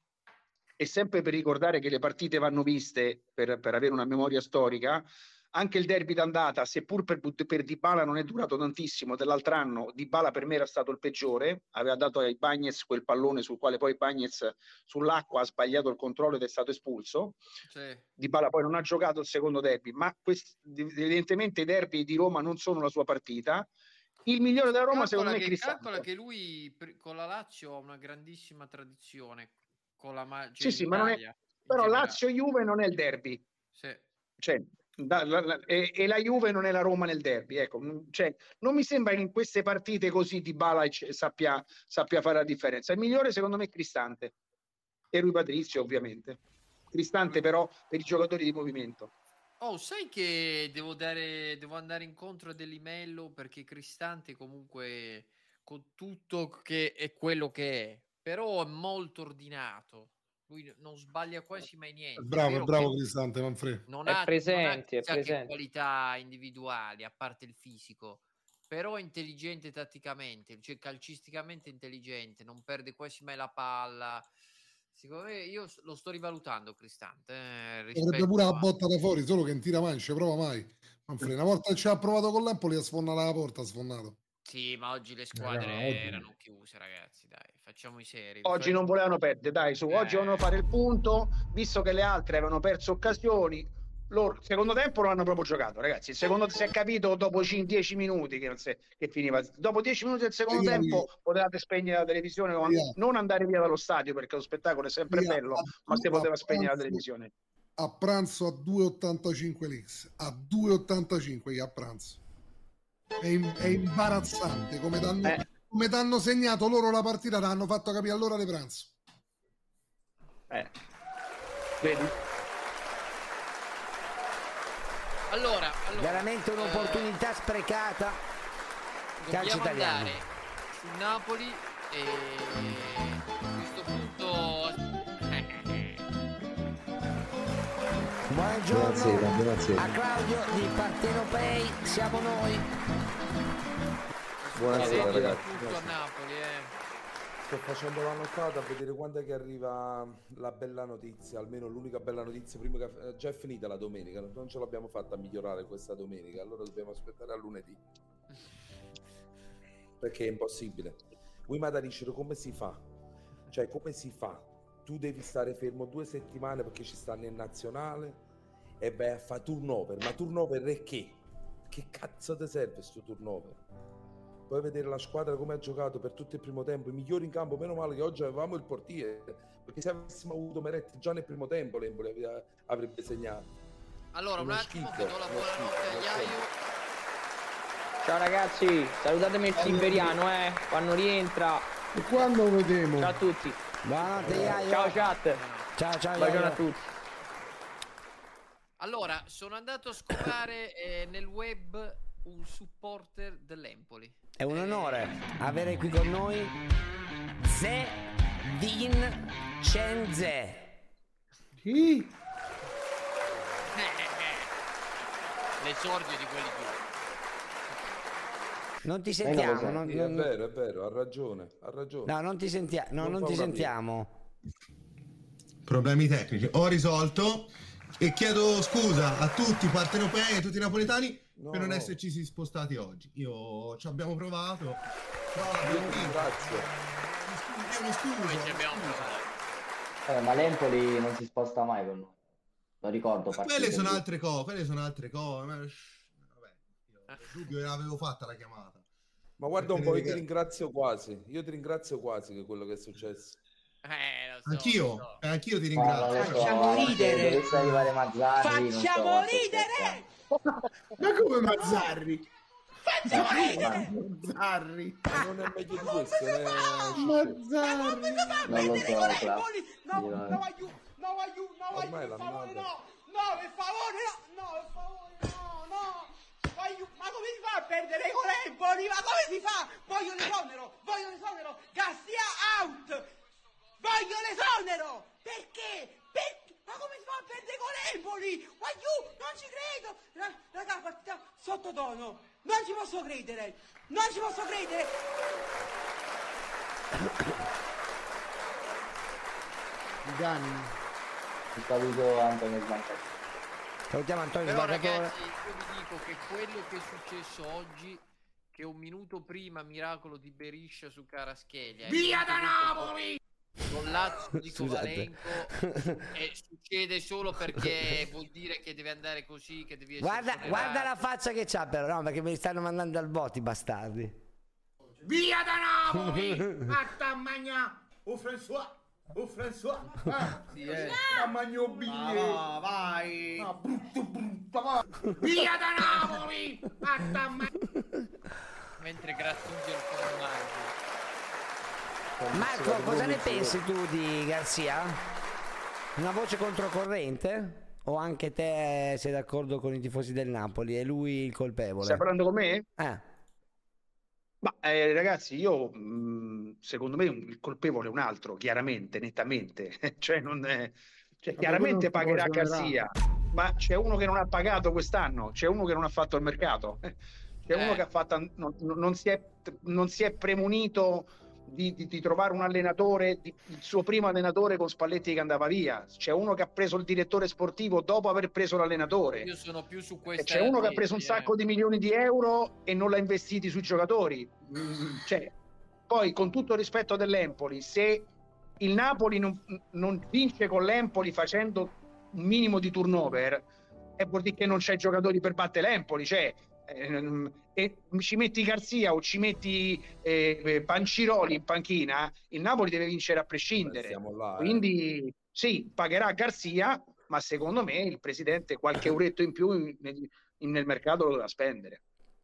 [SPEAKER 20] e sempre per ricordare che le partite vanno viste per, per avere una memoria storica. Anche il derby d'andata, seppur per, per Dybala non è durato tantissimo, dell'altro anno Dybala per me era stato il peggiore, aveva dato ai Bagnez quel pallone sul quale poi Bagnez sull'acqua ha sbagliato il controllo ed è stato espulso. Sì. Dybala poi non ha giocato il secondo derby, ma questi, evidentemente i derby di Roma non sono la sua partita. Il migliore della Roma calcola secondo me è Cristante.
[SPEAKER 6] Calcola che lui con la Lazio ha una grandissima tradizione, con la ma-
[SPEAKER 20] sì, sì, ma non è, però Lazio-Juve non è il derby.
[SPEAKER 6] Sì.
[SPEAKER 20] Cioè, Da, la, la, e, e la Juve non è la Roma nel derby, ecco, cioè, non mi sembra che in queste partite così Dybala sappia, sappia fare la differenza. Il migliore secondo me è Cristante e Rui Patrizio ovviamente. Cristante però per i giocatori di movimento.
[SPEAKER 6] Oh, sai che devo dare, devo andare incontro a Delimello, perché Cristante comunque con tutto che è quello che è, però è molto ordinato. Lui non sbaglia quasi mai niente.
[SPEAKER 13] Bravo, bravo Cristante, Manfred.
[SPEAKER 6] Non
[SPEAKER 12] è
[SPEAKER 6] ha,
[SPEAKER 12] presente,
[SPEAKER 6] non ha
[SPEAKER 12] è presente.
[SPEAKER 6] qualità individuali, a parte il fisico, però è intelligente tatticamente, cioè calcisticamente intelligente, non perde quasi mai la palla. Secondo me io lo sto rivalutando Cristante. Eh,
[SPEAKER 13] Avrebbe pure la botta da fuori, solo che non tira mai, non ci prova mai. Manfred, una volta ci ha provato con l'Empoli, ha sfondato la porta, ha sfondato.
[SPEAKER 6] Sì, ma oggi le squadre no, oggi... erano chiuse, ragazzi, dai, facciamo i seri.
[SPEAKER 20] Oggi non volevano perdere, dai, su, eh. oggi volevano fare il punto, visto che le altre avevano perso occasioni, loro il secondo tempo lo hanno proprio giocato, ragazzi. Il secondo si è capito dopo dieci minuti che, non si, che finiva. Dopo dieci minuti del secondo via, tempo via. potevate spegnere la televisione, via. non andare via dallo stadio, perché lo spettacolo è sempre via. bello, a, ma si poteva spegnere pranzo, la televisione.
[SPEAKER 13] A pranzo a due e ottantacinque l'X, a due e ottantacinque a pranzo. È, in, è imbarazzante come t'hanno, eh. come t'hanno segnato loro la partita, t'hanno fatto capire all'ora di pranzo.
[SPEAKER 20] Eh. Vedi?
[SPEAKER 6] Allora, allora
[SPEAKER 4] veramente un'opportunità eh, sprecata. Calcio italiano.
[SPEAKER 6] Andare su Napoli e a questo punto
[SPEAKER 4] buongiorno
[SPEAKER 10] buonasera, buonasera.
[SPEAKER 4] a Claudio di Partenopei, siamo noi.
[SPEAKER 10] Buonasera ragazzi.
[SPEAKER 6] Tutto a Napoli, eh.
[SPEAKER 10] Sto facendo la nottata a vedere quando è che arriva la bella notizia, almeno l'unica bella notizia, prima che già è finita la domenica, non ce l'abbiamo fatta a migliorare questa domenica, allora dobbiamo aspettare a lunedì. Perché è impossibile. Voi mi dicere come si fa? Cioè come si fa? Tu devi stare fermo due settimane perché ci stanno in nazionale e vai a fare turnover, ma turnover è che? Che cazzo ti serve sto turnover? Puoi vedere la squadra come ha giocato per tutto il primo tempo, i migliori in campo, meno male che oggi avevamo il portiere, perché se avessimo avuto Meretti già nel primo tempo l'Empoli avrebbe segnato.
[SPEAKER 6] Allora un attimo che do la buonanotte a Iaio.
[SPEAKER 12] Ciao ragazzi, salutatemi il siberiano eh, quando rientra.
[SPEAKER 13] E quando lo vedremo?
[SPEAKER 12] Ciao a tutti.
[SPEAKER 4] Buonanotte Iaio.
[SPEAKER 12] Ciao chat.
[SPEAKER 4] Ciao ciao.
[SPEAKER 12] Buongiorno a tutti.
[SPEAKER 6] Allora, sono andato a scovare eh, nel web un supporter dell'Empoli.
[SPEAKER 4] È un onore avere qui con noi Ze Vincenze.
[SPEAKER 13] Chi?
[SPEAKER 6] L'esordio di quelli più.
[SPEAKER 4] Non ti sentiamo.
[SPEAKER 10] Eh,
[SPEAKER 4] non,
[SPEAKER 10] sì,
[SPEAKER 4] non...
[SPEAKER 10] È vero, è vero, ha ragione, ha ragione.
[SPEAKER 4] No, non ti, sentia... no, non non ti sentiamo.
[SPEAKER 11] Problemi tecnici. Ho risolto e chiedo scusa a tutti i partenopei e a tutti i napoletani no, per non no. esserci spostati oggi. Io ci abbiamo provato. Però l'abbiamo vinto.
[SPEAKER 10] Grazie.
[SPEAKER 11] È uno scusa.
[SPEAKER 6] Ci abbiamo provato.
[SPEAKER 22] Eh, ma l'Empoli non si sposta mai con noi. Lo ricordo.
[SPEAKER 11] Quelle sono altre cose, quelle sono altre cose. Ma... Vabbè, io dubbio l'avevo fatta la chiamata.
[SPEAKER 10] Ma guarda un po', io ti ringrazio quasi. Io ti ringrazio quasi che quello che è successo.
[SPEAKER 6] Eh, lo so,
[SPEAKER 11] anch'io,
[SPEAKER 6] lo so.
[SPEAKER 11] eh, anch'io ti ringrazio.
[SPEAKER 22] No, facciamo so, ridere. Dovesse arrivare Mazzarri.
[SPEAKER 8] Facciamo ridere.
[SPEAKER 5] Ma come Mazzarri?
[SPEAKER 8] Facciamo ridere.
[SPEAKER 5] Mazzarri.
[SPEAKER 10] Non è meglio di questo. È...
[SPEAKER 5] Mazzarri.
[SPEAKER 22] Non lo so, Cla.
[SPEAKER 8] No, no, aiuto, no, aiuto, no, aiuto, per favore, no. No, per favore, no. No, per favore, no, no. Ma come si fa a perdere con Empoli? Ma come si fa? Voglio l'esonero, voglio l'esonero. Garcia out. Voglio l'esonero. Perché? Perché? Ma come si fa a perdere con Empoli? Voglio, non ci credo. raga, partita sottotono. Non ci posso credere. Non ci posso credere.
[SPEAKER 5] Dani.
[SPEAKER 22] Un saluto Antonio Sbancatore.
[SPEAKER 4] Salutiamo Antonio
[SPEAKER 6] Però
[SPEAKER 4] Sbancatore.
[SPEAKER 6] ragazzi, io vi dico che quello che è successo oggi, che un minuto prima miracolo di Beriscia su Kvaratskhelia,
[SPEAKER 8] Via da Napoli!
[SPEAKER 6] Con Lazio di
[SPEAKER 4] Scusate.
[SPEAKER 6] Kovalenko, e succede solo perché vuol dire che deve andare così, che devi essere
[SPEAKER 4] Guarda,
[SPEAKER 6] esonerato.
[SPEAKER 4] guarda la faccia che c'ha però, no, perché me li stanno mandando al voto i bastardi.
[SPEAKER 8] Via da Napoli! Atta magna! Oh François! Oh François! Ah,
[SPEAKER 5] Sì, eh.
[SPEAKER 8] a magno biglietto!
[SPEAKER 5] Ah, vai!
[SPEAKER 8] Ah, brutto brutto! Va. Via da Napoli! Atta magna!
[SPEAKER 6] Mentre grattugia il formaggio.
[SPEAKER 4] Marco, cosa ne pensi tu di Garzia? Una voce controcorrente? O anche te sei d'accordo con i tifosi del Napoli? È lui il colpevole?
[SPEAKER 20] Stai parlando con me?
[SPEAKER 4] Eh.
[SPEAKER 20] Ma eh, ragazzi, io mh, secondo me il colpevole è un altro, chiaramente, nettamente. Cioè, non è- cioè,
[SPEAKER 5] Vabbè,
[SPEAKER 20] chiaramente
[SPEAKER 5] quello non si
[SPEAKER 20] pagherà
[SPEAKER 5] può
[SPEAKER 20] Garzia, ma c'è uno che non ha pagato quest'anno, c'è uno che non ha fatto il mercato, c'è uno
[SPEAKER 6] Eh.
[SPEAKER 20] che ha fatto, non, non si è, non si è premunito di, di- di trovare un allenatore, di- il suo primo allenatore con Spalletti che andava via, c'è uno che ha preso il direttore sportivo dopo aver preso l'allenatore.
[SPEAKER 6] Io sono più su
[SPEAKER 20] E
[SPEAKER 6] questa
[SPEAKER 20] c'è uno che ha
[SPEAKER 6] tesi,
[SPEAKER 20] preso un
[SPEAKER 6] eh.
[SPEAKER 20] sacco di milioni di euro e non l'ha investiti sui giocatori. Mm, Cioè, poi, con tutto il rispetto dell'Empoli, se il Napoli non, non vince con l'Empoli facendo un minimo di turnover, è vuol dire che non c'è giocatori per battere l'Empoli. Cioè, ehm, e ci metti Garzia o ci metti eh, eh, Panciroli in panchina, il Napoli deve vincere a prescindere.
[SPEAKER 10] Siamo là, eh.
[SPEAKER 20] Quindi, sì, pagherà Garzia, ma secondo me il presidente qualche euretto in più in- nel, in- nel mercato lo doveva spendere.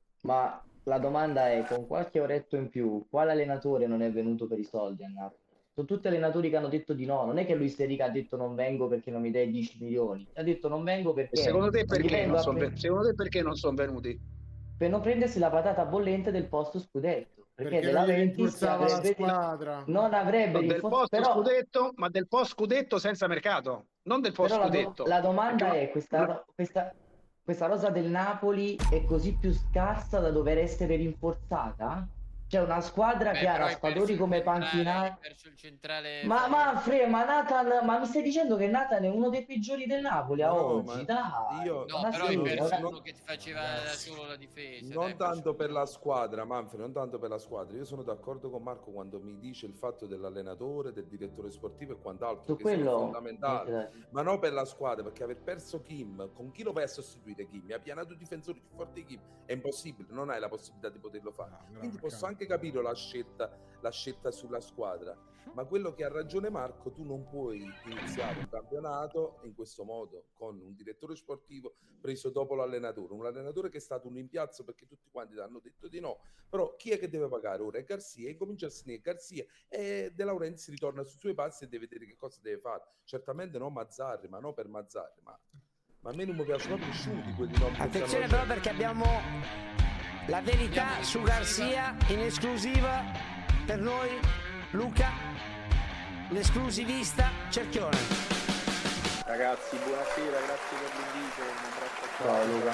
[SPEAKER 22] Ma la domanda è, con qualche oretto in più, quale allenatore non è venuto per i soldi a Napoli? Sono tutti allenatori che hanno detto di no, non è che Luis Enrique ha detto non vengo perché non mi dai dieci milioni, ha detto non vengo
[SPEAKER 20] E
[SPEAKER 22] perché
[SPEAKER 20] secondo te
[SPEAKER 22] non mi
[SPEAKER 20] perché
[SPEAKER 22] vengo
[SPEAKER 20] non
[SPEAKER 22] a
[SPEAKER 20] sono
[SPEAKER 22] pre-
[SPEAKER 20] secondo te perché non sono venuti?
[SPEAKER 22] per non prendersi la patata bollente del posto scudetto, perché,
[SPEAKER 5] Perché
[SPEAKER 22] della
[SPEAKER 5] non gli
[SPEAKER 22] Ventis
[SPEAKER 5] rinforzava la
[SPEAKER 22] avrebbe-
[SPEAKER 5] squadra.
[SPEAKER 22] non avrebbe
[SPEAKER 20] del
[SPEAKER 22] rinfor-
[SPEAKER 20] post
[SPEAKER 22] però,
[SPEAKER 20] scudetto, ma del post scudetto senza mercato, non del post
[SPEAKER 22] però la, do-
[SPEAKER 20] scudetto.
[SPEAKER 22] la domanda
[SPEAKER 20] Perché-
[SPEAKER 22] è questa, ro- questa, questa rosa del Napoli è così più scarsa da dover essere rinforzata? C'è una squadra
[SPEAKER 6] Beh,
[SPEAKER 22] che ha
[SPEAKER 6] però hai
[SPEAKER 22] raspadori
[SPEAKER 6] perso il
[SPEAKER 22] come
[SPEAKER 6] centrale,
[SPEAKER 22] panchinari.
[SPEAKER 6] hai perso il centrale.
[SPEAKER 22] Ma Manfred, ma Nathan, ma mi stai dicendo che Nathan è uno dei peggiori del Napoli a
[SPEAKER 10] No,
[SPEAKER 22] oggi?
[SPEAKER 10] ma
[SPEAKER 22] Dai,
[SPEAKER 10] io-
[SPEAKER 6] No,
[SPEAKER 22] ma
[SPEAKER 6] però
[SPEAKER 22] sì,
[SPEAKER 6] hai perso
[SPEAKER 22] ora-
[SPEAKER 6] uno che ti faceva solo la difesa.
[SPEAKER 10] Non
[SPEAKER 6] dai,
[SPEAKER 10] tanto per la squadra, Manfred, non tanto per la squadra. Io sono d'accordo con Marco quando mi dice il fatto dell'allenatore, del direttore sportivo e quant'altro,
[SPEAKER 22] Su
[SPEAKER 10] che
[SPEAKER 22] quello-
[SPEAKER 10] sono fondamentali.
[SPEAKER 22] niente
[SPEAKER 10] Ma non per la squadra, perché aver perso Kim, con chi lo vai a sostituire Kim? Mi ha pianato i difensori più forti di Kim. È impossibile, non hai la possibilità di poterlo fare. Quindi posso anche capire la scelta, la scelta sulla squadra. Ma quello che ha ragione Marco, tu non puoi iniziare un campionato in questo modo, con un direttore sportivo preso dopo l'allenatore, un allenatore che è stato un impiazzo perché tutti quanti ti hanno detto di no, però chi è che deve pagare ora? È Garzia, e comincia a segare Garzia e De Laurentiis ritorna sui suoi passi e deve vedere che cosa deve fare. Certamente non Mazzarri, ma non per Mazzarri, ma, ma a me non mi piacciono proprio nessuno di quelli no, che
[SPEAKER 4] Attenzione
[SPEAKER 10] stanno-
[SPEAKER 4] però perché abbiamo la verità su Garzia in esclusiva per noi, Luca, l'esclusivista Cerchione.
[SPEAKER 17] Ragazzi, buonasera, grazie per l'invito. Un abbraccio a tutti.
[SPEAKER 22] Ciao, Luca.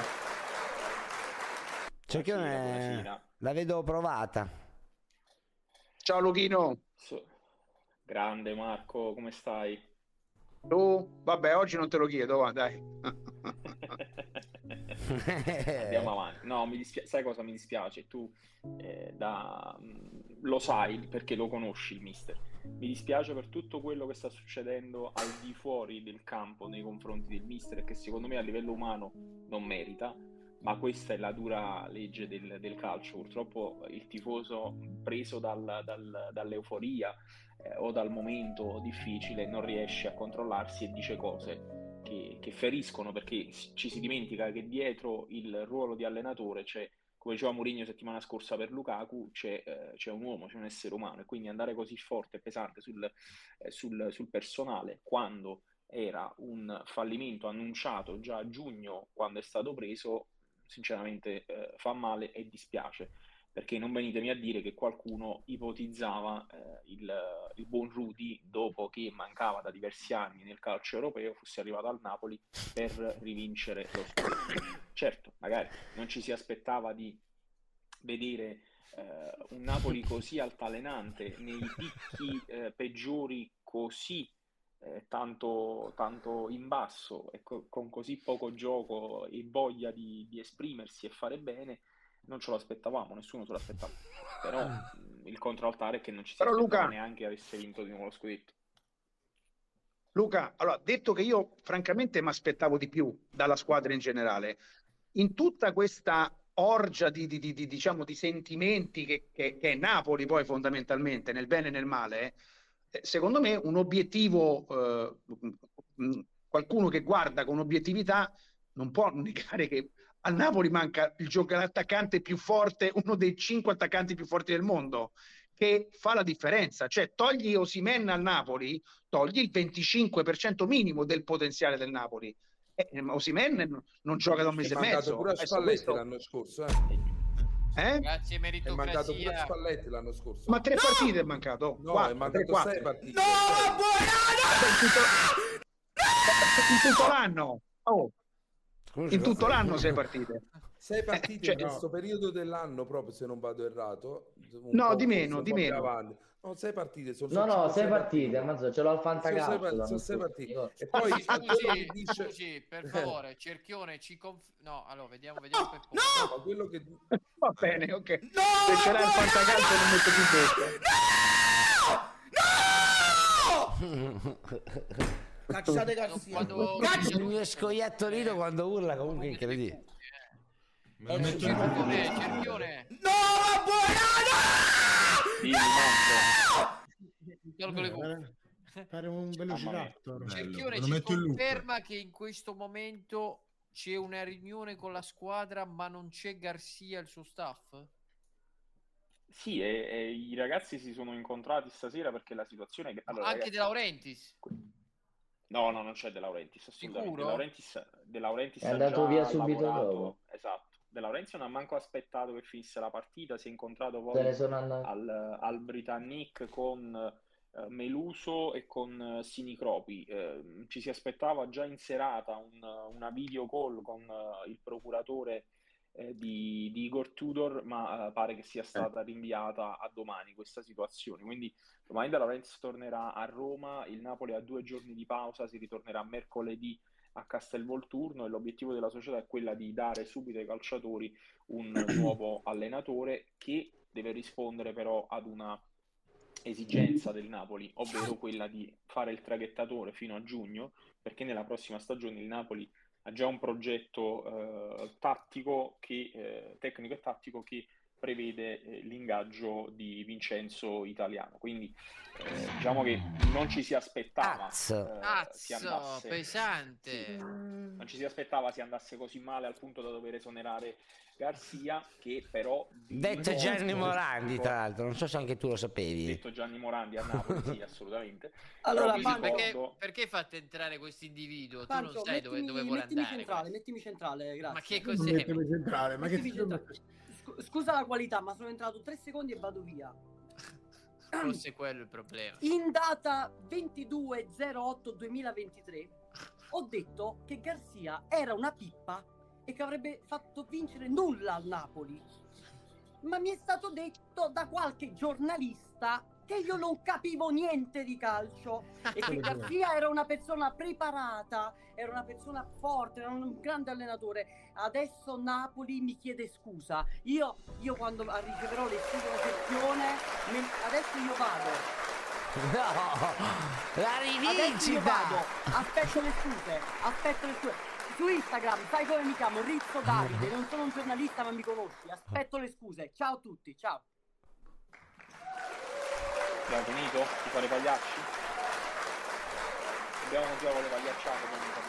[SPEAKER 4] Cerchione
[SPEAKER 17] buonasera.
[SPEAKER 4] la vedo provata.
[SPEAKER 20] Ciao Luchino.
[SPEAKER 17] So- Grande Marco, come stai?
[SPEAKER 20] Tu? Vabbè, oggi non te lo chiedo, va, dai.
[SPEAKER 17] Andiamo avanti. No, mi dispia- sai cosa mi dispiace? Tu eh, da... mh, lo sai perché lo conosci il mister. Mi dispiace per tutto quello che sta succedendo al di fuori del campo nei confronti del mister e che secondo me a livello umano non merita, ma questa è la dura legge del, del calcio. Purtroppo il tifoso preso dal- dal- dall'euforia eh, o dal momento difficile non riesce a controllarsi e dice cose che, che feriscono, perché ci si dimentica che dietro il ruolo di allenatore c'è, come diceva Mourinho settimana scorsa per Lukaku, c'è, eh, c'è un uomo, c'è un essere umano, e quindi andare così forte e pesante sul, eh, sul, sul personale quando era un fallimento annunciato già a giugno quando è stato preso, sinceramente eh, fa male e dispiace, perché non venitemi a dire che qualcuno ipotizzava eh, il, il buon Rudy, dopo che mancava da diversi anni nel calcio europeo, fosse arrivato al Napoli per rivincere lo scudetto. Certo, magari non ci si aspettava di vedere eh, un Napoli così altalenante, nei picchi eh, peggiori così eh, tanto, tanto in basso e co- con così poco gioco e voglia di, di esprimersi e fare bene. Non ce lo aspettavamo, nessuno se lo aspettava. Però mh, il controaltare è che non ci si
[SPEAKER 20] Però,
[SPEAKER 17] aspettava
[SPEAKER 20] Luca-
[SPEAKER 17] neanche avesse vinto di nuovo lo scudetto.
[SPEAKER 20] Luca, allora, detto che io francamente mi aspettavo di più dalla squadra in generale, in tutta questa orgia di, di- di- di- diciamo, di sentimenti che, che- che è Napoli poi fondamentalmente, nel bene e nel male, eh, secondo me un obiettivo, eh, mh, qualcuno che guarda con obiettività non può negare che al Napoli manca il giocatore attaccante più forte, uno dei cinque attaccanti più forti del mondo, che fa la differenza. Cioè, togli Osimhen al Napoli, togli il venticinque per cento minimo del potenziale del Napoli. Eh, Osimhen non, non gioca da un
[SPEAKER 10] È
[SPEAKER 20] mese e
[SPEAKER 10] mancato
[SPEAKER 20] mezzo.
[SPEAKER 10] pure a
[SPEAKER 20] Adesso
[SPEAKER 10] Spalletti
[SPEAKER 20] questo-
[SPEAKER 10] l'anno scorso, eh?
[SPEAKER 20] Eh?
[SPEAKER 6] Grazie
[SPEAKER 10] È mancato pure a
[SPEAKER 6] meritocrazia.
[SPEAKER 10] Spalletti l'anno scorso.
[SPEAKER 20] Ma tre partite è mancato?
[SPEAKER 10] No,
[SPEAKER 20] Quattro,
[SPEAKER 10] è mancato
[SPEAKER 20] tre, quattro.
[SPEAKER 10] sei partite.
[SPEAKER 20] In tutto, in tutto l'anno. Oh. In tutto l'anno sei partite.
[SPEAKER 10] Sei partite
[SPEAKER 20] Eh, cioè,
[SPEAKER 10] in questo periodo dell'anno, proprio se non vado errato. un
[SPEAKER 20] No,
[SPEAKER 10] po',
[SPEAKER 20] di meno,
[SPEAKER 10] forse
[SPEAKER 20] di
[SPEAKER 10] un po'
[SPEAKER 20] meno.
[SPEAKER 10] più avanti. No, sei partite. Sono,
[SPEAKER 22] No,
[SPEAKER 10] sono
[SPEAKER 22] no,
[SPEAKER 10] cinque,
[SPEAKER 22] sei
[SPEAKER 10] sei
[SPEAKER 22] partite, ammazza, ce l'ho al
[SPEAKER 10] Sono sei,
[SPEAKER 22] fantacalcio.
[SPEAKER 10] par-
[SPEAKER 22] l'anno
[SPEAKER 10] sono sei
[SPEAKER 22] scorso,
[SPEAKER 10] partite.
[SPEAKER 22] ricordo.
[SPEAKER 10] E poi
[SPEAKER 6] Scusi,
[SPEAKER 10] a quello che
[SPEAKER 6] scusi,
[SPEAKER 10] dice...
[SPEAKER 6] scusi, per
[SPEAKER 10] Eh.
[SPEAKER 6] favore, Cerchione ci conf... No, allora, vediamo, vediamo per poco.
[SPEAKER 10] No, ma quello che...
[SPEAKER 20] Va bene, ok. Se ce l'hai il fantacalcio non metto più bocca.
[SPEAKER 8] Cacciate Garzia.
[SPEAKER 6] Quando...
[SPEAKER 4] Il mio scoiattolino quando urla comunque è incredibile.
[SPEAKER 1] Me lo metto in
[SPEAKER 6] Cerchione, Cerchione.
[SPEAKER 17] Dimmi, Manzo.
[SPEAKER 6] Mi tolgo le cuffie.
[SPEAKER 5] Fare, fare un velociraptor.
[SPEAKER 6] Cerchione
[SPEAKER 5] Me lo
[SPEAKER 6] ci
[SPEAKER 5] metto in loop.
[SPEAKER 6] conferma che in questo momento c'è una riunione con la squadra, ma non c'è Garzia e il suo staff?
[SPEAKER 17] Sì, e, e i ragazzi si sono incontrati stasera perché la situazione è che... Allora,
[SPEAKER 6] Anche
[SPEAKER 17] ragazzi,
[SPEAKER 6] De Laurentiis?
[SPEAKER 17] No, no, non c'è De Laurentiis, assolutamente.
[SPEAKER 6] Sicuro?
[SPEAKER 17] De Laurentiis, De Laurentiis
[SPEAKER 22] È
[SPEAKER 17] ha
[SPEAKER 22] andato
[SPEAKER 17] già
[SPEAKER 22] via subito
[SPEAKER 17] lavorato.
[SPEAKER 22] dopo.
[SPEAKER 17] Esatto. De Laurentiis non ha manco aspettato che finisse la partita, si è incontrato
[SPEAKER 22] Se
[SPEAKER 17] poi
[SPEAKER 22] ne sono andati.
[SPEAKER 17] al, al Britannic con eh, Meluso e con eh, Sinicropi. Eh, ci si aspettava già in serata un- una video call con eh, il procuratore eh, di, di Igor Tudor, ma eh, pare che sia stata rinviata a domani questa situazione. Quindi domani De Laurentiis tornerà a Roma, il Napoli ha due giorni di pausa, si ritornerà mercoledì a Castelvolturno e l'obiettivo della società è quella di dare subito ai calciatori un nuovo allenatore che deve rispondere però ad una esigenza del Napoli, ovvero quella di fare il traghettatore fino a giugno, perché nella prossima stagione il Napoli ha già un progetto eh, tattico che, eh, tecnico e tattico che prevede eh, l'ingaggio di Vincenzo Italiano. Quindi eh, diciamo che non ci si aspettava eh, si
[SPEAKER 6] Cazzo,
[SPEAKER 17] andasse
[SPEAKER 6] pesante.
[SPEAKER 17] non ci si aspettava si andasse così male al punto da dover esonerare Garzia, che però di
[SPEAKER 4] Detto
[SPEAKER 17] nuovo-
[SPEAKER 4] Gianni Morandi, tra l'altro, non so se anche tu lo sapevi.
[SPEAKER 17] detto Gianni Morandi a Napoli, sì, assolutamente.
[SPEAKER 18] Allora,
[SPEAKER 17] Però vi
[SPEAKER 18] Banco-
[SPEAKER 6] Perché,
[SPEAKER 17] ricordo-
[SPEAKER 6] perché fate entrare questo individuo? Tu
[SPEAKER 18] Panzo,
[SPEAKER 6] non sai dove,
[SPEAKER 18] mettimi,
[SPEAKER 6] dove vuole
[SPEAKER 18] mettimi
[SPEAKER 6] andare.
[SPEAKER 18] centrale, mettimi centrale, grazie.
[SPEAKER 6] Ma che
[SPEAKER 5] Non
[SPEAKER 6] cos'è?
[SPEAKER 5] mettimi centrale, ma che
[SPEAKER 18] Mettimi centrale. Scu- Scusa la qualità, ma sono entrato tre secondi e vado via.
[SPEAKER 6] Forse è quello il problema.
[SPEAKER 18] In data ventidue zero otto duemilaventitré ho detto che Garzia era una pippa e che avrebbe fatto vincere nulla al Napoli. Ma mi è stato detto da qualche giornalista che io non capivo niente di calcio e che Garzia era una persona preparata, era una persona forte, era un grande allenatore. Adesso Napoli mi chiede scusa. Io, io quando riceverò le scuse della sezione, me- adesso io vado.
[SPEAKER 4] No, la
[SPEAKER 18] Adesso io
[SPEAKER 4] rivincita!
[SPEAKER 18] vado. Aspetto le scuse, aspetto le scuse. Su Instagram, sai come mi chiamo? Rizzo Davide, non sono un giornalista ma mi conosci. Aspetto le scuse. Ciao a tutti, ciao.
[SPEAKER 17] Abbiamo finito di fare i pagliacci? Abbiamo continuato con le pagliacciate come mi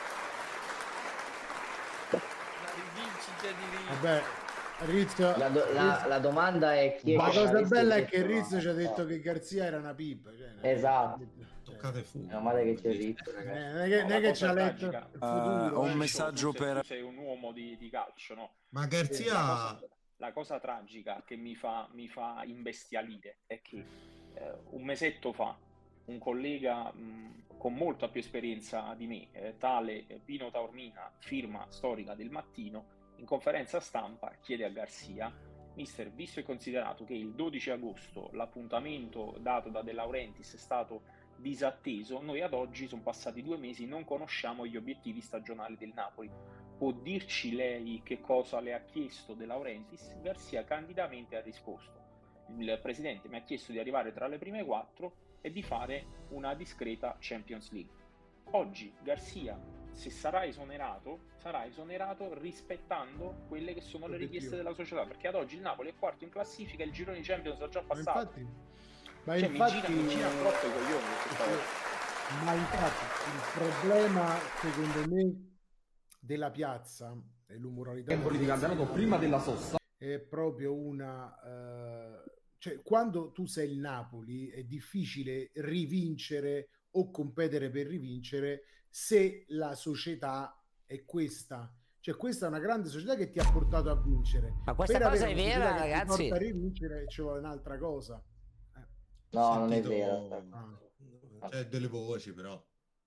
[SPEAKER 6] La rivincita di Rizzo.
[SPEAKER 5] Vabbè, Riz,
[SPEAKER 22] La, do- la- la domanda è chi è
[SPEAKER 5] la
[SPEAKER 22] che
[SPEAKER 5] cosa
[SPEAKER 22] avesse
[SPEAKER 5] bella è
[SPEAKER 22] detto
[SPEAKER 5] che
[SPEAKER 22] no.
[SPEAKER 5] Riz ci ha detto che Garzia era una pippa. Cioè,
[SPEAKER 22] Esatto.
[SPEAKER 11] Toccate fuoco.
[SPEAKER 22] Meno male che c'è Rizzo,
[SPEAKER 5] eh,
[SPEAKER 22] ragazzi.
[SPEAKER 5] non è che,
[SPEAKER 17] No,
[SPEAKER 5] non
[SPEAKER 17] la
[SPEAKER 5] è che
[SPEAKER 17] cosa
[SPEAKER 5] ci ha letto
[SPEAKER 17] tragica-
[SPEAKER 5] il futuro.
[SPEAKER 10] un
[SPEAKER 5] eh.
[SPEAKER 10] messaggio
[SPEAKER 17] tu sei,
[SPEAKER 10] per-
[SPEAKER 17] tu sei un uomo di, di calcio, no?
[SPEAKER 11] Ma
[SPEAKER 17] La
[SPEAKER 11] Garzia...
[SPEAKER 17] cosa, la cosa tragica che mi fa, mi fa imbestialire è che Eh, un mesetto fa un collega mh, con molta più esperienza di me, eh, tale Pino Taormina, firma storica del Mattino, in conferenza stampa chiede a Garzia: mister, visto e considerato che il dodici agosto l'appuntamento dato da De Laurentiis è stato disatteso, noi ad oggi, sono passati due mesi, non conosciamo gli obiettivi stagionali del Napoli. Può dirci lei che cosa le ha chiesto De Laurentiis? Garzia candidamente ha risposto: il presidente mi ha chiesto di arrivare tra le prime quattro e di fare una discreta Champions League. Oggi Garzia, se sarà esonerato, sarà esonerato rispettando quelle che sono le richieste della società, perché ad oggi il Napoli è quarto in classifica e il girone di Champions ha già passato.
[SPEAKER 5] Ma infatti, ma
[SPEAKER 17] cioè,
[SPEAKER 5] infatti,
[SPEAKER 17] mi gira, mi gira troppo i coglioni questa cosa.
[SPEAKER 5] ma infatti il problema, secondo me, della piazza e l'umoralità
[SPEAKER 15] di campionato prima della sosta
[SPEAKER 5] è proprio una eh, cioè, quando tu sei il Napoli è difficile rivincere o competere per rivincere se la società è questa. Cioè, questa è una grande società che ti ha portato a vincere.
[SPEAKER 4] Ma questa
[SPEAKER 5] Per
[SPEAKER 4] cosa
[SPEAKER 5] avere
[SPEAKER 4] è
[SPEAKER 5] una
[SPEAKER 4] vera,
[SPEAKER 5] società che ti
[SPEAKER 4] ragazzi?
[SPEAKER 5] porta a rivincere ci vuole un'altra cosa. Eh.
[SPEAKER 22] No, non è
[SPEAKER 11] Sentito-
[SPEAKER 22] vero.
[SPEAKER 5] Ah.
[SPEAKER 11] C'è delle voci, però.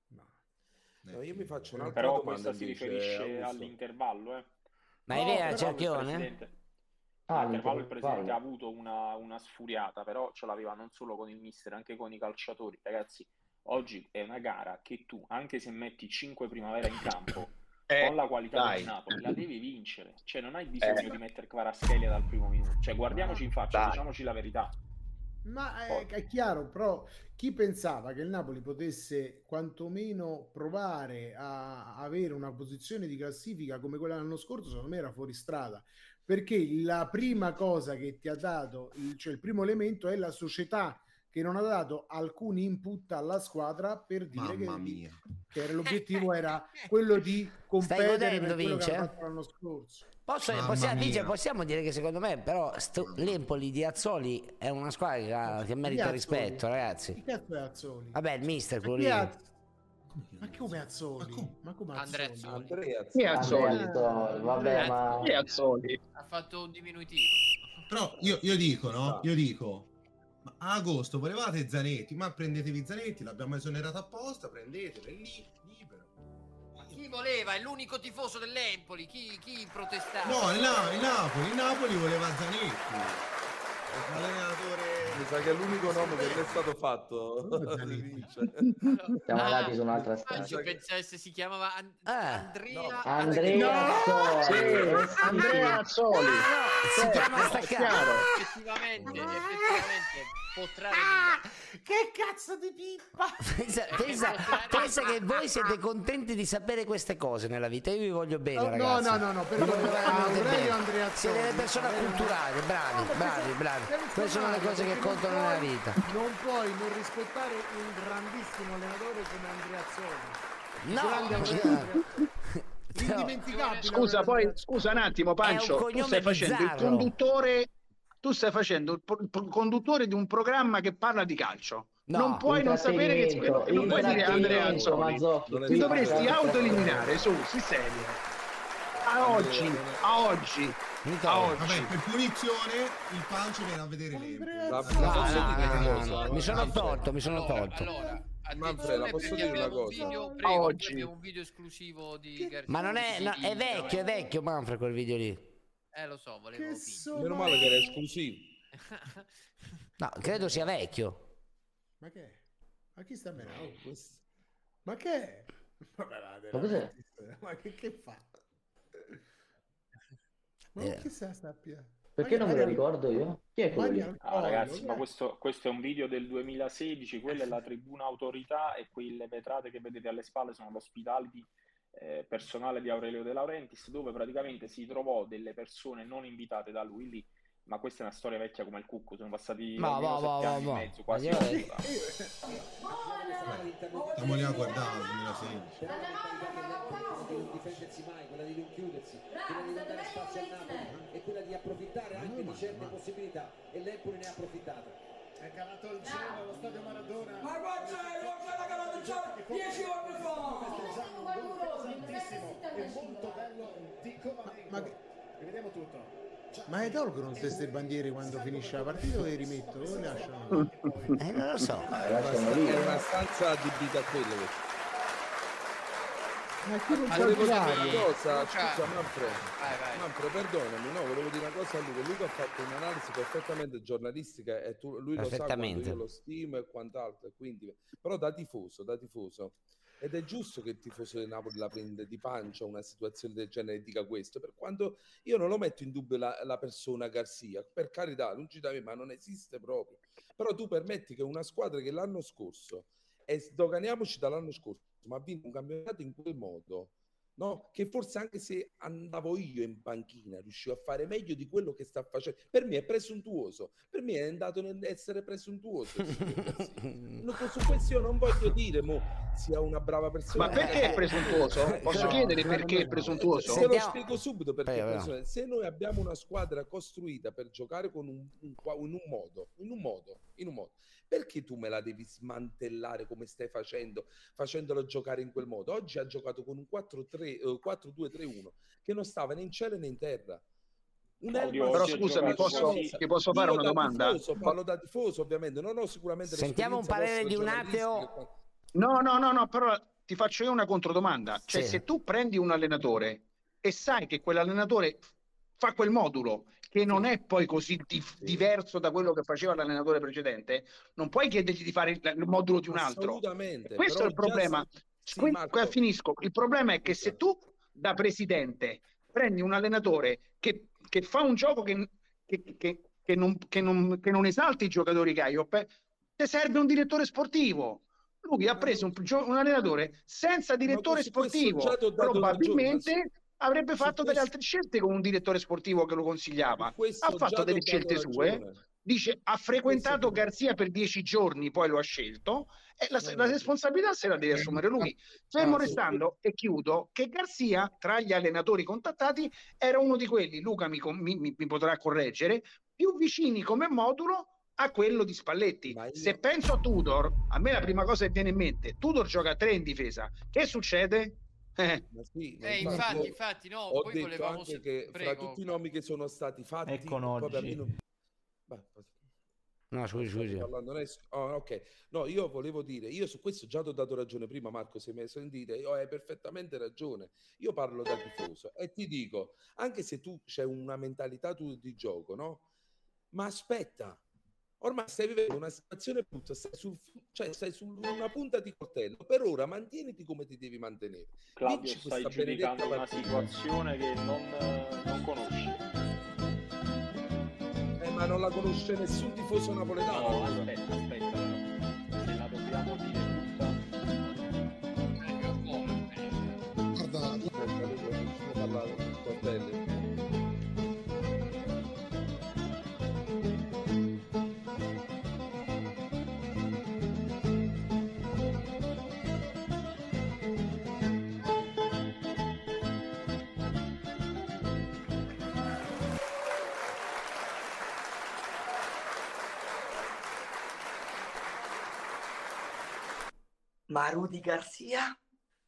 [SPEAKER 10] No, io mi faccio un'altra
[SPEAKER 17] Però
[SPEAKER 10] domanda
[SPEAKER 17] questa si
[SPEAKER 10] invece,
[SPEAKER 17] riferisce
[SPEAKER 10] Augusto.
[SPEAKER 17] all'intervallo, eh.
[SPEAKER 4] Ma è
[SPEAKER 17] No,
[SPEAKER 4] vera,
[SPEAKER 17] però il
[SPEAKER 4] Cerchione?
[SPEAKER 17] presidente-
[SPEAKER 22] Ah,
[SPEAKER 17] all'intervallo il presidente ha
[SPEAKER 22] l'intervallo.
[SPEAKER 17] avuto una, una sfuriata, però ce l'aveva non solo con il mister, anche con i calciatori. Ragazzi, oggi è una gara che tu, anche se metti cinque primavera in campo,
[SPEAKER 20] Eh,
[SPEAKER 17] con la qualità
[SPEAKER 20] dai.
[SPEAKER 17] del Napoli, la devi vincere. Cioè, non hai bisogno
[SPEAKER 20] Eh.
[SPEAKER 17] di mettere Kvaratskhelia dal primo minuto. Cioè, guardiamoci in faccia,
[SPEAKER 20] Dai.
[SPEAKER 17] diciamoci la verità.
[SPEAKER 5] Ma è, è chiaro, però chi pensava che il Napoli potesse quantomeno provare a avere una posizione di classifica come quella dell'anno scorso, secondo me era fuori strada, perché la prima cosa che ti ha dato, il- cioè il primo elemento è la società che non ha dato alcun input alla squadra per dire che,
[SPEAKER 11] Mamma mia.
[SPEAKER 5] che era- l'obiettivo era quello di competere
[SPEAKER 4] godendo,
[SPEAKER 5] per quello che
[SPEAKER 4] Vince?
[SPEAKER 5] hanno fatto l'anno scorso.
[SPEAKER 4] Posso,
[SPEAKER 11] Mamma
[SPEAKER 4] possiamo,
[SPEAKER 11] mia.
[SPEAKER 4] Vince, possiamo dire che secondo me però sto- l'Empoli di Azzoli è una squadra che, ha- che merita
[SPEAKER 5] Azzoli?
[SPEAKER 4] rispetto, ragazzi.
[SPEAKER 5] Chi cazzo è Azzoli?
[SPEAKER 4] Vabbè, il mister,
[SPEAKER 5] Ma
[SPEAKER 4] quello
[SPEAKER 5] chi
[SPEAKER 4] lì.
[SPEAKER 5] è Az- Ma come Azzoli? Ma come
[SPEAKER 6] Andrea
[SPEAKER 5] Azzoli?
[SPEAKER 6] Azzoli.
[SPEAKER 10] Andrea,
[SPEAKER 20] Chi è Azzoli?
[SPEAKER 22] Azzoli, vabbè, ma
[SPEAKER 20] Chi è Azzoli?
[SPEAKER 6] Ha fatto un diminutivo.
[SPEAKER 11] Però io, io dico, no? Io dico, ma a agosto volevate Zanetti, ma prendetevi Zanetti, l'abbiamo esonerato apposta, prendetelo, è lì, libero.
[SPEAKER 6] Ma chi voleva? È l'unico tifoso dell'Empoli. Chi, chi protestava?
[SPEAKER 11] No, il, Na- il Napoli, il Napoli voleva Zanetti. L'allenatore...
[SPEAKER 10] mi sa che è l'unico nome che non è stato fatto. Vince.
[SPEAKER 22] siamo
[SPEAKER 6] Ah,
[SPEAKER 22] andati su un'altra strada.
[SPEAKER 6] Io pensasse si chiamava An-
[SPEAKER 4] Ah,
[SPEAKER 6] Andrea
[SPEAKER 22] Andrea Azzoli.
[SPEAKER 20] Sì,
[SPEAKER 22] Eh sì.
[SPEAKER 20] Andrea Azzoli.
[SPEAKER 4] si
[SPEAKER 20] Certo,
[SPEAKER 4] chiama
[SPEAKER 20] è
[SPEAKER 4] staccato.
[SPEAKER 20] chiaro.
[SPEAKER 6] effettivamente, effettivamente potrà venire.
[SPEAKER 5] Che cazzo di pippa!
[SPEAKER 4] Pensa, pensa- pensa che voi siete contenti di sapere queste cose nella vita. Io vi voglio bene,
[SPEAKER 5] No, no,
[SPEAKER 4] ragazzi.
[SPEAKER 5] no, no, no, per
[SPEAKER 4] Vi voglio
[SPEAKER 5] favore,
[SPEAKER 4] veramente
[SPEAKER 5] Aurelio
[SPEAKER 4] bene.
[SPEAKER 5] Andrea
[SPEAKER 4] Siete delle
[SPEAKER 5] Azzoli.
[SPEAKER 4] persone
[SPEAKER 5] Aurelio-
[SPEAKER 4] acculturate, bravi,
[SPEAKER 5] No, ma
[SPEAKER 4] bravi,
[SPEAKER 5] questo-
[SPEAKER 4] bravi.
[SPEAKER 5] devi
[SPEAKER 4] Queste sono le
[SPEAKER 5] fermarlo,
[SPEAKER 4] cose che
[SPEAKER 5] perché non
[SPEAKER 4] contano nella
[SPEAKER 5] puoi-
[SPEAKER 4] vita.
[SPEAKER 5] Non puoi non rispettare un grandissimo allenatore come Andrea Azzoli.
[SPEAKER 4] No,
[SPEAKER 5] Grande
[SPEAKER 4] cioè-
[SPEAKER 5] allenatore.
[SPEAKER 4] Però-
[SPEAKER 5] Indimenticabile.
[SPEAKER 20] Scusa, poi scusa un attimo, Pancio, tu
[SPEAKER 4] cognome
[SPEAKER 20] stai facendo il
[SPEAKER 4] bizzarro.
[SPEAKER 20] conduttore, tu stai facendo il pro- il conduttore di un programma che parla di calcio.
[SPEAKER 4] No.
[SPEAKER 20] Non puoi non sapere che
[SPEAKER 22] Intrattenimento,
[SPEAKER 20] non puoi dire Andrea
[SPEAKER 22] intrattenimento,
[SPEAKER 20] Azzoli.
[SPEAKER 22] Mazzocchi,
[SPEAKER 10] Non è
[SPEAKER 20] Ti
[SPEAKER 22] qui
[SPEAKER 20] dovresti
[SPEAKER 22] parliamo di
[SPEAKER 20] autoeliminare, su, si serio. A oggi, a oggi, a oggi.
[SPEAKER 11] Vabbè, per punizione il Pancio viene a vedere l'Empoli.
[SPEAKER 10] La-
[SPEAKER 4] No,
[SPEAKER 10] la
[SPEAKER 4] no,
[SPEAKER 10] posso
[SPEAKER 4] no,
[SPEAKER 10] dire una
[SPEAKER 4] no, no,
[SPEAKER 10] cosa?
[SPEAKER 4] no, mi sono
[SPEAKER 10] Manfred,
[SPEAKER 4] tolto, mi sono
[SPEAKER 6] Allora,
[SPEAKER 4] tolto.
[SPEAKER 6] allora,
[SPEAKER 10] Manfred,
[SPEAKER 6] attenzione
[SPEAKER 10] posso
[SPEAKER 6] perché
[SPEAKER 10] dire una
[SPEAKER 6] abbiamo un
[SPEAKER 10] cosa?
[SPEAKER 6] video,
[SPEAKER 20] A
[SPEAKER 6] prego,
[SPEAKER 20] oggi.
[SPEAKER 6] abbiamo un video esclusivo di Garzia.
[SPEAKER 4] Ma non è, no, è vecchio, è vecchio, Manfred, quel video lì.
[SPEAKER 6] Eh, lo so, volevo
[SPEAKER 5] Che
[SPEAKER 6] fingere.
[SPEAKER 10] Meno male che era esclusivo.
[SPEAKER 4] No, credo sia vecchio.
[SPEAKER 5] Ma che è? Ma chi sta bene? Oh, questo- Ma che è? Vabbè, va,
[SPEAKER 22] Ma cos'è?
[SPEAKER 5] Ma che, che fa? Ma
[SPEAKER 4] Eh.
[SPEAKER 5] che sa sappia?
[SPEAKER 22] Perché non me lo ricordo io? Chi è quello lì?
[SPEAKER 17] Ah, ragazzi, ma questo, questo è un video del duemilasedici, quella è la tribuna autorità e quelle vetrate che vedete alle spalle sono l'ospitality eh, personale di Aurelio De Laurentiis, dove praticamente si trovò delle persone non invitate da lui lì, ma questa è una storia vecchia come il cucco, sono passati
[SPEAKER 4] Ma
[SPEAKER 17] almeno
[SPEAKER 4] va, va,
[SPEAKER 17] sette
[SPEAKER 4] va,
[SPEAKER 17] anni
[SPEAKER 4] va.
[SPEAKER 17] e mezzo, quasi
[SPEAKER 4] Ma io-
[SPEAKER 17] otto.
[SPEAKER 11] Stiamo lì a guardare, duemilasedici.
[SPEAKER 19] di non difendersi mai, quella di non chiudersi, quella di non dare spazio al Napoli e quella di approfittare anche di certe possibilità e l'Empoli ne ha approfittato.
[SPEAKER 5] È calato il cielo allo stadio Maradona.
[SPEAKER 19] Ma guarda, l'ha calato il cielo dieci anni fa!
[SPEAKER 5] Pesantissimo e molto bello di Covalenco. Ma che...
[SPEAKER 7] Rivediamo tutto.
[SPEAKER 5] Ma è tolgono queste bandiere quando finisce la partita o le rimettono? O le lasciano?
[SPEAKER 4] Eh, non lo so.
[SPEAKER 10] È una stanza adibita a quello. che-
[SPEAKER 5] Ma qui non
[SPEAKER 10] Ma
[SPEAKER 5] c'è
[SPEAKER 10] volevo
[SPEAKER 5] il
[SPEAKER 10] dire una
[SPEAKER 5] diario.
[SPEAKER 10] cosa,
[SPEAKER 6] Luca.
[SPEAKER 10] scusa Manfred,
[SPEAKER 6] Vai, vai.
[SPEAKER 10] Manfred, perdonami, no, volevo dire una cosa a Luca. Luca ha fatto un'analisi perfettamente giornalistica e tu, lui lo sa quanto
[SPEAKER 4] Perfettamente.
[SPEAKER 10] io lo stimo e quant'altro, e quindi, però da tifoso, da tifoso, ed è giusto che il tifoso del Napoli la prende di pancia una situazione del genere e dica questo, per quanto io non lo metto in dubbio la, la persona Garcia, per carità, lungi da me, ma non esiste proprio, però tu permetti che una squadra che l'anno scorso, e sdoganiamoci dall'anno scorso, ma ha vinto un campionato in quel modo, no? Che forse anche se andavo io in panchina riuscivo a fare meglio di quello che sta facendo, per me è presuntuoso, per me è andato nell'essere presuntuoso il signor Garcia. Non- su questo io non voglio dire mo sia una brava persona.
[SPEAKER 20] Ma perché è presuntuoso? Posso
[SPEAKER 10] No,
[SPEAKER 20] chiedere
[SPEAKER 10] no,
[SPEAKER 20] perché
[SPEAKER 10] no,
[SPEAKER 20] è
[SPEAKER 10] no.
[SPEAKER 20] presuntuoso?
[SPEAKER 10] Se lo spiego subito perché
[SPEAKER 4] Prego,
[SPEAKER 10] è
[SPEAKER 4] prego.
[SPEAKER 10] presuntuoso. Se noi abbiamo una squadra costruita per giocare con un, un qua- in un modo, in un modo, in un modo, perché tu me la devi smantellare come stai facendo, facendolo giocare in quel modo? Oggi ha giocato con un quattro due tre uno che non stava né in cielo né in terra. Un
[SPEAKER 17] Claudio,
[SPEAKER 10] Elmas-
[SPEAKER 20] Però
[SPEAKER 17] oggi ha
[SPEAKER 20] scusa, mi
[SPEAKER 17] giocato
[SPEAKER 20] posso,
[SPEAKER 17] così.
[SPEAKER 20] ti posso fare
[SPEAKER 10] Io
[SPEAKER 20] una
[SPEAKER 10] da
[SPEAKER 20] domanda?
[SPEAKER 10] tifoso, parlo da tifoso ovviamente, non ho sicuramente
[SPEAKER 4] Sentiamo un
[SPEAKER 10] l'esperienza
[SPEAKER 4] parere di un
[SPEAKER 10] vostra
[SPEAKER 4] ateo.
[SPEAKER 10] giornalistica.
[SPEAKER 20] No, no, no, no, però ti faccio io una controdomanda. Cioè,
[SPEAKER 4] Sì.
[SPEAKER 20] se tu prendi un allenatore e sai che quell'allenatore fa quel modulo che non è poi così di- diverso da quello che faceva l'allenatore precedente, non puoi chiedergli di fare il, il modulo di un altro.
[SPEAKER 10] Assolutamente.
[SPEAKER 20] Questo
[SPEAKER 10] però
[SPEAKER 20] è il problema.
[SPEAKER 10] già se- sì,
[SPEAKER 20] Qui-
[SPEAKER 10] Marco,
[SPEAKER 20] qua finisco. Il problema è che
[SPEAKER 10] scusa.
[SPEAKER 20] se tu da presidente prendi un allenatore che, che fa un gioco che, che, che- che non, che, non, che non esalti i giocatori che hai, o pe- ti serve un direttore sportivo. Lui ha preso un, gio- un allenatore senza direttore
[SPEAKER 10] su questo
[SPEAKER 20] sportivo.
[SPEAKER 10] già ti ho dato
[SPEAKER 20] Probabilmente
[SPEAKER 10] ragione,
[SPEAKER 20] avrebbe
[SPEAKER 10] su
[SPEAKER 20] fatto delle
[SPEAKER 10] questo-
[SPEAKER 20] altre scelte con un direttore sportivo che lo consigliava.
[SPEAKER 10] questo
[SPEAKER 20] Ha
[SPEAKER 10] già
[SPEAKER 20] fatto
[SPEAKER 10] ti ho
[SPEAKER 20] delle
[SPEAKER 10] dato
[SPEAKER 20] scelte sue.
[SPEAKER 10] ragione.
[SPEAKER 20] Dice ha frequentato
[SPEAKER 10] Questo-
[SPEAKER 20] Garzia per dieci giorni, poi lo ha scelto e la,
[SPEAKER 10] Eh,
[SPEAKER 20] la responsabilità se la deve assumere lui. Fermo
[SPEAKER 10] Ah, sì.
[SPEAKER 20] restando, e chiudo, che Garzia tra gli allenatori contattati era uno di quelli, Luca mi, con- mi- mi- mi potrà correggere, più vicini come modulo a quello di Spalletti.
[SPEAKER 10] Ma io-
[SPEAKER 20] Se penso a Tudor, a me la prima cosa che viene in mente, Tudor gioca a tre in difesa. Che succede? Eh,
[SPEAKER 10] Ma sì, ma
[SPEAKER 6] Eh,
[SPEAKER 10] infatti
[SPEAKER 6] infatti,
[SPEAKER 10] io
[SPEAKER 6] infatti, no,
[SPEAKER 10] ho
[SPEAKER 6] poi
[SPEAKER 10] detto
[SPEAKER 6] volevamo
[SPEAKER 10] anche
[SPEAKER 6] se-
[SPEAKER 10] che fra
[SPEAKER 6] prego.
[SPEAKER 10] tutti i nomi che sono stati fatti
[SPEAKER 9] Ecco
[SPEAKER 10] proprio a me
[SPEAKER 9] oggi.
[SPEAKER 10] non- Vai, vai.
[SPEAKER 4] No, scusi,
[SPEAKER 10] Stavi
[SPEAKER 4] scusi.
[SPEAKER 10] parlando adesso? Oh, ok. No, io volevo dire, io su questo già ti ho dato ragione prima, Marco, se mi hai sentito, io hai perfettamente ragione. Io parlo da tifoso e ti dico, anche se tu c'è una mentalità tu di gioco, no? Ma aspetta, ormai stai vivendo una situazione brutta, stai, sul, cioè stai su una punta di coltello, per ora mantieniti come ti devi mantenere.
[SPEAKER 17] Claudio,
[SPEAKER 10] Vinci
[SPEAKER 17] stai
[SPEAKER 10] questa benedetta
[SPEAKER 17] giudicando una
[SPEAKER 10] partita.
[SPEAKER 17] situazione che non, non conosci.
[SPEAKER 10] Eh, ma non la conosce nessun tifoso napoletano.
[SPEAKER 17] No,
[SPEAKER 10] allora.
[SPEAKER 17] aspetta, aspetta, però. Se la dobbiamo dire tutta.
[SPEAKER 13] Guarda,
[SPEAKER 10] Aspetta, Luca, facciamo parlare con coltelli.
[SPEAKER 21] Ma Rudy Garcia?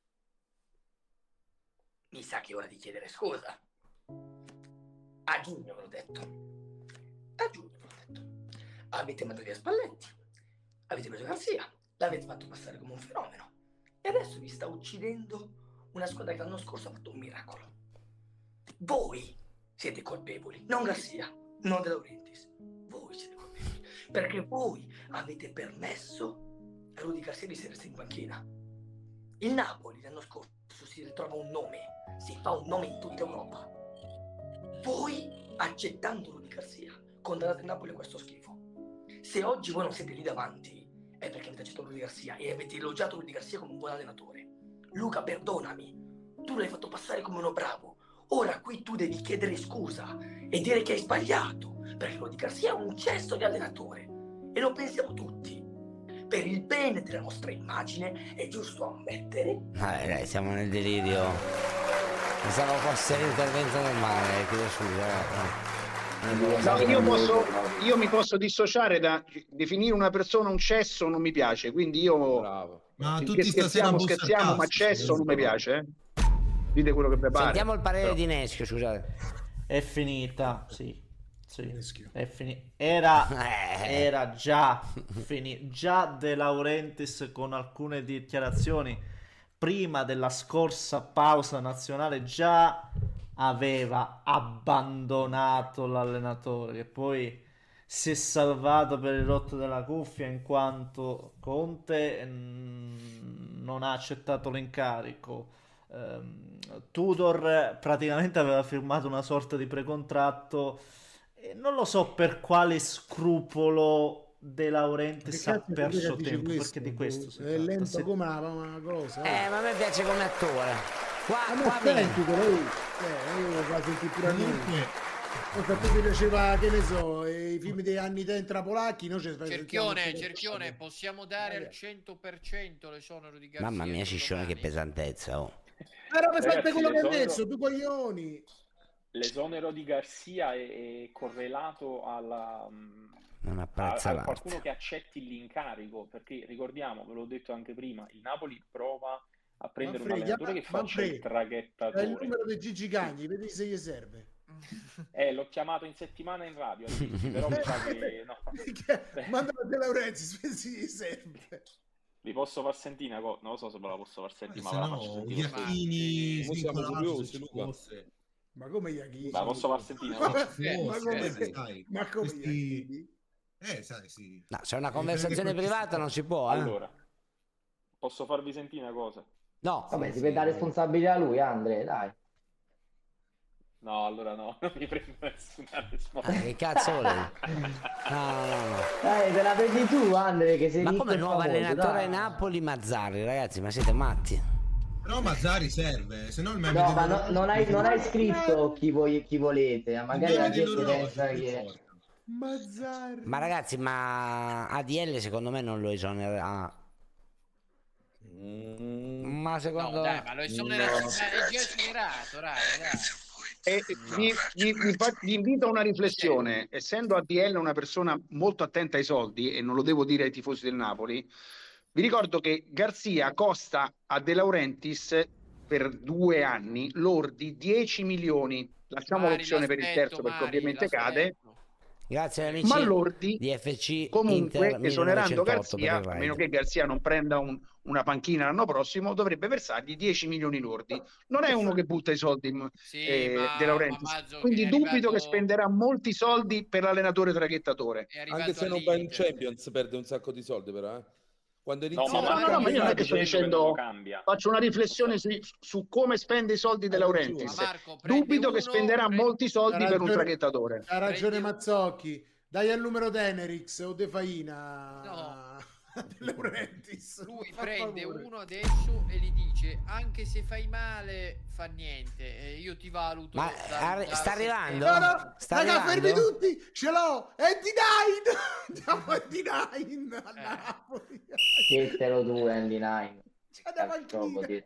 [SPEAKER 21] Mi sa che è ora di chiedere scusa. A giugno ve l'ho detto. A giugno ve l'ho detto. Avete mandato via Spalletti. Avete preso Garcia. L'avete fatto passare come un fenomeno. E adesso vi sta uccidendo una squadra che l'anno scorso ha fatto un miracolo. Voi siete colpevoli, non Garcia, non De Laurentiis. Voi siete colpevoli. Perché voi avete permesso a Rudy Garcia di sedersi in panchina. Il Napoli l'anno scorso si ritrova un nome, si fa un nome in tutta Europa. Voi, accettando Rudy Garcia, condannate il Napoli a questo schifo. Se oggi voi non siete lì davanti, è perché avete accettato Rudy Garcia e avete elogiato Rudy Garcia come un buon allenatore. Luca, perdonami, tu l'hai fatto passare come uno bravo. Ora qui tu devi chiedere scusa e dire che hai sbagliato, perché Rudy Garcia è un cesso di allenatore e lo pensiamo tutti. Per il bene della nostra immagine è giusto ammettere.
[SPEAKER 4] Dai, dai, siamo nel delirio. Pensavo fosse l'intervento normale, chiedo scusa. eh.
[SPEAKER 20] No, io, posso, io mi posso dissociare da definire una persona un cesso, non mi piace, quindi io
[SPEAKER 11] Ma
[SPEAKER 20] finché
[SPEAKER 11] tutti stasera
[SPEAKER 20] scherziamo,
[SPEAKER 11] un po'
[SPEAKER 20] scherziamo, ma
[SPEAKER 11] sarcastici,
[SPEAKER 20] cesso non mi piace. eh. Dite quello che vi pare.
[SPEAKER 4] Sentiamo il parere
[SPEAKER 20] Però-
[SPEAKER 4] di Neschio, scusate.
[SPEAKER 3] È finita, sì. Sì, è fini- era, era già finita. Già De Laurentiis, con alcune dichiarazioni prima della scorsa pausa nazionale, già aveva abbandonato l'allenatore, e poi si è salvato per il rotto della cuffia in quanto Conte mh, non ha accettato l'incarico. Um, Tudor praticamente aveva firmato una sorta di precontratto e non lo so per quale scrupolo De Laurentiis ha perso tempo, perché di questo si
[SPEAKER 5] è
[SPEAKER 3] tratta.
[SPEAKER 5] lento
[SPEAKER 3] Se-
[SPEAKER 5] come una, una cosa.
[SPEAKER 4] Eh, ma a me piace come attore. Qua,
[SPEAKER 5] Ma
[SPEAKER 4] qua
[SPEAKER 5] senti,
[SPEAKER 4] viene.
[SPEAKER 5] però, eh, io la senti pure a noi. Forse a te ti piaceva, che ne so, i film degli anni trenta polacchi, no?
[SPEAKER 6] Cerchione, Cerchione, possiamo dare al cento per cento l'esonero di Garzia?
[SPEAKER 4] Mamma mia, Ciccione, che pesantezza. Oh.
[SPEAKER 5] Era pesante
[SPEAKER 17] Ragazzi,
[SPEAKER 5] quello che hai
[SPEAKER 17] l'esonero-
[SPEAKER 5] messo, tu coglioni.
[SPEAKER 17] L'esonero di Garzia è, è correlato alla, mh,
[SPEAKER 4] Non
[SPEAKER 17] a,
[SPEAKER 4] apprezza
[SPEAKER 17] a
[SPEAKER 4] l'arte.
[SPEAKER 17] qualcuno che accetti l'incarico, perché ricordiamo, ve l'ho detto anche prima, il Napoli prova a prendere un
[SPEAKER 5] Manfredi,
[SPEAKER 17] allenatore che
[SPEAKER 5] chiama-
[SPEAKER 17] faccia il
[SPEAKER 5] Manfredi, è il
[SPEAKER 17] traghettatore.
[SPEAKER 5] numero di Gigi Cagni, vedi se gli serve.
[SPEAKER 17] Eh, l'ho chiamato in settimana in radio, Alberti, però mi sa che no.
[SPEAKER 5] Mandalo a De Laurentiis, se gli serve.
[SPEAKER 17] Vi posso far sentire una cosa? Non lo so se ve la posso far sentire, ma
[SPEAKER 11] se
[SPEAKER 17] ve la
[SPEAKER 11] no,
[SPEAKER 17] faccio sentire.
[SPEAKER 11] gli Iachini
[SPEAKER 10] Mo siamo
[SPEAKER 11] svincolato,
[SPEAKER 10] curiosi,
[SPEAKER 11] se ci
[SPEAKER 10] Luca.
[SPEAKER 11] fosse.
[SPEAKER 5] Ma come Iachini?
[SPEAKER 17] La posso far sentire?
[SPEAKER 5] Ma,
[SPEAKER 17] No?
[SPEAKER 5] ma
[SPEAKER 11] Forse,
[SPEAKER 5] come,
[SPEAKER 11] eh, sai,
[SPEAKER 5] ma come
[SPEAKER 11] questi-
[SPEAKER 5] Iachini?
[SPEAKER 11] Eh, sai, sì.
[SPEAKER 4] No, se è una
[SPEAKER 11] Eh,
[SPEAKER 4] conversazione
[SPEAKER 11] prende quel
[SPEAKER 4] privata non si può, eh.
[SPEAKER 17] Allora, posso farvi sentire una cosa?
[SPEAKER 4] No.
[SPEAKER 22] Vabbè, si vede la responsabilità a lui, Andre, dai.
[SPEAKER 17] No, allora no, non mi prendo nessuna
[SPEAKER 4] Ah,
[SPEAKER 17] responsabilità.
[SPEAKER 4] che cazzo volevi? No, no, no.
[SPEAKER 22] Dai, te la prendi tu, Andre, che sei
[SPEAKER 4] Ma
[SPEAKER 22] ricco
[SPEAKER 4] come
[SPEAKER 22] e
[SPEAKER 4] nuovo
[SPEAKER 22] famoso,
[SPEAKER 4] allenatore
[SPEAKER 22] dai.
[SPEAKER 4] Napoli Mazzarri, ragazzi, ma siete matti?
[SPEAKER 11] Però Mazzari serve, se no il meme
[SPEAKER 22] No,
[SPEAKER 11] di
[SPEAKER 22] ma
[SPEAKER 11] loro-
[SPEAKER 22] no- non, hai, non hai scritto chi, voi, chi volete, ma magari
[SPEAKER 11] il
[SPEAKER 22] la
[SPEAKER 11] meme di
[SPEAKER 22] gente
[SPEAKER 11] loro
[SPEAKER 22] pensa
[SPEAKER 11] oggi,
[SPEAKER 22] che...
[SPEAKER 5] Mazzarri.
[SPEAKER 4] Ma ragazzi, ma A D L secondo me non lo esonererà. Ma secondo
[SPEAKER 6] No, dai, ma lo esonerato,
[SPEAKER 20] No.
[SPEAKER 6] ma è già esonerato, dai, dai.
[SPEAKER 20] E vi, vi- vi fa- vi invito a una riflessione. Essendo A D L una persona molto attenta ai soldi, e non lo devo dire ai tifosi del Napoli, vi ricordo che Garzia costa a De Laurentiis per due anni lordi dieci milioni. Lasciamo
[SPEAKER 6] Mari,
[SPEAKER 20] l'opzione per il
[SPEAKER 6] l'aspetto,
[SPEAKER 20] terzo perché
[SPEAKER 6] Mari,
[SPEAKER 20] ovviamente cade.
[SPEAKER 4] Grazie agli amici
[SPEAKER 20] Ma lordi
[SPEAKER 4] di F C
[SPEAKER 20] comunque,
[SPEAKER 4] Inter
[SPEAKER 20] esonerando
[SPEAKER 4] millenovecentotto per
[SPEAKER 20] Garzia,
[SPEAKER 4] il
[SPEAKER 20] a
[SPEAKER 4] Raid.
[SPEAKER 20] meno che Garzia non prenda un- una panchina l'anno prossimo, dovrebbe versargli dieci milioni lordi. Non è uno che butta i soldi
[SPEAKER 6] Sì,
[SPEAKER 20] eh,
[SPEAKER 6] ma-
[SPEAKER 20] De Laurentiis.
[SPEAKER 6] ma Mazzo,
[SPEAKER 20] Quindi
[SPEAKER 6] che è
[SPEAKER 20] dubito
[SPEAKER 6] arrivato-
[SPEAKER 20] che spenderà molti soldi per l'allenatore traghettatore.
[SPEAKER 10] Anche se non va in Champions perde un sacco di soldi però, eh. Quando
[SPEAKER 20] No,
[SPEAKER 10] inizia
[SPEAKER 20] no, no, no, ma io non è che sto dicendo,
[SPEAKER 17] cambia.
[SPEAKER 20] faccio una riflessione su, su come spende i soldi De Laurentiis.
[SPEAKER 6] Ma Marco, prende
[SPEAKER 20] Dubito che
[SPEAKER 6] uno,
[SPEAKER 20] spenderà
[SPEAKER 6] prende-
[SPEAKER 20] molti soldi
[SPEAKER 5] Ha
[SPEAKER 20] per un
[SPEAKER 5] ragione-
[SPEAKER 20] traghettatore.
[SPEAKER 5] Ha ragione Mazzocchi. Dai al numero Tenerix o De Faina.
[SPEAKER 6] No.
[SPEAKER 5] De Laurentiis.
[SPEAKER 6] Lui
[SPEAKER 5] fa
[SPEAKER 6] prende
[SPEAKER 5] favore.
[SPEAKER 6] uno adesso e gli dice: anche se fai male, fa niente. E io ti valuto.
[SPEAKER 4] Ma
[SPEAKER 6] da-
[SPEAKER 4] arri-
[SPEAKER 6] da-
[SPEAKER 4] sta arrivando?
[SPEAKER 5] No, no,
[SPEAKER 4] Sta
[SPEAKER 5] raga,
[SPEAKER 4] arrivando?
[SPEAKER 5] fermi tutti, ce l'ho, è D nove. Andiamo a D nove a
[SPEAKER 6] Eh.
[SPEAKER 5] Napoli.
[SPEAKER 22] Chiedetelo tu, Andy Nine.
[SPEAKER 5] Andiamo a
[SPEAKER 22] Troppo di-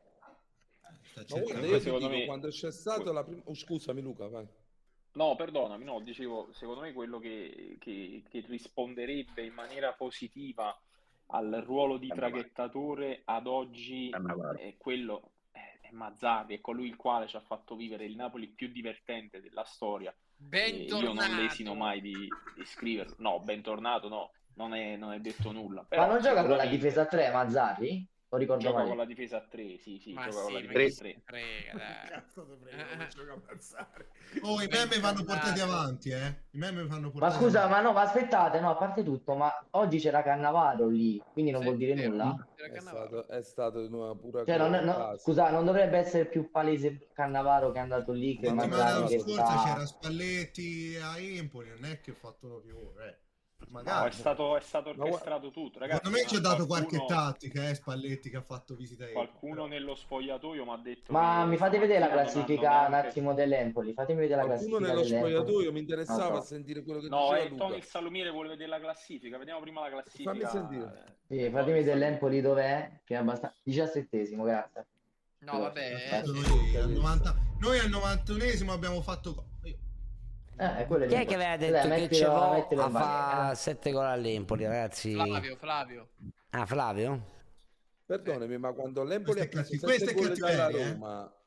[SPEAKER 10] Ma guarda,
[SPEAKER 17] Comunque,
[SPEAKER 10] io ti
[SPEAKER 17] secondo
[SPEAKER 10] dico,
[SPEAKER 17] me-
[SPEAKER 10] quando c'è stato la prima... Oh, scusami Luca, vai.
[SPEAKER 17] No, perdonami, no, dicevo, secondo me quello che, che- che risponderebbe in maniera positiva al ruolo di traghettatore ad oggi è quello, è, è Mazzarri, è colui il quale ci ha fatto vivere il Napoli più divertente della storia. E io non
[SPEAKER 6] Bentornato.
[SPEAKER 17] lesino mai di, di scriverlo. No, bentornato no, non è, non è detto nulla.
[SPEAKER 22] Ma
[SPEAKER 17] Però
[SPEAKER 22] non gioca con la
[SPEAKER 17] sicuramente
[SPEAKER 22] difesa a tre, Mazzarri? O ricordo
[SPEAKER 17] Gioca
[SPEAKER 22] male?
[SPEAKER 17] con la difesa a tre, sì, sì,
[SPEAKER 6] Ma
[SPEAKER 17] gioca con la
[SPEAKER 6] sì, ma
[SPEAKER 17] difesa
[SPEAKER 6] chi
[SPEAKER 17] a
[SPEAKER 6] se
[SPEAKER 17] tre.
[SPEAKER 6] ne frega, dai.
[SPEAKER 5] Cazzo te prego, non gioca a Mazzarri.
[SPEAKER 11] Oh, i meme vanno portati avanti, eh. I meme vanno
[SPEAKER 22] Ma
[SPEAKER 11] portati
[SPEAKER 22] scusa,
[SPEAKER 11] avanti.
[SPEAKER 22] ma no, ma aspettate, no, a parte tutto, ma oggi c'era Cannavaro lì, quindi non
[SPEAKER 6] Sì,
[SPEAKER 22] vuol dire
[SPEAKER 6] vero.
[SPEAKER 22] nulla?
[SPEAKER 17] Eh,
[SPEAKER 10] È stato, è stato una pura
[SPEAKER 22] Cioè, non, no,
[SPEAKER 10] caso.
[SPEAKER 22] scusa, non dovrebbe essere più palese Cannavaro che è andato lì che
[SPEAKER 11] La
[SPEAKER 22] Mazzarri
[SPEAKER 11] settimana
[SPEAKER 22] che
[SPEAKER 11] scorsa
[SPEAKER 22] sta...
[SPEAKER 11] c'era Spalletti a Empoli, non è che ho fatto più, eh.
[SPEAKER 17] No,
[SPEAKER 11] Magari.
[SPEAKER 17] è stato, è stato
[SPEAKER 10] Ma
[SPEAKER 17] orchestrato tutto, ragazzi.
[SPEAKER 11] Secondo me ci ha dato qualche
[SPEAKER 17] qualcuno-
[SPEAKER 11] tattica, eh, Spalletti che ha fatto visita a Empoli.
[SPEAKER 17] Qualcuno nello spogliatoio mi ha detto
[SPEAKER 22] Ma
[SPEAKER 17] che
[SPEAKER 22] mi fate vedere la
[SPEAKER 17] stamattina
[SPEAKER 22] classifica
[SPEAKER 17] non hanno
[SPEAKER 22] un
[SPEAKER 17] neanche-
[SPEAKER 22] attimo dell'Empoli, fatemi vedere la
[SPEAKER 10] Qualcuno
[SPEAKER 22] classifica
[SPEAKER 10] nello
[SPEAKER 22] dell'Empoli.
[SPEAKER 10] spogliatoio mi interessava
[SPEAKER 22] Non so.
[SPEAKER 10] sentire quello che
[SPEAKER 17] No,
[SPEAKER 10] diceva
[SPEAKER 17] è
[SPEAKER 10] Luca.
[SPEAKER 17] Tony il salumiere vuole vedere la classifica. Vediamo prima la classifica.
[SPEAKER 10] Fammi sentire.
[SPEAKER 22] Sì, fatemi vedere l'Empoli dov'è, che è abbastanza... diciassettesimo, grazie.
[SPEAKER 6] No, vabbè.
[SPEAKER 11] Adesso Noi al, novanta... noi al novantunesimo abbiamo fatto go- io-
[SPEAKER 22] Eh, quello è
[SPEAKER 4] Chi è
[SPEAKER 22] l'Empoli.
[SPEAKER 4] che aveva detto
[SPEAKER 22] Dai,
[SPEAKER 4] che
[SPEAKER 22] mettilo-
[SPEAKER 4] ci va
[SPEAKER 22] mettilo
[SPEAKER 4] a
[SPEAKER 22] in bagaglia.
[SPEAKER 4] fare sette gol all'Empoli, ragazzi?
[SPEAKER 6] Flavio, Flavio.
[SPEAKER 4] Ah, Flavio?
[SPEAKER 10] Perdonami, ma quando l'Empoli ha
[SPEAKER 11] Questa è
[SPEAKER 10] preso
[SPEAKER 11] catti-
[SPEAKER 10] sette
[SPEAKER 11] questa è
[SPEAKER 10] gol dalla
[SPEAKER 11] cattiveria, eh.
[SPEAKER 10] Roma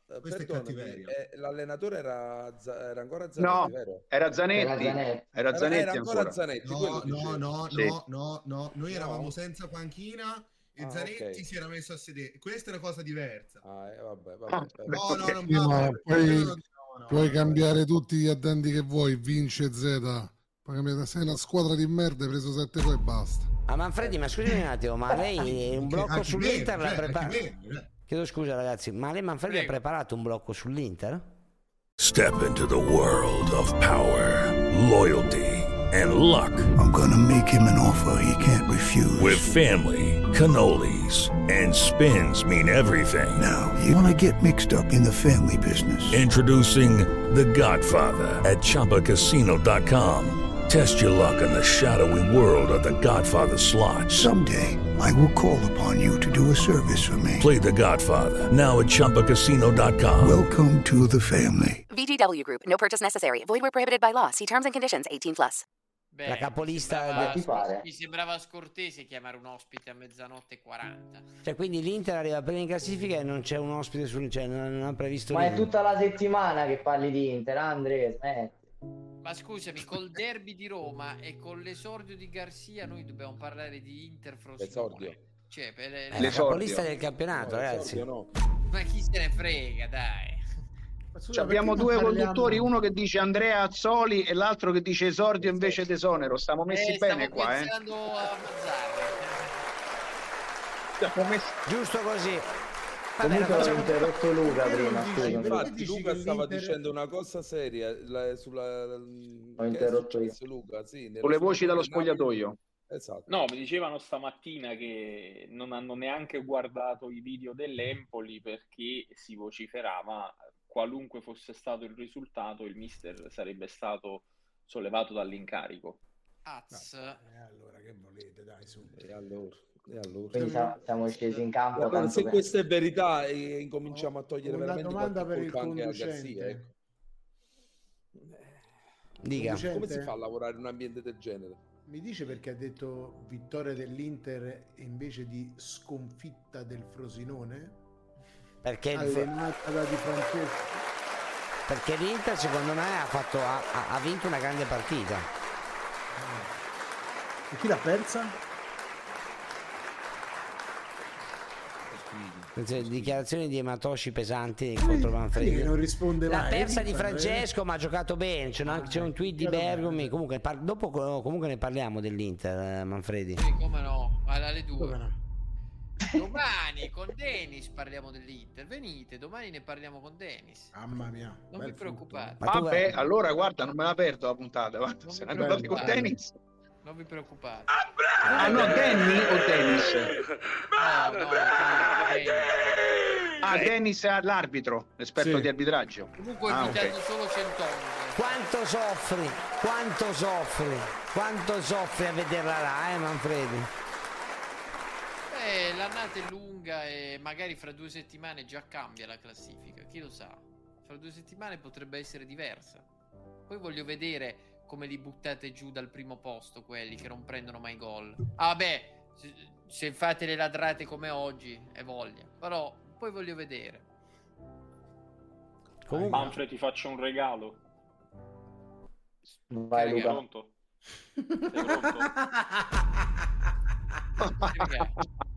[SPEAKER 10] eh,
[SPEAKER 11] Questa è
[SPEAKER 10] perdonami,
[SPEAKER 11] cattiveria.
[SPEAKER 10] eh, l'allenatore era, Z- era ancora Zanetti,
[SPEAKER 20] No,
[SPEAKER 10] vero?
[SPEAKER 20] era Zanetti.
[SPEAKER 22] Era Zanetti.
[SPEAKER 20] Era
[SPEAKER 10] Era,
[SPEAKER 20] Zanetti
[SPEAKER 10] era ancora
[SPEAKER 20] ancora.
[SPEAKER 10] Zanetti,
[SPEAKER 11] No,
[SPEAKER 10] quello
[SPEAKER 11] no,
[SPEAKER 10] dicevo.
[SPEAKER 11] no,
[SPEAKER 20] Sì.
[SPEAKER 11] no, no, no. Noi
[SPEAKER 10] No?
[SPEAKER 11] eravamo senza panchina e
[SPEAKER 10] Ah,
[SPEAKER 11] Zanetti
[SPEAKER 10] ok.
[SPEAKER 11] si era messo a sedere. Questa è una cosa diversa.
[SPEAKER 10] Ah, eh, vabbè, vabbè,
[SPEAKER 20] Ah,
[SPEAKER 10] vabbè.
[SPEAKER 11] No, no, non
[SPEAKER 13] Sì, ma
[SPEAKER 11] va.
[SPEAKER 13] puoi,
[SPEAKER 11] No, no,
[SPEAKER 13] puoi
[SPEAKER 11] no.
[SPEAKER 13] cambiare tutti gli addenti che vuoi, vince Z. Puoi cambiare- sei una squadra di merda, hai preso sette gol e basta.
[SPEAKER 4] Ah, Manfredi, ma scusami un attimo, ma lei un blocco
[SPEAKER 11] Anche
[SPEAKER 4] sull'Inter
[SPEAKER 11] vero,
[SPEAKER 4] l'ha
[SPEAKER 11] cioè, anche
[SPEAKER 4] preparato?
[SPEAKER 11] vero, eh.
[SPEAKER 4] Chiedo scusa ragazzi, ma lei Manfredi ha preparato un blocco sull'Inter?
[SPEAKER 14] Step into the world of power, loyalty, and luck.
[SPEAKER 16] I'm gonna make him an offer he can't refuse.
[SPEAKER 14] With family, cannolis, and spins mean everything.
[SPEAKER 16] Now, you wanna get mixed up in the family business.
[SPEAKER 14] Introducing The Godfather at Chumba Casino dot com. Test your luck in the shadowy world of The Godfather slot.
[SPEAKER 16] Someday, I will call upon you to do a service for me.
[SPEAKER 14] Play The Godfather now at Chumba Casino dot com.
[SPEAKER 16] Welcome to the family.
[SPEAKER 23] V G W Group. No purchase necessary. Void where prohibited by law. See terms and conditions. eighteen plus.
[SPEAKER 6] Beh,
[SPEAKER 4] La capolista
[SPEAKER 6] mi sembrava,
[SPEAKER 4] del-
[SPEAKER 22] Ti pare?
[SPEAKER 6] mi sembrava scortese chiamare un ospite a mezzanotte e quaranta.
[SPEAKER 4] Cioè, quindi l'Inter arriva prima in classifica e non c'è un ospite sul, cioè non, non ha previsto
[SPEAKER 22] Ma è
[SPEAKER 4] niente.
[SPEAKER 22] tutta la settimana che parli di Inter, Andre, smetti.
[SPEAKER 6] Ma scusami, col derby di Roma e con l'esordio di Garzia noi dobbiamo parlare di Inter Frosinone.
[SPEAKER 10] L'esordio.
[SPEAKER 6] Cioè, per le-
[SPEAKER 4] È la
[SPEAKER 20] L'esordio.
[SPEAKER 4] capolista del campionato,
[SPEAKER 10] No,
[SPEAKER 4] ragazzi.
[SPEAKER 10] esordio no.
[SPEAKER 6] Ma chi se ne frega, dai.
[SPEAKER 5] Ma
[SPEAKER 20] Ci
[SPEAKER 5] scusa,
[SPEAKER 20] abbiamo
[SPEAKER 5] perché
[SPEAKER 20] due
[SPEAKER 5] non parliamo-
[SPEAKER 20] conduttori, uno che dice Andrea Azzoli e l'altro che dice esordio invece d'esonero. Stiamo messi
[SPEAKER 6] Eh,
[SPEAKER 20] bene
[SPEAKER 6] stavo
[SPEAKER 20] qua, eh.
[SPEAKER 6] pensando a Mazzarri.
[SPEAKER 20] Stiamo messi...
[SPEAKER 4] Giusto così. Vabbè, la
[SPEAKER 22] Comunque
[SPEAKER 4] cosa-
[SPEAKER 22] ho interrotto Luca
[SPEAKER 5] Perché non
[SPEAKER 22] prima,
[SPEAKER 5] dici-
[SPEAKER 22] scusami.
[SPEAKER 5] perché
[SPEAKER 10] Infatti
[SPEAKER 5] dici
[SPEAKER 10] Luca
[SPEAKER 5] che
[SPEAKER 10] stava
[SPEAKER 5] l'Inter-
[SPEAKER 10] dicendo una cosa seria la- sulla
[SPEAKER 22] Ho
[SPEAKER 10] che è
[SPEAKER 22] interrotto io.
[SPEAKER 10] successo, Luca, sì, nelle
[SPEAKER 20] Con le
[SPEAKER 10] sue
[SPEAKER 20] voci dallo
[SPEAKER 10] coordinate-
[SPEAKER 20] spogliatoio.
[SPEAKER 10] Esatto.
[SPEAKER 17] No, mi dicevano stamattina che non hanno neanche guardato i video dell'Empoli perché si vociferava qualunque fosse stato il risultato, il mister sarebbe stato sollevato dall'incarico.
[SPEAKER 6] Az.
[SPEAKER 5] Eh, allora che volete, dai, su.
[SPEAKER 10] E allora, e allora.
[SPEAKER 22] Quindi siamo, siamo scesi in campo.
[SPEAKER 10] Allora,
[SPEAKER 22] tanto
[SPEAKER 10] se
[SPEAKER 22] per-
[SPEAKER 10] questa è verità e incominciamo a togliere
[SPEAKER 5] Una
[SPEAKER 10] veramente
[SPEAKER 5] domanda
[SPEAKER 10] qualche
[SPEAKER 5] per il
[SPEAKER 10] colpa anche a
[SPEAKER 5] conducente.
[SPEAKER 10] Garzia, ecco.
[SPEAKER 4] Dica.
[SPEAKER 5] Conducente?
[SPEAKER 10] Come si fa a lavorare in un ambiente del genere?
[SPEAKER 5] Mi dice perché ha detto vittoria dell'Inter invece di sconfitta del Frosinone?
[SPEAKER 4] Perché, il-
[SPEAKER 5] Allenata da Di Francesco.
[SPEAKER 4] perché l'Inter secondo me ha, fatto, ha, ha- ha vinto una grande partita.
[SPEAKER 5] E chi l'ha persa?
[SPEAKER 4] Queste dichiarazioni di ematoshi pesanti contro
[SPEAKER 5] Sì,
[SPEAKER 4] Manfredi.
[SPEAKER 5] che non risponde
[SPEAKER 4] La
[SPEAKER 5] mai.
[SPEAKER 4] persa
[SPEAKER 5] Eh,
[SPEAKER 4] di
[SPEAKER 5] dicono,
[SPEAKER 4] Francesco, ma ha giocato bene. C'è, un, c'è un tweet di
[SPEAKER 5] giocato bene,
[SPEAKER 4] Bergomi.
[SPEAKER 5] sì.
[SPEAKER 4] Comunque, par- dopo co- comunque ne parliamo dell'Inter, eh, Manfredi.
[SPEAKER 6] Sì, come no? Alle alle
[SPEAKER 5] Dove
[SPEAKER 6] due.
[SPEAKER 5] no?
[SPEAKER 6] Domani con Dennis parliamo dell'Inter. Venite, domani ne parliamo con Dennis.
[SPEAKER 5] Mamma mia.
[SPEAKER 6] Non
[SPEAKER 5] bel
[SPEAKER 6] vi preoccupate.
[SPEAKER 4] Ma tu-
[SPEAKER 20] Vabbè, allora guarda, non me la perdo la puntata. Guarda,
[SPEAKER 6] Non
[SPEAKER 20] se
[SPEAKER 6] mi
[SPEAKER 20] ne andate con
[SPEAKER 6] preoccupate.
[SPEAKER 20] Dennis.
[SPEAKER 6] Non vi preoccupate.
[SPEAKER 20] Ah no, Danny o Dennis?
[SPEAKER 6] No, no, Dennis.
[SPEAKER 20] Ah, Dennis è l'arbitro, esperto
[SPEAKER 5] Sì.
[SPEAKER 20] di arbitraggio.
[SPEAKER 6] Comunque ho
[SPEAKER 20] Ah,
[SPEAKER 6] invitato
[SPEAKER 20] ok.
[SPEAKER 6] solo cent'onde.
[SPEAKER 4] Quanto soffri, quanto soffri, quanto soffri a vederla là, eh, Manfredi?
[SPEAKER 6] Eh, l'annata è lunga e magari fra due settimane già cambia la classifica. Chi lo sa? Fra due settimane potrebbe essere diversa. Poi voglio vedere come li buttate giù dal primo posto quelli che non prendono mai gol. Ah, vabbè, se, se fate le ladrate come oggi è voglia. Però poi voglio vedere.
[SPEAKER 4] Comunque,
[SPEAKER 17] Manfred, ti faccio un regalo.
[SPEAKER 22] Vai
[SPEAKER 17] Sei
[SPEAKER 22] Luca.
[SPEAKER 17] pronto? Sei pronto?
[SPEAKER 6] Perché?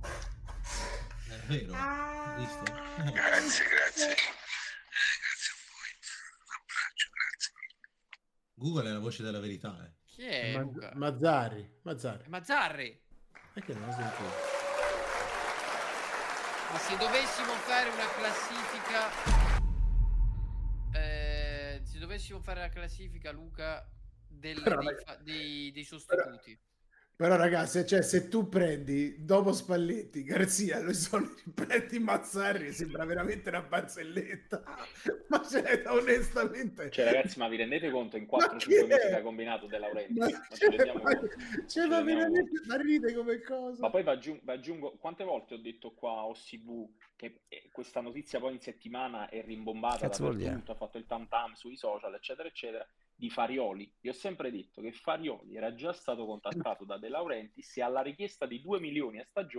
[SPEAKER 11] È vero, hai visto?
[SPEAKER 16] Grazie, grazie. Grazie a voi. Un abbraccio, grazie.
[SPEAKER 11] Google è la voce della verità, eh.
[SPEAKER 6] Chi è
[SPEAKER 5] Ma-
[SPEAKER 6] Luca?
[SPEAKER 5] Mazzarri. Mazzarri.
[SPEAKER 6] È Mazzarri.
[SPEAKER 5] Perché non lo sentivo?
[SPEAKER 6] Ma se dovessimo fare una classifica, eh, se dovessimo fare la classifica, Luca, del-
[SPEAKER 5] Però,
[SPEAKER 6] dei,
[SPEAKER 5] ragazzi,
[SPEAKER 6] fa- dei- dei sostituti,
[SPEAKER 5] Però ragazzi, cioè, se tu prendi dopo Spalletti, Garzia, lo sono prendi Mazzarri, sembra veramente una barzelletta. Ma cioè, onestamente...
[SPEAKER 17] Cioè, ragazzi, ma vi rendete conto in quattro
[SPEAKER 5] Ma
[SPEAKER 17] cinque
[SPEAKER 5] che
[SPEAKER 17] mesi
[SPEAKER 5] è?
[SPEAKER 17] che ha combinato De Laurenti?
[SPEAKER 5] Ma,
[SPEAKER 17] Ma ci
[SPEAKER 5] cioè,
[SPEAKER 17] rendiamo
[SPEAKER 5] ma,
[SPEAKER 17] conto?
[SPEAKER 5] cioè,
[SPEAKER 17] Ci
[SPEAKER 5] ma
[SPEAKER 17] rendiamo
[SPEAKER 5] veramente ma ride come cosa.
[SPEAKER 17] Ma poi vi aggiungo, vi aggiungo- quante volte ho detto qua a Ossibu che eh, questa notizia poi in settimana è rimbombata
[SPEAKER 4] Cazzo vuol dire?
[SPEAKER 17] dappertutto, ha fatto il tam tam sui social, eccetera, eccetera, di Farioli. Vi ho sempre detto che Farioli era già stato contattato da De Laurentiis e alla richiesta di due milioni a stagione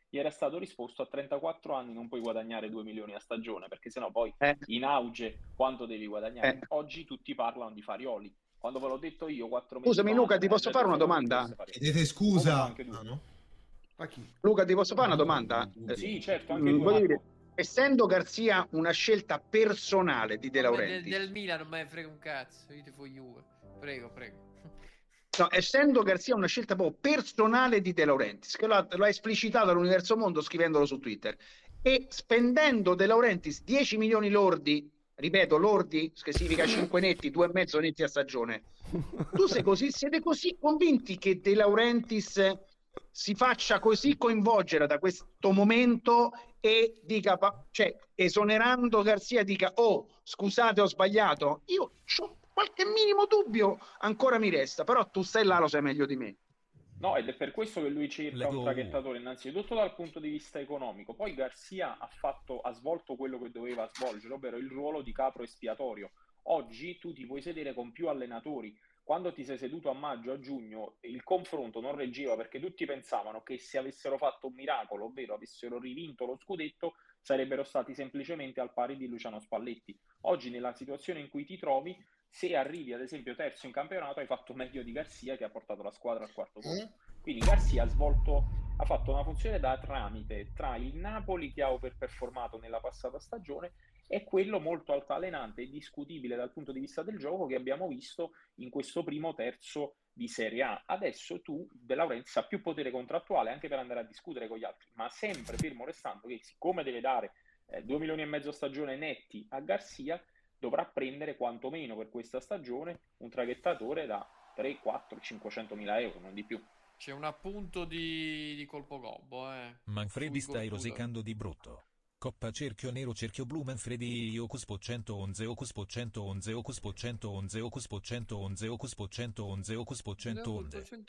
[SPEAKER 17] gli era stato risposto: a trentaquattro anni non puoi guadagnare due milioni a stagione, perché sennò poi
[SPEAKER 20] Eh.
[SPEAKER 17] in auge quanto devi guadagnare?
[SPEAKER 20] Eh.
[SPEAKER 17] Oggi tutti parlano di Farioli. Quando ve l'ho detto io quattro mesi
[SPEAKER 20] Scusami
[SPEAKER 17] fa,
[SPEAKER 20] Luca, ti
[SPEAKER 17] la
[SPEAKER 20] posso
[SPEAKER 17] gente
[SPEAKER 20] fare una
[SPEAKER 17] solo
[SPEAKER 20] domanda?
[SPEAKER 17] dicesse Farioli.
[SPEAKER 11] Chiedete scusa.
[SPEAKER 17] Come anche tu.
[SPEAKER 11] Ah, no? A chi?
[SPEAKER 20] Luca, ti posso fare una domanda? Eh,
[SPEAKER 17] Sì, certo, anche
[SPEAKER 20] mm,
[SPEAKER 17] tu.
[SPEAKER 20] voglio
[SPEAKER 17] Marco.
[SPEAKER 20] dire, essendo Garzia una scelta personale di De
[SPEAKER 6] Del,
[SPEAKER 20] Laurentiis,
[SPEAKER 6] del Milan non me ne frega un cazzo, io tifo Juve. Prego, prego.
[SPEAKER 20] no, essendo Garzia una scelta proprio personale di De Laurentiis, che lo ha, lo ha esplicitato all'Universo Mondo scrivendolo su Twitter, e spendendo De Laurentiis dieci milioni lordi, ripeto, lordi, che significa cinque netti, due e mezzo netti a stagione, tu sei così, siete così convinti che De Laurentiis si faccia così coinvolgere da questo momento e dica, pa- cioè, esonerando Garzia, dica, oh, scusate, ho sbagliato? Io ho qualche minimo dubbio, ancora mi resta, però tu stai là, lo sai meglio di me.
[SPEAKER 17] No, ed è per questo che lui cerca
[SPEAKER 2] Lego.
[SPEAKER 17] un traghettatore innanzitutto dal punto di vista economico. Poi Garzia ha fatto, ha svolto quello che doveva svolgere, ovvero il ruolo di capro espiatorio. Oggi tu ti puoi sedere con più allenatori. Quando ti sei seduto a maggio, a giugno, il confronto non reggeva, perché tutti pensavano che se avessero fatto un miracolo, ovvero avessero rivinto lo scudetto, sarebbero stati semplicemente al pari di Luciano Spalletti. Oggi, nella situazione in cui ti trovi, se arrivi ad esempio terzo in campionato, hai fatto meglio di Garzia, che ha portato la squadra al quarto posto. Quindi Garzia ha svolto, ha fatto una funzione da tramite tra il Napoli, che ha overperformato nella passata stagione, e quello molto altalenante e discutibile dal punto di vista del gioco che abbiamo visto in questo primo terzo di Serie A. Adesso tu, De Laurentiis, ha più potere contrattuale anche per andare a discutere con gli altri, ma sempre fermo restando che, siccome deve dare eh, due milioni e mezzo a stagione netti a Garzia, dovrà prendere quantomeno per questa stagione un traghettatore da tre, quattro, cinquecento mila euro, non di più.
[SPEAKER 6] C'è un appunto di, di colpo gobbo, eh.
[SPEAKER 2] Manfredi
[SPEAKER 6] Sul
[SPEAKER 2] stai
[SPEAKER 6] computer.
[SPEAKER 2] rosicando di brutto. Coppa cerchio nero cerchio blu Manfredi Ocuspo centoundici Ocuspo centoundici Ocuspo centoundici Ocuspo centoundici Ocuspo centoundici Ocuspo centoundici.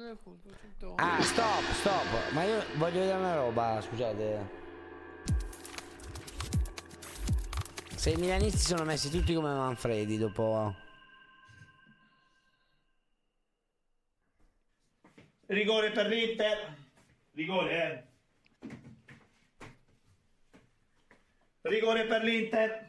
[SPEAKER 4] Ah, stop, stop. Ma io voglio vedere una roba, scusate. Se i milanisti sono messi tutti come Manfredi dopo...
[SPEAKER 8] Rigore per l'Inter. Rigore, eh. Rigore per l'Inter.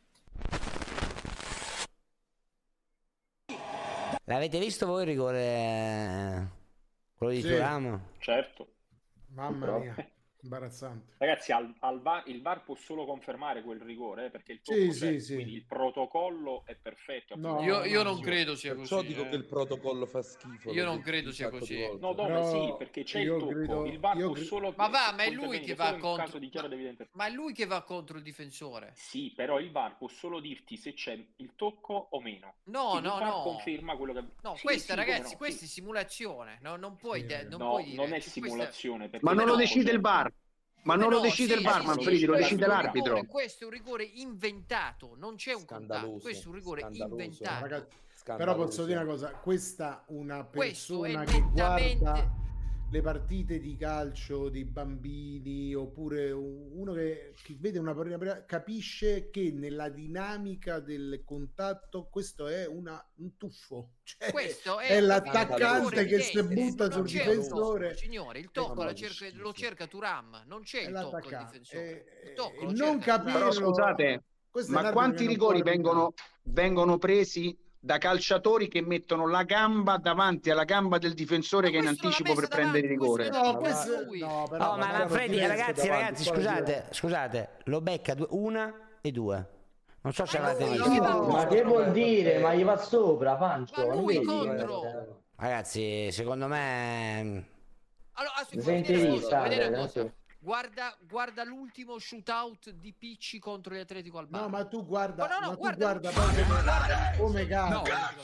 [SPEAKER 4] L'avete visto voi il rigore? Quello di
[SPEAKER 5] Sì.
[SPEAKER 4] Thuram?
[SPEAKER 17] Certo.
[SPEAKER 5] Mamma
[SPEAKER 17] Però-
[SPEAKER 5] mia, imbarazzante.
[SPEAKER 17] Ragazzi, al, al VAR, il VAR può solo confermare quel rigore, eh, perché il tocco
[SPEAKER 5] Sì,
[SPEAKER 17] c'è,
[SPEAKER 5] sì, sì.
[SPEAKER 17] quindi il protocollo è perfetto.
[SPEAKER 5] No,
[SPEAKER 6] Io, io
[SPEAKER 5] no,
[SPEAKER 6] non
[SPEAKER 5] no.
[SPEAKER 6] credo sia
[SPEAKER 10] Perciò
[SPEAKER 6] così.
[SPEAKER 10] dico
[SPEAKER 6] eh.
[SPEAKER 10] che il protocollo fa schifo.
[SPEAKER 6] Io
[SPEAKER 10] l'ho
[SPEAKER 6] non
[SPEAKER 10] detto
[SPEAKER 6] credo
[SPEAKER 10] un
[SPEAKER 6] sia
[SPEAKER 10] sacco
[SPEAKER 6] così.
[SPEAKER 10] di volte.
[SPEAKER 17] No, no,
[SPEAKER 5] Però
[SPEAKER 17] ma sì, perché c'è il
[SPEAKER 5] io
[SPEAKER 17] tocco.
[SPEAKER 5] credo-
[SPEAKER 17] il VAR
[SPEAKER 5] io
[SPEAKER 17] può
[SPEAKER 5] cre-
[SPEAKER 17] solo...
[SPEAKER 6] Ma va, ma è
[SPEAKER 17] può
[SPEAKER 6] lui che
[SPEAKER 17] intervenire
[SPEAKER 6] va
[SPEAKER 17] solo in
[SPEAKER 6] contro-
[SPEAKER 17] caso di chiaro ed evidente.
[SPEAKER 6] Ma è lui che va contro il difensore.
[SPEAKER 17] Sì, però il VAR può solo dirti se c'è il tocco o meno.
[SPEAKER 6] No,
[SPEAKER 17] Quindi
[SPEAKER 6] no,
[SPEAKER 17] il VAR
[SPEAKER 6] no.
[SPEAKER 17] conferma quello che...
[SPEAKER 6] No,
[SPEAKER 17] Sì,
[SPEAKER 6] questa,
[SPEAKER 17] sì, come
[SPEAKER 6] ragazzi,
[SPEAKER 17] no,
[SPEAKER 6] questa
[SPEAKER 17] sì.
[SPEAKER 6] è simulazione. No, non puoi,
[SPEAKER 5] Sì,
[SPEAKER 6] de- non
[SPEAKER 17] No,
[SPEAKER 6] puoi dire
[SPEAKER 17] non è
[SPEAKER 6] che questa-
[SPEAKER 17] simulazione. perché
[SPEAKER 20] Ma non
[SPEAKER 17] il
[SPEAKER 20] lo
[SPEAKER 17] tocco
[SPEAKER 20] decide
[SPEAKER 17] c'è.
[SPEAKER 20] il VAR. Ma non
[SPEAKER 6] Come
[SPEAKER 20] lo
[SPEAKER 6] no?
[SPEAKER 20] decide
[SPEAKER 6] Sì,
[SPEAKER 20] il VAR,
[SPEAKER 6] sì,
[SPEAKER 20] Manfredi,
[SPEAKER 6] sì,
[SPEAKER 20] lo
[SPEAKER 6] questo
[SPEAKER 20] decide
[SPEAKER 6] è un
[SPEAKER 20] l'arbitro.
[SPEAKER 6] rigore- Questo è un rigore inventato, non c'è un contatto.
[SPEAKER 10] Scandaloso,
[SPEAKER 6] Questo è un rigore
[SPEAKER 10] scandaloso.
[SPEAKER 6] inventato.
[SPEAKER 5] Ragazzi, però
[SPEAKER 10] Scandaloso.
[SPEAKER 5] posso dire una cosa, questa una
[SPEAKER 6] Questo è
[SPEAKER 5] persona che
[SPEAKER 6] nettamente-
[SPEAKER 5] guarda le partite di calcio di bambini oppure un- uno che, che vede una partita capisce che nella dinamica del contatto questo è una, un tuffo, cioè,
[SPEAKER 6] Questo è,
[SPEAKER 5] è
[SPEAKER 6] un
[SPEAKER 5] l'attaccante
[SPEAKER 6] rigore
[SPEAKER 5] che si
[SPEAKER 6] evidente.
[SPEAKER 5] butta
[SPEAKER 6] Non
[SPEAKER 5] sul
[SPEAKER 6] c'è il
[SPEAKER 5] difensore.
[SPEAKER 6] tocco, signore, il tocco
[SPEAKER 10] Mamma
[SPEAKER 6] la
[SPEAKER 10] che
[SPEAKER 6] cerca-
[SPEAKER 10] schifo.
[SPEAKER 6] lo cerca Thuram, non c'è
[SPEAKER 5] È
[SPEAKER 6] il tocco del
[SPEAKER 5] l'attaccante.
[SPEAKER 6] difensore.
[SPEAKER 5] E-
[SPEAKER 6] Il tocco
[SPEAKER 5] e
[SPEAKER 6] lo
[SPEAKER 5] non
[SPEAKER 6] cerca
[SPEAKER 5] capirlo-
[SPEAKER 6] Thuram.
[SPEAKER 20] Però scusate,
[SPEAKER 5] Questo è
[SPEAKER 20] ma
[SPEAKER 5] un arbitro
[SPEAKER 20] quanti
[SPEAKER 5] che non
[SPEAKER 20] rigori
[SPEAKER 5] può arbitrare.
[SPEAKER 20] vengono, vengono presi da calciatori che mettono la gamba davanti alla gamba del difensore che è in
[SPEAKER 6] questo l'ha
[SPEAKER 20] anticipo per
[SPEAKER 6] messa
[SPEAKER 20] prendere il
[SPEAKER 6] davanti,
[SPEAKER 20] rigore?
[SPEAKER 6] questo
[SPEAKER 5] No,
[SPEAKER 6] Ma
[SPEAKER 5] questo,
[SPEAKER 6] lui.
[SPEAKER 5] no, però,
[SPEAKER 4] Oh, ma
[SPEAKER 5] però
[SPEAKER 4] Manfredi,
[SPEAKER 5] non
[SPEAKER 4] ragazzi,
[SPEAKER 5] davanti,
[SPEAKER 4] ragazzi,
[SPEAKER 5] poi
[SPEAKER 4] scusate, scusate, lo becca due- una e due. Non so se
[SPEAKER 6] Ma
[SPEAKER 4] l'avete
[SPEAKER 6] lui
[SPEAKER 4] visto.
[SPEAKER 6] che va
[SPEAKER 5] No,
[SPEAKER 22] Ma che vuol dire? Ma gli va sopra, Pancio.
[SPEAKER 6] Ma
[SPEAKER 22] non
[SPEAKER 6] lui
[SPEAKER 22] vedi?
[SPEAKER 6] contro.
[SPEAKER 4] Ragazzi, secondo me...
[SPEAKER 6] Allora, ah, sì,
[SPEAKER 22] Mi
[SPEAKER 6] vuoi
[SPEAKER 22] senti
[SPEAKER 6] vedere una
[SPEAKER 22] lì,
[SPEAKER 6] cosa, vuoi vedere
[SPEAKER 22] Sandra,
[SPEAKER 6] una cosa?
[SPEAKER 22] sì.
[SPEAKER 6] Guarda, guarda l'ultimo shootout di Picci contro gli Atletico Albano.
[SPEAKER 5] No, ma tu guarda,
[SPEAKER 6] No, no, no,
[SPEAKER 5] ma tu
[SPEAKER 6] guarda,
[SPEAKER 5] guarda,
[SPEAKER 6] guarda,
[SPEAKER 5] poi come,
[SPEAKER 6] guarda.
[SPEAKER 5] come cazzo.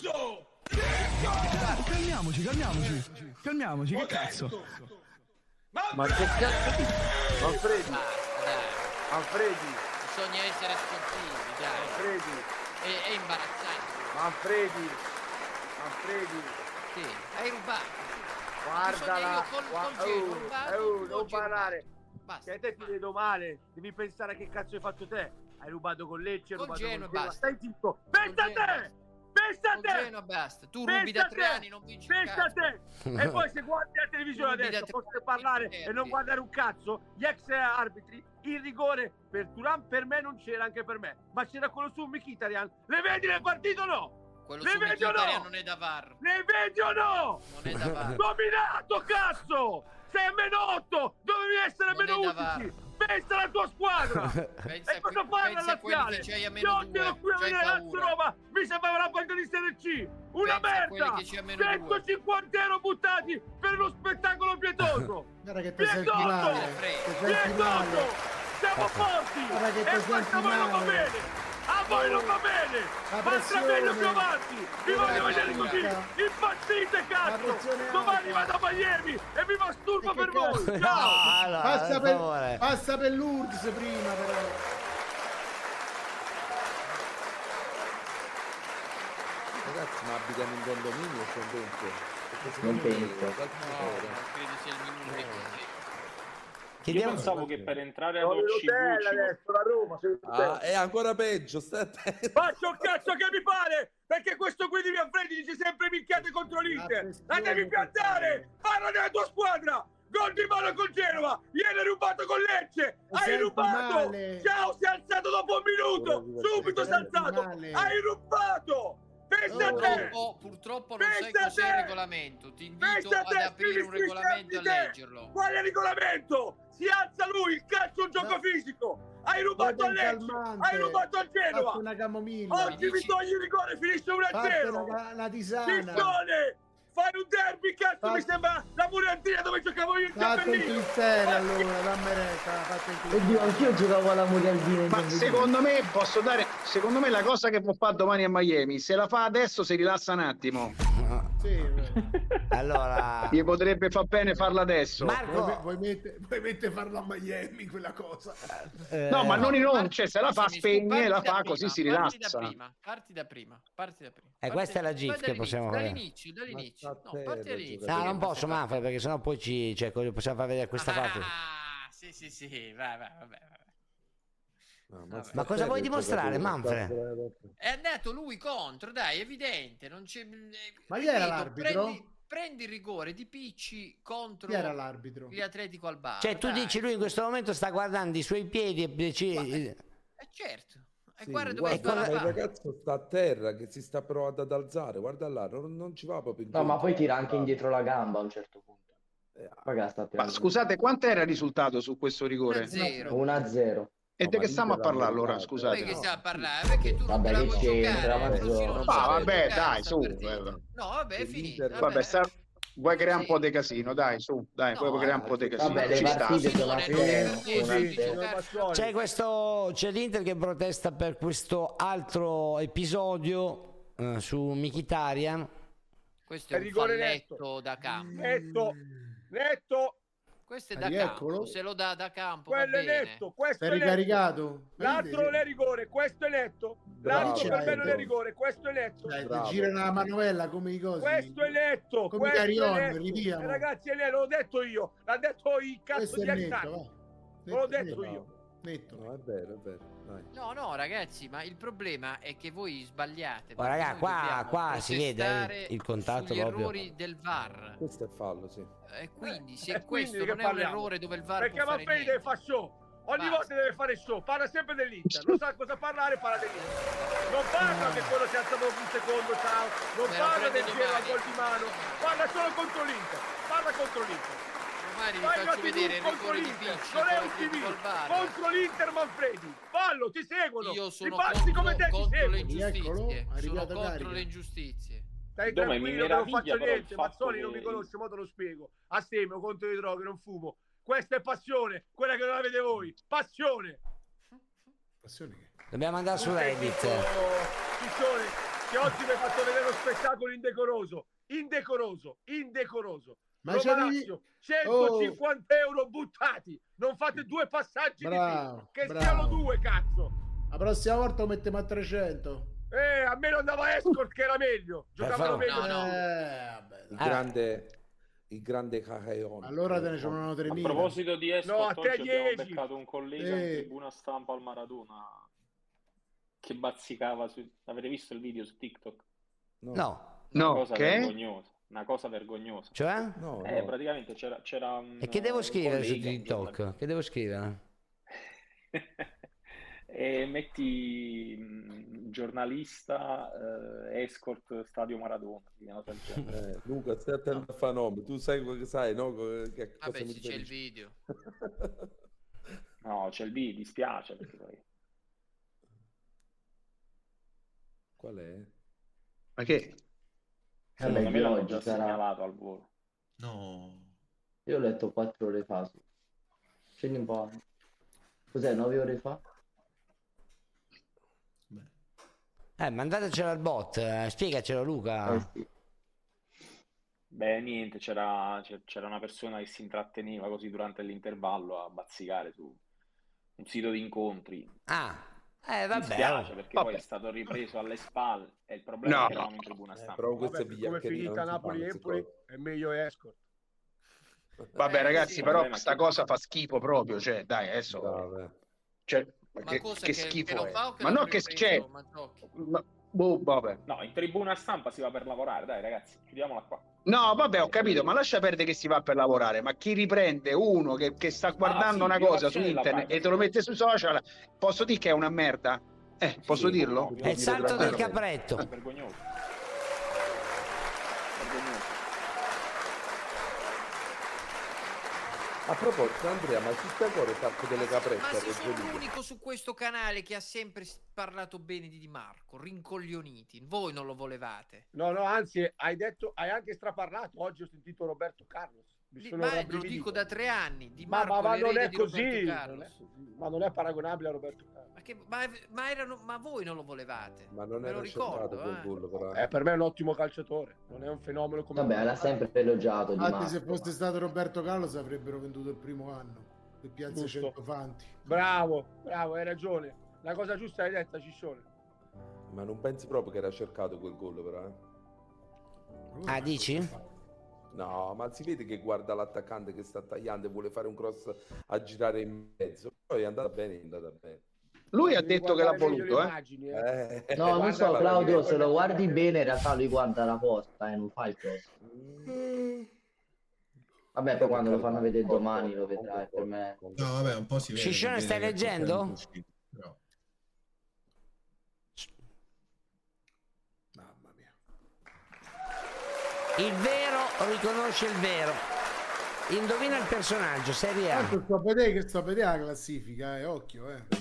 [SPEAKER 7] Calmiamoci, calmiamoci. Calmiamoci, che cazzo?
[SPEAKER 8] Ma che cazzo di... Manfredi,
[SPEAKER 6] Basta, dai.
[SPEAKER 8] Manfredi,
[SPEAKER 6] Bisogna essere sportivi, dai.
[SPEAKER 8] Manfredi,
[SPEAKER 6] È, è imbarazzante.
[SPEAKER 8] Manfredi, Manfredi,
[SPEAKER 6] Sì, hai rubato.
[SPEAKER 8] guardala,
[SPEAKER 6] Bisogna io col,
[SPEAKER 8] gua-
[SPEAKER 6] col Genoa ho
[SPEAKER 8] oh,
[SPEAKER 6] rubato,
[SPEAKER 8] oh,
[SPEAKER 6] tu
[SPEAKER 8] non
[SPEAKER 6] oggi hai
[SPEAKER 8] parlare,
[SPEAKER 6] rubato. Basta.
[SPEAKER 8] che te ti vedo male, devi pensare a che cazzo hai fatto te, hai rubato con Lecce, hai
[SPEAKER 6] Col
[SPEAKER 8] rubato
[SPEAKER 6] Genoa e
[SPEAKER 8] con Genoa,
[SPEAKER 6] basta.
[SPEAKER 8] stai zitto, pensa a
[SPEAKER 6] Genoa e
[SPEAKER 8] te,
[SPEAKER 6] basta.
[SPEAKER 1] Pensa a te!
[SPEAKER 6] Genoa basta. Tu rubi da tre anni, non vinci un
[SPEAKER 1] Pensa a te! E poi se guardi la televisione
[SPEAKER 6] Rubi da
[SPEAKER 1] adesso,
[SPEAKER 6] tre
[SPEAKER 1] posso parlare e non guardare un cazzo, gli ex arbitri, il rigore per Turan per me non c'era, anche per me, ma c'era quello su Mkhitaryan. Le vedi nel partito o no?
[SPEAKER 6] Quello
[SPEAKER 1] Le
[SPEAKER 6] su
[SPEAKER 1] vedi o
[SPEAKER 6] Mkhitaryan
[SPEAKER 1] no?
[SPEAKER 6] non è da V A R.
[SPEAKER 1] Le vedi o no?
[SPEAKER 6] Non è da V A R.
[SPEAKER 1] Dominato, cazzo! Sei a meno otto, dovevi essere a
[SPEAKER 6] Non
[SPEAKER 1] meno
[SPEAKER 6] è da V A R.
[SPEAKER 1] undici. Pensa alla tua squadra!
[SPEAKER 6] Pensa
[SPEAKER 1] E cosa fa la
[SPEAKER 6] pensa a quelli
[SPEAKER 1] laziale?
[SPEAKER 6] che c'hai a
[SPEAKER 1] Io
[SPEAKER 6] meno
[SPEAKER 1] oggi ero
[SPEAKER 6] due,
[SPEAKER 1] qui a
[SPEAKER 6] c'hai
[SPEAKER 1] vedere Lazio
[SPEAKER 6] paura.
[SPEAKER 1] Roma, mi sembrava una partita di Serie C! Una
[SPEAKER 6] Pensa a quelli
[SPEAKER 1] merda!
[SPEAKER 6] che c'hai a meno due.
[SPEAKER 1] centocinquanta euro buttati per uno spettacolo pietoso!
[SPEAKER 5] Guarda che ti senti
[SPEAKER 1] Pietoso!
[SPEAKER 5] male, ti senti
[SPEAKER 1] Pietoso!
[SPEAKER 5] male.
[SPEAKER 1] Siamo forti!
[SPEAKER 5] Guarda che ti
[SPEAKER 1] E
[SPEAKER 5] senti
[SPEAKER 1] questo a voi non va
[SPEAKER 5] male.
[SPEAKER 1] bene! A voi non va bene!
[SPEAKER 5] La
[SPEAKER 1] Ma sta meglio più
[SPEAKER 5] pressione.
[SPEAKER 1] avanti! Vi
[SPEAKER 5] La
[SPEAKER 1] voglio vedere così!
[SPEAKER 5] pressione.
[SPEAKER 1] Impazzite, cazzo!
[SPEAKER 5] pressione è
[SPEAKER 1] Domani
[SPEAKER 5] alta.
[SPEAKER 1] vado a Miami e mi masturbo per voi!
[SPEAKER 5] cazzo?
[SPEAKER 1] Ciao!
[SPEAKER 4] allora,
[SPEAKER 5] Passa
[SPEAKER 4] per favore.
[SPEAKER 5] per, passa per l'Urds prima però.
[SPEAKER 10] Ragazzi, ma abitano in condominio o convento? Perché secondo
[SPEAKER 22] Non
[SPEAKER 10] me
[SPEAKER 22] penso.
[SPEAKER 10] qualche ora.
[SPEAKER 6] Non credo sia il minuto di così.
[SPEAKER 17] Io pensavo che per entrare ad
[SPEAKER 1] Ho
[SPEAKER 17] O C V
[SPEAKER 1] l'hotel
[SPEAKER 17] ci
[SPEAKER 1] adesso, la Roma.
[SPEAKER 10] Ah, è ancora peggio, stai attento.
[SPEAKER 1] Faccio un cazzo che mi pare! Perché questo qui di Manfredi dice sempre minchiate contro l'Inter! La devi piantare! Parla della tua squadra! Gol di mano col Genova! Ieri hai rubato con Lecce! Hai
[SPEAKER 5] senti
[SPEAKER 1] rubato!
[SPEAKER 5] male.
[SPEAKER 1] Ciao, si è alzato dopo un minuto! Subito si è
[SPEAKER 5] senti
[SPEAKER 1] alzato!
[SPEAKER 5] male.
[SPEAKER 1] Hai rubato! Pensa a te!
[SPEAKER 6] Purtroppo, purtroppo non sai
[SPEAKER 1] Pensa a
[SPEAKER 6] cos'è il
[SPEAKER 1] te!
[SPEAKER 6] regolamento. Ti invito
[SPEAKER 1] Pensa a
[SPEAKER 6] ad
[SPEAKER 1] te,
[SPEAKER 6] aprire un
[SPEAKER 1] scrivi
[SPEAKER 6] regolamento e a
[SPEAKER 1] sui scherzi te.
[SPEAKER 6] leggerlo.
[SPEAKER 1] Quale regolamento? Si alza lui, il calcio è un gioco fisico! Hai rubato
[SPEAKER 5] Guarda
[SPEAKER 1] a
[SPEAKER 5] il
[SPEAKER 1] Lecce!
[SPEAKER 5] calmante.
[SPEAKER 1] Hai rubato al Genova!
[SPEAKER 5] Fatti una camomilla.
[SPEAKER 1] Oggi mi togli il rigore, finisce uno a
[SPEAKER 5] Fatti
[SPEAKER 1] zero!
[SPEAKER 5] una, una tisana.
[SPEAKER 1] Pizzone! Fai un derby, cazzo,
[SPEAKER 5] Fatti-
[SPEAKER 1] mi sembra la Murantina dove giocavo io in
[SPEAKER 5] Fatti un
[SPEAKER 1] Cappellino!
[SPEAKER 5] clizzere allora, dammi retta, fatti un clizzere.
[SPEAKER 22] Oddio, anch'io giocavo alla Murialdina. in
[SPEAKER 20] Ma
[SPEAKER 22] condominio.
[SPEAKER 20] secondo me posso dare, secondo me la cosa che può fare domani a Miami, se la fa adesso si rilassa un attimo.
[SPEAKER 4] Allora,
[SPEAKER 20] Gli potrebbe far bene farla adesso.
[SPEAKER 4] Marco,
[SPEAKER 5] Vuoi, vuoi mettere vuoi mettere farlo a Miami quella cosa?
[SPEAKER 20] No, ma non in onda, cioè se la fa
[SPEAKER 6] Passami,
[SPEAKER 20] spegne, la
[SPEAKER 6] parti da
[SPEAKER 20] fa
[SPEAKER 6] prima,
[SPEAKER 20] così si
[SPEAKER 6] Parti
[SPEAKER 20] rilassa.
[SPEAKER 6] da prima, parti da prima, parti da prima.
[SPEAKER 4] E
[SPEAKER 6] Parti
[SPEAKER 4] questa è la
[SPEAKER 6] da-
[SPEAKER 4] GIF
[SPEAKER 6] vai
[SPEAKER 4] che
[SPEAKER 6] dall'inizio,
[SPEAKER 4] possiamo vedere.
[SPEAKER 6] Dall'inizio, dall'inizio. No,
[SPEAKER 10] terra,
[SPEAKER 6] parti dall'inizio.
[SPEAKER 4] no, non
[SPEAKER 6] Vediamo
[SPEAKER 4] posso,
[SPEAKER 6] se fa-
[SPEAKER 4] Manfred, perché sennò poi ci, cioè, possiamo far vedere questa parte.
[SPEAKER 6] Ah, sì, sì, sì, vai, vai, vabbè, vabbè.
[SPEAKER 10] No,
[SPEAKER 6] Vabbè.
[SPEAKER 4] Ma cosa vuoi dimostrare, Manfred?
[SPEAKER 6] È andato lui contro, dai, è evidente, non c'è...
[SPEAKER 5] Ma chi era
[SPEAKER 6] ripeto,
[SPEAKER 5] l'arbitro?
[SPEAKER 6] Prendi, prendi il rigore di Picci contro
[SPEAKER 5] Chi era l'arbitro?
[SPEAKER 6] gli Atletico Albano.
[SPEAKER 4] Cioè, tu
[SPEAKER 6] dai.
[SPEAKER 4] dici lui in questo momento sta guardando i suoi piedi e dici...
[SPEAKER 6] Eh, certo. E
[SPEAKER 10] Sì,
[SPEAKER 6] guarda dove
[SPEAKER 10] guarda,
[SPEAKER 6] sta
[SPEAKER 10] ma
[SPEAKER 6] la
[SPEAKER 10] il ragazzo sta a terra che si sta provando ad alzare, guarda là, non, non ci va proprio in
[SPEAKER 22] No, ma
[SPEAKER 10] conto.
[SPEAKER 22] poi tira anche indietro la gamba a un certo punto. Poi che la sta
[SPEAKER 20] Ma
[SPEAKER 22] tirando.
[SPEAKER 20] scusate, quanto era il risultato su questo rigore?
[SPEAKER 6] zero.
[SPEAKER 22] uno a zero.
[SPEAKER 20] E
[SPEAKER 10] No,
[SPEAKER 20] di
[SPEAKER 10] ma
[SPEAKER 20] che stiamo a
[SPEAKER 10] l'Inter
[SPEAKER 20] parlare
[SPEAKER 10] l'ha
[SPEAKER 20] allora?
[SPEAKER 10] meritato.
[SPEAKER 20] Scusate.
[SPEAKER 6] Perché stiamo a parlare? Perché tu non
[SPEAKER 22] Vabbè,
[SPEAKER 6] te la
[SPEAKER 22] che
[SPEAKER 6] vuoi
[SPEAKER 22] c'entra,
[SPEAKER 6] giocare,
[SPEAKER 22] Mazzoni?
[SPEAKER 6] così non
[SPEAKER 20] Ma
[SPEAKER 6] te la vuoi
[SPEAKER 20] vabbè,
[SPEAKER 6] giocare
[SPEAKER 20] dai,
[SPEAKER 6] sta
[SPEAKER 20] su.
[SPEAKER 6] partita.
[SPEAKER 20] eh.
[SPEAKER 6] No, vabbè, è
[SPEAKER 10] L'Inter-
[SPEAKER 6] finita.
[SPEAKER 20] Vabbè, sta... vuoi creare un
[SPEAKER 6] Sì.
[SPEAKER 20] po' di casino, dai, su, dai,
[SPEAKER 6] No,
[SPEAKER 20] vuoi creare un po' di casino.
[SPEAKER 22] Vabbè, le
[SPEAKER 20] Ci sta.
[SPEAKER 22] partite sono
[SPEAKER 6] Non
[SPEAKER 22] a
[SPEAKER 6] è
[SPEAKER 22] pieno.
[SPEAKER 6] divertente,
[SPEAKER 22] uno a
[SPEAKER 6] di
[SPEAKER 22] zero.
[SPEAKER 6] giocare.
[SPEAKER 4] C'è questo, c'è l'Inter che protesta per questo altro episodio eh, su Mkhitaryan.
[SPEAKER 6] Questo è
[SPEAKER 1] È
[SPEAKER 6] un
[SPEAKER 1] rigore
[SPEAKER 6] falletto da campo.
[SPEAKER 1] Netto, netto,
[SPEAKER 6] Questo è da
[SPEAKER 5] Rieccolo?
[SPEAKER 6] campo, se lo dà da campo va
[SPEAKER 1] quello è
[SPEAKER 6] bene.
[SPEAKER 1] netto, questo
[SPEAKER 5] Sei
[SPEAKER 1] è netto.
[SPEAKER 5] ricaricato?
[SPEAKER 1] L'altro non è rigore, questo è netto. L'altro
[SPEAKER 5] Bravo.
[SPEAKER 1] per me non è rigore, questo è netto.
[SPEAKER 5] Dai, ti
[SPEAKER 10] Bravo.
[SPEAKER 5] girano la manovella come i cosi.
[SPEAKER 1] Questo è netto,
[SPEAKER 5] Come
[SPEAKER 1] questo
[SPEAKER 5] Carion,
[SPEAKER 1] è netto.
[SPEAKER 5] ridiamo.
[SPEAKER 1] Eh, ragazzi, è netto, l'ho detto io, l'ha detto il cazzo
[SPEAKER 5] Questo
[SPEAKER 1] di
[SPEAKER 5] è netto,
[SPEAKER 1] Alessandro.
[SPEAKER 5] va.
[SPEAKER 1] L'ho
[SPEAKER 5] Netto,
[SPEAKER 1] detto
[SPEAKER 5] netto.
[SPEAKER 1] io.
[SPEAKER 5] Netto.
[SPEAKER 10] No, è vero, è vero. Dai.
[SPEAKER 6] No, no, ragazzi, ma il problema è che voi sbagliate.
[SPEAKER 4] Oh,
[SPEAKER 6] perché
[SPEAKER 4] raga,
[SPEAKER 6] noi
[SPEAKER 4] qua-
[SPEAKER 6] dobbiamo
[SPEAKER 4] qua si vede
[SPEAKER 6] protestare
[SPEAKER 4] il contatto
[SPEAKER 6] sugli
[SPEAKER 4] proprio.
[SPEAKER 6] errori del V A R.
[SPEAKER 10] Questo è fallo, sì.
[SPEAKER 6] E quindi,
[SPEAKER 1] Eh,
[SPEAKER 6] se
[SPEAKER 1] e quindi
[SPEAKER 6] questo
[SPEAKER 1] che
[SPEAKER 6] non è un
[SPEAKER 1] parliamo?
[SPEAKER 6] errore dove il V A R
[SPEAKER 1] Perché
[SPEAKER 6] può fare
[SPEAKER 1] Manfredi
[SPEAKER 6] niente.
[SPEAKER 1] deve fare show. Ogni
[SPEAKER 6] Basta.
[SPEAKER 1] volta deve fare show, parla sempre dell'Inter, non sa cosa parlare, parla dell'Inter. Non parla che quello si è alzato dopo un secondo, ciao. Non
[SPEAKER 6] Me lo
[SPEAKER 1] parla
[SPEAKER 6] prendo
[SPEAKER 1] del Genoa
[SPEAKER 6] domani.
[SPEAKER 1] gol di mano, parla solo contro l'Inter. Parla contro l'Inter.
[SPEAKER 6] Domani vi
[SPEAKER 1] Fai
[SPEAKER 6] faccio
[SPEAKER 1] una T V
[SPEAKER 6] vedere il
[SPEAKER 1] contro
[SPEAKER 6] rigore di
[SPEAKER 1] l'Inter,
[SPEAKER 6] Picci
[SPEAKER 1] non è
[SPEAKER 6] con
[SPEAKER 1] un
[SPEAKER 6] il
[SPEAKER 1] T V
[SPEAKER 6] col V A R.
[SPEAKER 1] contro l'Inter Manfredi. Fallo, ti seguono.
[SPEAKER 6] Io sono
[SPEAKER 1] I pazzi
[SPEAKER 6] contro,
[SPEAKER 1] come te ti
[SPEAKER 6] contro le
[SPEAKER 1] seguono.
[SPEAKER 6] ingiustizie.
[SPEAKER 5] Eccolo,
[SPEAKER 6] Sono
[SPEAKER 5] ha ripiato
[SPEAKER 6] contro
[SPEAKER 5] carica.
[SPEAKER 6] le ingiustizie.
[SPEAKER 1] Stai
[SPEAKER 17] Dove mi
[SPEAKER 1] tranquillo che non
[SPEAKER 17] meraviglia
[SPEAKER 1] faccio
[SPEAKER 17] però il
[SPEAKER 1] niente,
[SPEAKER 17] fatto
[SPEAKER 1] Mazzoni
[SPEAKER 17] che-
[SPEAKER 1] non mi conosce, mo te lo spiego. Astemio, contro le droghe, non fumo. Questa è passione, quella che non avete voi. Passione.
[SPEAKER 5] Passione che...
[SPEAKER 4] Dobbiamo andare su Reddit.
[SPEAKER 1] Piccione, che oggi mi hai fatto vedere uno spettacolo indecoroso. Indecoroso, indecoroso.
[SPEAKER 5] Ma
[SPEAKER 1] Roma
[SPEAKER 5] c'avevi-
[SPEAKER 1] Lazio, centocinquanta euro buttati. Non fate due passaggi
[SPEAKER 5] Bravo,
[SPEAKER 1] di più. Che
[SPEAKER 5] bravo.
[SPEAKER 1] siano due, cazzo.
[SPEAKER 5] La prossima volta lo mettiamo a trecento.
[SPEAKER 1] Eh, a me non andava Escort che era meglio. Giocavano
[SPEAKER 4] favore.
[SPEAKER 1] meglio.
[SPEAKER 6] No, no.
[SPEAKER 5] Eh, vabbè,
[SPEAKER 10] Il
[SPEAKER 5] dai.
[SPEAKER 10] grande, il grande Cacaon.
[SPEAKER 5] Allora te ne sono
[SPEAKER 17] A
[SPEAKER 5] tremila.
[SPEAKER 17] proposito di
[SPEAKER 1] No, a
[SPEAKER 17] Escort,
[SPEAKER 1] te
[SPEAKER 17] oggi abbiamo
[SPEAKER 1] dieci.
[SPEAKER 17] beccato un collega
[SPEAKER 5] Eh.
[SPEAKER 17] in tribuna stampa al Maradona che bazzicava su... Avete visto il video su TikTok?
[SPEAKER 10] No.
[SPEAKER 4] No.
[SPEAKER 17] Una
[SPEAKER 20] No,
[SPEAKER 17] cosa
[SPEAKER 20] che?
[SPEAKER 17] vergognosa. Una cosa vergognosa.
[SPEAKER 4] Cioè?
[SPEAKER 10] No,
[SPEAKER 17] Eh,
[SPEAKER 10] no.
[SPEAKER 17] praticamente c'era, c'era un.
[SPEAKER 4] E che devo
[SPEAKER 17] un
[SPEAKER 4] scrivere su
[SPEAKER 17] collega, un
[SPEAKER 4] TikTok?
[SPEAKER 17] giornalista.
[SPEAKER 4] Che devo scrivere?
[SPEAKER 17] E metti mh, giornalista eh, escort Stadio Maradona. si chiama del genere.
[SPEAKER 10] Eh, Luca, stai attento a fare nomi. Tu sai quello che sai, no? Che cosa
[SPEAKER 6] Vabbè,
[SPEAKER 10] mi
[SPEAKER 6] se c'è il
[SPEAKER 10] riferisci?
[SPEAKER 6] video.
[SPEAKER 17] No, c'è il B, dispiace perché poi.
[SPEAKER 10] Qual è?
[SPEAKER 20] Ma che?
[SPEAKER 22] Vabbè,
[SPEAKER 17] Secondo me
[SPEAKER 22] di
[SPEAKER 17] l'hanno
[SPEAKER 22] oggi
[SPEAKER 17] già
[SPEAKER 22] sarà-
[SPEAKER 17] segnalato al volo.
[SPEAKER 11] No.
[SPEAKER 22] Io l'ho letto quattro ore fa. Su. Scendi un po'. Cos'è, nove ore fa?
[SPEAKER 4] Eh, mandatecelo al bot, eh, spiegacelo Luca.
[SPEAKER 22] Eh sì.
[SPEAKER 17] Beh, niente, c'era c'è- c'era una persona che si intratteneva così durante l'intervallo a bazzicare su un sito di incontri.
[SPEAKER 4] Ah, eh
[SPEAKER 17] Mi
[SPEAKER 4] vabbè.
[SPEAKER 17] dispiace
[SPEAKER 4] oh.
[SPEAKER 17] perché
[SPEAKER 20] Vabbè.
[SPEAKER 17] poi è stato ripreso alle spalle e il problema
[SPEAKER 20] No.
[SPEAKER 17] è che eravamo in tribuna
[SPEAKER 10] Eh,
[SPEAKER 17] stampa.
[SPEAKER 10] però queste
[SPEAKER 1] Vabbè, come è
[SPEAKER 10] vigliaccherie
[SPEAKER 1] finita
[SPEAKER 10] non si
[SPEAKER 1] Napoli-Empoli
[SPEAKER 10] fanno,
[SPEAKER 1] è meglio escort.
[SPEAKER 20] Vabbè,
[SPEAKER 6] Eh,
[SPEAKER 20] ragazzi,
[SPEAKER 6] sì,
[SPEAKER 20] però
[SPEAKER 17] problema è
[SPEAKER 20] sta
[SPEAKER 17] che-
[SPEAKER 20] cosa fa schifo proprio. Cioè, dai,
[SPEAKER 10] si
[SPEAKER 20] adesso.
[SPEAKER 10] può. Eh.
[SPEAKER 20] Cioè,
[SPEAKER 6] Ma
[SPEAKER 20] che,
[SPEAKER 6] cosa
[SPEAKER 20] che
[SPEAKER 6] che, che
[SPEAKER 20] schifo
[SPEAKER 6] lo
[SPEAKER 20] è.
[SPEAKER 6] fa o che
[SPEAKER 20] Ma
[SPEAKER 6] l'hanno
[SPEAKER 20] no, che
[SPEAKER 6] ripreso
[SPEAKER 20] c'è.
[SPEAKER 6] Mazzocchi?
[SPEAKER 20] Ma, boh, vabbè.
[SPEAKER 17] No, in tribuna stampa si va per lavorare, dai ragazzi, chiudiamola qua.
[SPEAKER 20] No, vabbè, ho capito, ma lascia perdere che si va per lavorare. Ma chi riprende uno che, che sta guardando
[SPEAKER 17] sì,
[SPEAKER 20] una cosa su
[SPEAKER 17] violazione della
[SPEAKER 20] internet
[SPEAKER 17] privacy.
[SPEAKER 20] e te lo mette sui social, posso dire che è una merda? Eh, posso
[SPEAKER 17] Sì,
[SPEAKER 20] dirlo?
[SPEAKER 17] no,
[SPEAKER 4] È il santo del
[SPEAKER 17] Vergognoso.
[SPEAKER 4] capretto.
[SPEAKER 17] Vergognoso. Vergognoso.
[SPEAKER 10] A proposito, Andrea, ma ci stai ancora il parco delle caprette?
[SPEAKER 6] Ma
[SPEAKER 10] a
[SPEAKER 6] se
[SPEAKER 10] Reggio
[SPEAKER 6] sono
[SPEAKER 10] Emilia?
[SPEAKER 6] l'unico su questo canale che ha sempre s- parlato bene di Di Marco, rincoglioniti, voi non lo volevate.
[SPEAKER 1] No, no, anzi, hai detto, hai anche straparlato. Oggi ho sentito Roberto Carlos. Mi
[SPEAKER 6] Di-
[SPEAKER 1] sono
[SPEAKER 6] ma lo
[SPEAKER 1] rabbrividito.
[SPEAKER 6] dico da tre anni, Di
[SPEAKER 1] Ma,
[SPEAKER 6] Marco
[SPEAKER 1] ma, ma non
[SPEAKER 6] l'erede
[SPEAKER 1] è
[SPEAKER 6] di
[SPEAKER 1] così,
[SPEAKER 6] Roberto
[SPEAKER 1] non
[SPEAKER 6] Carlos.
[SPEAKER 1] è così, ma non è paragonabile a Roberto Carlos.
[SPEAKER 6] Ma, che- ma- ma erano, ma voi non lo volevate.
[SPEAKER 10] Ma non
[SPEAKER 6] Me lo
[SPEAKER 10] era cercato
[SPEAKER 6] ricordo,
[SPEAKER 10] quel
[SPEAKER 6] eh.
[SPEAKER 10] gol, però.
[SPEAKER 1] Eh, per me è un ottimo calciatore, non è un fenomeno come
[SPEAKER 22] Vabbè, l'ha sempre elogiato Di
[SPEAKER 5] Infatti, se
[SPEAKER 22] Marco.
[SPEAKER 5] fosse stato Roberto Carlos avrebbero venduto il primo anno per Piazza
[SPEAKER 1] Giusto.
[SPEAKER 5] Centofanti.
[SPEAKER 1] Bravo, bravo, hai ragione. La cosa giusta hai detta, Ciccione.
[SPEAKER 10] Ma non pensi proprio che era cercato quel gol, però? Eh?
[SPEAKER 4] Ah, dici?
[SPEAKER 10] No, ma si vede che guarda l'attaccante che sta tagliando e vuole fare un cross a girare in mezzo. Poi è andata bene, è andata bene.
[SPEAKER 20] Lui ha
[SPEAKER 1] Devi
[SPEAKER 20] detto che l'ha
[SPEAKER 1] guardare meglio
[SPEAKER 20] voluto,
[SPEAKER 1] le
[SPEAKER 20] eh.
[SPEAKER 1] immagini, eh.
[SPEAKER 10] Eh,
[SPEAKER 22] No, non
[SPEAKER 10] guarda
[SPEAKER 22] so,
[SPEAKER 10] la-
[SPEAKER 22] Claudio, se lo guardi bene, in realtà lui guarda la posta e non fa il cross. Vabbè, poi quando lo fanno vedere domani lo vedrai, per me.
[SPEAKER 11] No, vabbè, un po' si vede.
[SPEAKER 4] Ciccione,
[SPEAKER 11] si
[SPEAKER 4] stai
[SPEAKER 11] vede che
[SPEAKER 4] leggendo?
[SPEAKER 11] è un po' uscito, però.
[SPEAKER 5] Mamma mia.
[SPEAKER 4] Il vero riconosce il vero. Indovina il personaggio, Serie A.
[SPEAKER 5] Tanto sto a vedere che sto a vedere la classifica, eh, occhio, eh.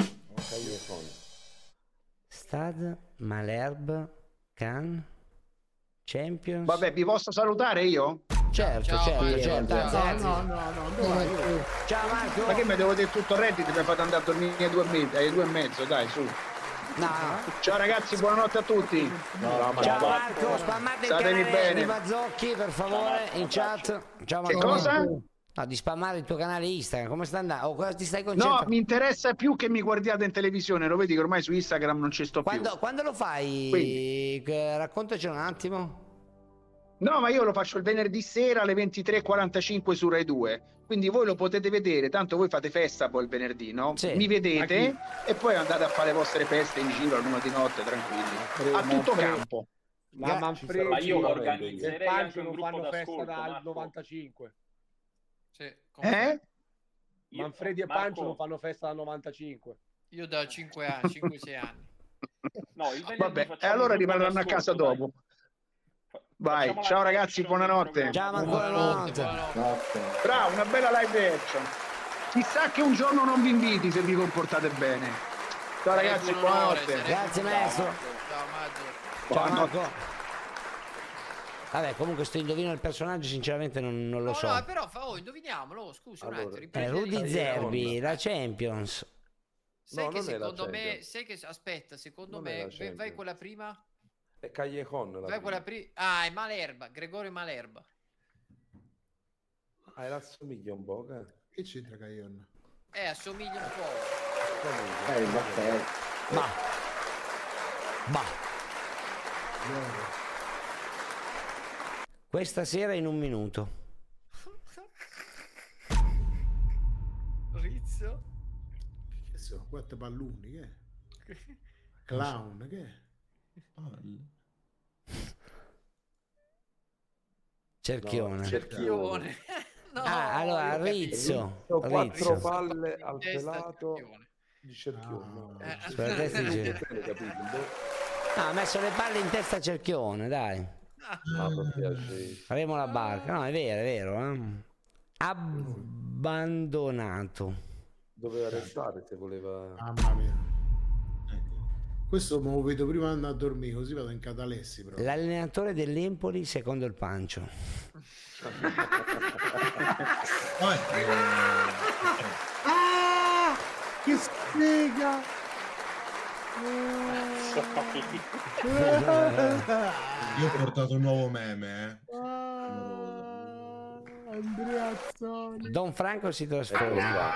[SPEAKER 4] Stade, Malherbe, Cannes, Champions.
[SPEAKER 20] Vabbè, vi posso salutare io?
[SPEAKER 4] Certo,
[SPEAKER 6] Ciao,
[SPEAKER 4] certo,
[SPEAKER 6] Mario.
[SPEAKER 4] certo.
[SPEAKER 6] Ciao.
[SPEAKER 4] anzi,
[SPEAKER 5] No,
[SPEAKER 4] anzi.
[SPEAKER 5] no, no, no, dove vai? Io-
[SPEAKER 4] Ciao Marco.
[SPEAKER 20] Ma che mi devo dire tutto il reddito? Mi fate andare a dormire alle due e mezza, alle due e mezzo, dai, su.
[SPEAKER 4] No, no.
[SPEAKER 20] Ciao ragazzi, buonanotte a tutti.
[SPEAKER 4] Ciao Marco, spammate il
[SPEAKER 20] Statemi
[SPEAKER 4] canale
[SPEAKER 20] bene.
[SPEAKER 4] di Mazzocchi per favore in chat. Ciao
[SPEAKER 20] Che
[SPEAKER 4] Marco.
[SPEAKER 20] cosa?
[SPEAKER 4] No, di spammare il tuo canale Instagram. Come sta andando? Oh, cosa ti stai
[SPEAKER 20] No,
[SPEAKER 4] concentrando?
[SPEAKER 20] mi interessa più che mi guardiate in televisione, lo vedi che ormai su Instagram non ci sto
[SPEAKER 4] Quando,
[SPEAKER 20] più.
[SPEAKER 4] quando lo fai?
[SPEAKER 20] Quindi.
[SPEAKER 4] Eh, Raccontaci un attimo.
[SPEAKER 20] No, ma io lo faccio il venerdì sera alle ventitré e quarantacinque su Rai due. Quindi voi lo potete vedere, tanto voi fate festa poi il venerdì, no?
[SPEAKER 4] Sì.
[SPEAKER 20] Mi vedete e poi andate a fare le vostre feste in giro a luna di notte, tranquilli. A tutto campo.
[SPEAKER 1] Ma
[SPEAKER 4] Gra-
[SPEAKER 1] Manfredi
[SPEAKER 17] Ma io
[SPEAKER 1] e
[SPEAKER 17] organizzerei anche
[SPEAKER 1] Pancio
[SPEAKER 17] un
[SPEAKER 1] non
[SPEAKER 17] gruppo
[SPEAKER 1] fanno festa
[SPEAKER 17] d'ascolto,
[SPEAKER 1] dal
[SPEAKER 17] Marco.
[SPEAKER 1] novantacinque.
[SPEAKER 6] Sì, confermo.
[SPEAKER 20] Eh?
[SPEAKER 17] Io-
[SPEAKER 1] Manfredi e
[SPEAKER 17] Marco-
[SPEAKER 1] Pancio non fanno festa dal novantacinque.
[SPEAKER 6] Io da cinque anni, cinque sei anni.
[SPEAKER 17] No, il venerdì
[SPEAKER 20] Vabbè, e
[SPEAKER 17] facciamo
[SPEAKER 20] allora
[SPEAKER 17] un gruppo
[SPEAKER 20] rimarranno a casa
[SPEAKER 17] d'ascolto, dai.
[SPEAKER 20] dopo.
[SPEAKER 17] Fa-
[SPEAKER 20] Vai,
[SPEAKER 17] facciamo
[SPEAKER 20] ciao
[SPEAKER 17] la
[SPEAKER 20] ragazzi,
[SPEAKER 17] reaction del
[SPEAKER 20] buonanotte.
[SPEAKER 17] programma.
[SPEAKER 4] Ciao Marco,
[SPEAKER 6] Buonanotte,
[SPEAKER 4] buonanotte.
[SPEAKER 6] buonanotte.
[SPEAKER 22] Notte.
[SPEAKER 20] Bravo, una bella live action. Chissà che un giorno non vi inviti se vi comportate bene. Ciao ragazzi,
[SPEAKER 6] Sarebbe un onore,
[SPEAKER 20] buonanotte.
[SPEAKER 6] sarebbe
[SPEAKER 4] Grazie,
[SPEAKER 6] un
[SPEAKER 4] maestro.
[SPEAKER 6] onore. Ciao Maggio.
[SPEAKER 4] Ciao
[SPEAKER 20] Buonanotte.
[SPEAKER 4] Marco. Vabbè, comunque sto indovino il personaggio, sinceramente non, non lo
[SPEAKER 6] No,
[SPEAKER 4] so.
[SPEAKER 6] no, però fa, oh, indoviniamolo, scusa un
[SPEAKER 10] Allora,
[SPEAKER 6] attimo.
[SPEAKER 4] Eh,
[SPEAKER 6] riprendi
[SPEAKER 4] Rudy
[SPEAKER 6] lì.
[SPEAKER 4] Zerbi, la Champions.
[SPEAKER 6] Sai
[SPEAKER 10] No,
[SPEAKER 6] che
[SPEAKER 10] non è la
[SPEAKER 6] secondo me,
[SPEAKER 10] Champions.
[SPEAKER 6] sai che aspetta, secondo
[SPEAKER 10] Non è
[SPEAKER 6] me,
[SPEAKER 10] la
[SPEAKER 6] vai- vai
[SPEAKER 10] Champions.
[SPEAKER 6] quella prima?
[SPEAKER 10] È Callejon la
[SPEAKER 6] Vai
[SPEAKER 10] prima.
[SPEAKER 6] quella prima. Ah, è Malerba, Gregorio Malerba.
[SPEAKER 10] Ah, e l'assomiglia un po', che?
[SPEAKER 5] Che c'entra Caglion?
[SPEAKER 6] Eh, assomiglia un po'.
[SPEAKER 22] Eh, il Batteri.
[SPEAKER 4] Ma. Ma. Questa sera in un minuto.
[SPEAKER 6] Rizzo.
[SPEAKER 5] Che sono? Quattro palloni, che è? Clown, che è?
[SPEAKER 4] Cerchione.
[SPEAKER 10] No,
[SPEAKER 6] Cerchione. No,
[SPEAKER 4] ah, allora Rizzo.
[SPEAKER 10] Rizzo, quattro
[SPEAKER 4] Rizzo.
[SPEAKER 10] palle al pelato di Cerchione.
[SPEAKER 6] Eh,
[SPEAKER 4] Sulla testa di Cerchione. No, ha messo le palle in testa a Cerchione, dai.
[SPEAKER 10] Ma per piacere.
[SPEAKER 4] Faremo la barca. No, è vero, è vero. Eh? Abbandonato.
[SPEAKER 10] Doveva restare se voleva.
[SPEAKER 5] Mamma mia. Questo me lo vedo prima di andare a dormire, così vado in catalessi. Però.
[SPEAKER 4] L'allenatore dell'Empoli secondo il Pancio.
[SPEAKER 5] Ah, che sfiga!
[SPEAKER 11] Io ho portato un nuovo meme, eh.
[SPEAKER 5] Ah, Andreazzoni.
[SPEAKER 4] Don Franco si trasforma.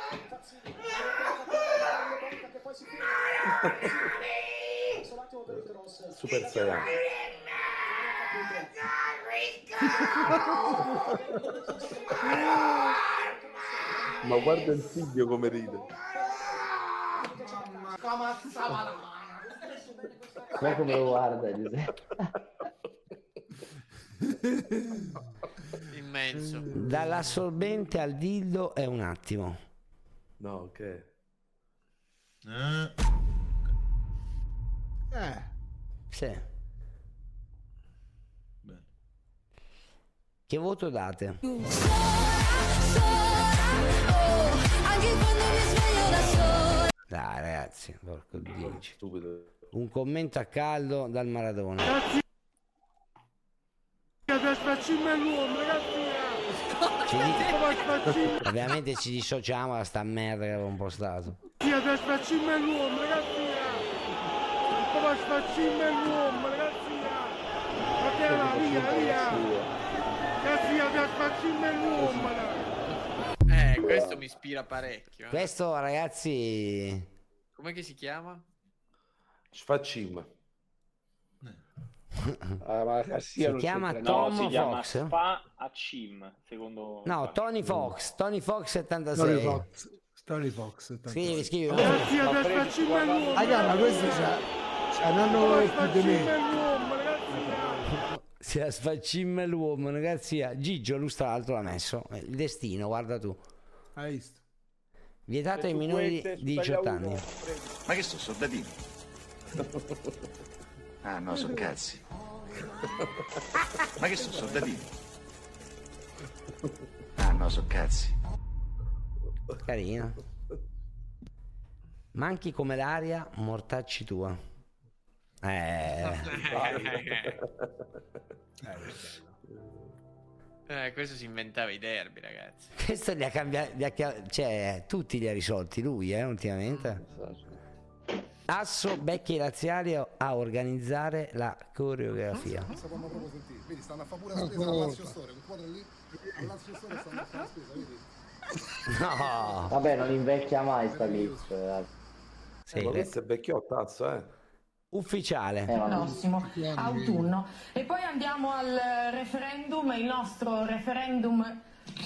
[SPEAKER 10] Super Saiyan. Ma guarda il figlio come ride.
[SPEAKER 22] Ma come lo guarda Giuseppe?
[SPEAKER 6] Immenso.
[SPEAKER 4] Dall'assorbente al dildo è un attimo.
[SPEAKER 10] No, ok.
[SPEAKER 11] Eh.
[SPEAKER 5] Eh.
[SPEAKER 4] Sì. Che voto date? Dai ragazzi, porco dio.
[SPEAKER 10] Stupido.
[SPEAKER 4] Un commento a caldo dal Maradona. Ci di... Ovviamente ci dissociamo da sta merda che avevo postato.
[SPEAKER 6] Eh, questo mi ispira parecchio. Eh.
[SPEAKER 4] Questo ragazzi...
[SPEAKER 6] Com'è che si chiama?
[SPEAKER 10] Sfaccim.
[SPEAKER 17] Ah, ma
[SPEAKER 4] si chiama
[SPEAKER 17] no,
[SPEAKER 4] Tom
[SPEAKER 17] si chiama
[SPEAKER 4] Fox.
[SPEAKER 17] Sfa a Cim, secondo
[SPEAKER 4] No, Tony Fox, Tony Fox settantasei.
[SPEAKER 5] Tony Fox, Tony Fox settantasei.
[SPEAKER 4] Scrivi, scrivi.
[SPEAKER 5] Raga, ma questo c'ha, c'ha un anno più di me.
[SPEAKER 4] Si sfaccimma l'uomo, ragazzi. Gigio, lui tra l'altro l'ha messo. Il destino, guarda tu.
[SPEAKER 5] Hai visto?
[SPEAKER 4] Vietato ai minori di diciotto anni.
[SPEAKER 9] Ma che sto soldatino? Ah no, sono cazzi. Ma che sono soldatini? Ah no, sono cazzi.
[SPEAKER 4] Carino. Manchi come l'aria, mortacci tua. Eh.
[SPEAKER 6] Eh, questo si inventava i derby, ragazzi.
[SPEAKER 4] Questo li ha cambiati, li ha, cioè, tutti li ha risolti lui, eh, ultimamente. Asso becchi razziali a organizzare la coreografia.
[SPEAKER 13] Vedi, stanno a fare pure la spesa all'Azio Store, un quadro lì, all'Azio Store stanno a fare la spesa, vedi?
[SPEAKER 4] No!
[SPEAKER 22] Vabbè, non invecchia mai sta glitch.
[SPEAKER 4] Sì,
[SPEAKER 10] ma questo è vecchiottazzo, eh.
[SPEAKER 4] Ufficiale.
[SPEAKER 12] Prossimo autunno. E poi andiamo al referendum, il nostro referendum.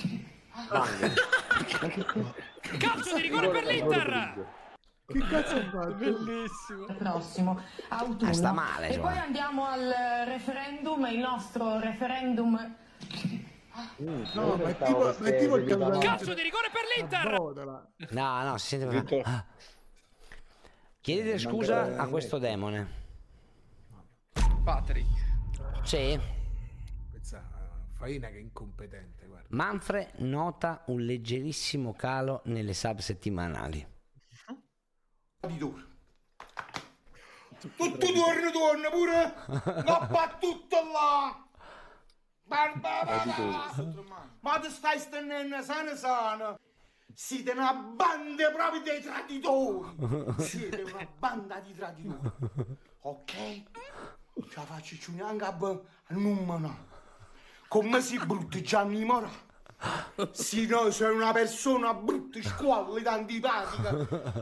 [SPEAKER 18] Calcio di rigore per l'Inter!
[SPEAKER 5] Che cazzo ha fatto?
[SPEAKER 12] Bellissimo. Prossimo autunno.
[SPEAKER 4] Ah, sta male,
[SPEAKER 12] e
[SPEAKER 4] cioè.
[SPEAKER 12] poi andiamo al referendum, il nostro referendum.
[SPEAKER 5] No, ma è tipo, ma è tipo il caso
[SPEAKER 18] calcio di rigore per l'Inter!
[SPEAKER 4] No, no, si sente. Ah. Chiedete scusa a questo demone.
[SPEAKER 6] Patrick.
[SPEAKER 4] Sì.
[SPEAKER 5] Questa faina che è incompetente, guarda.
[SPEAKER 4] Manfred nota un leggerissimo calo nelle sub settimanali.
[SPEAKER 8] Di due. Tutto torno torno pure. No, fa tutto là. Barba, ma ti stai stendendo sana sana. Siete una banda proprio dei traditori. Siete una banda di traditori. Ok? Ce la faccio ciù neanche a numero. Come si brutti Gianni Mora? Sì, no, sei una persona brutta, squallida, antipatica.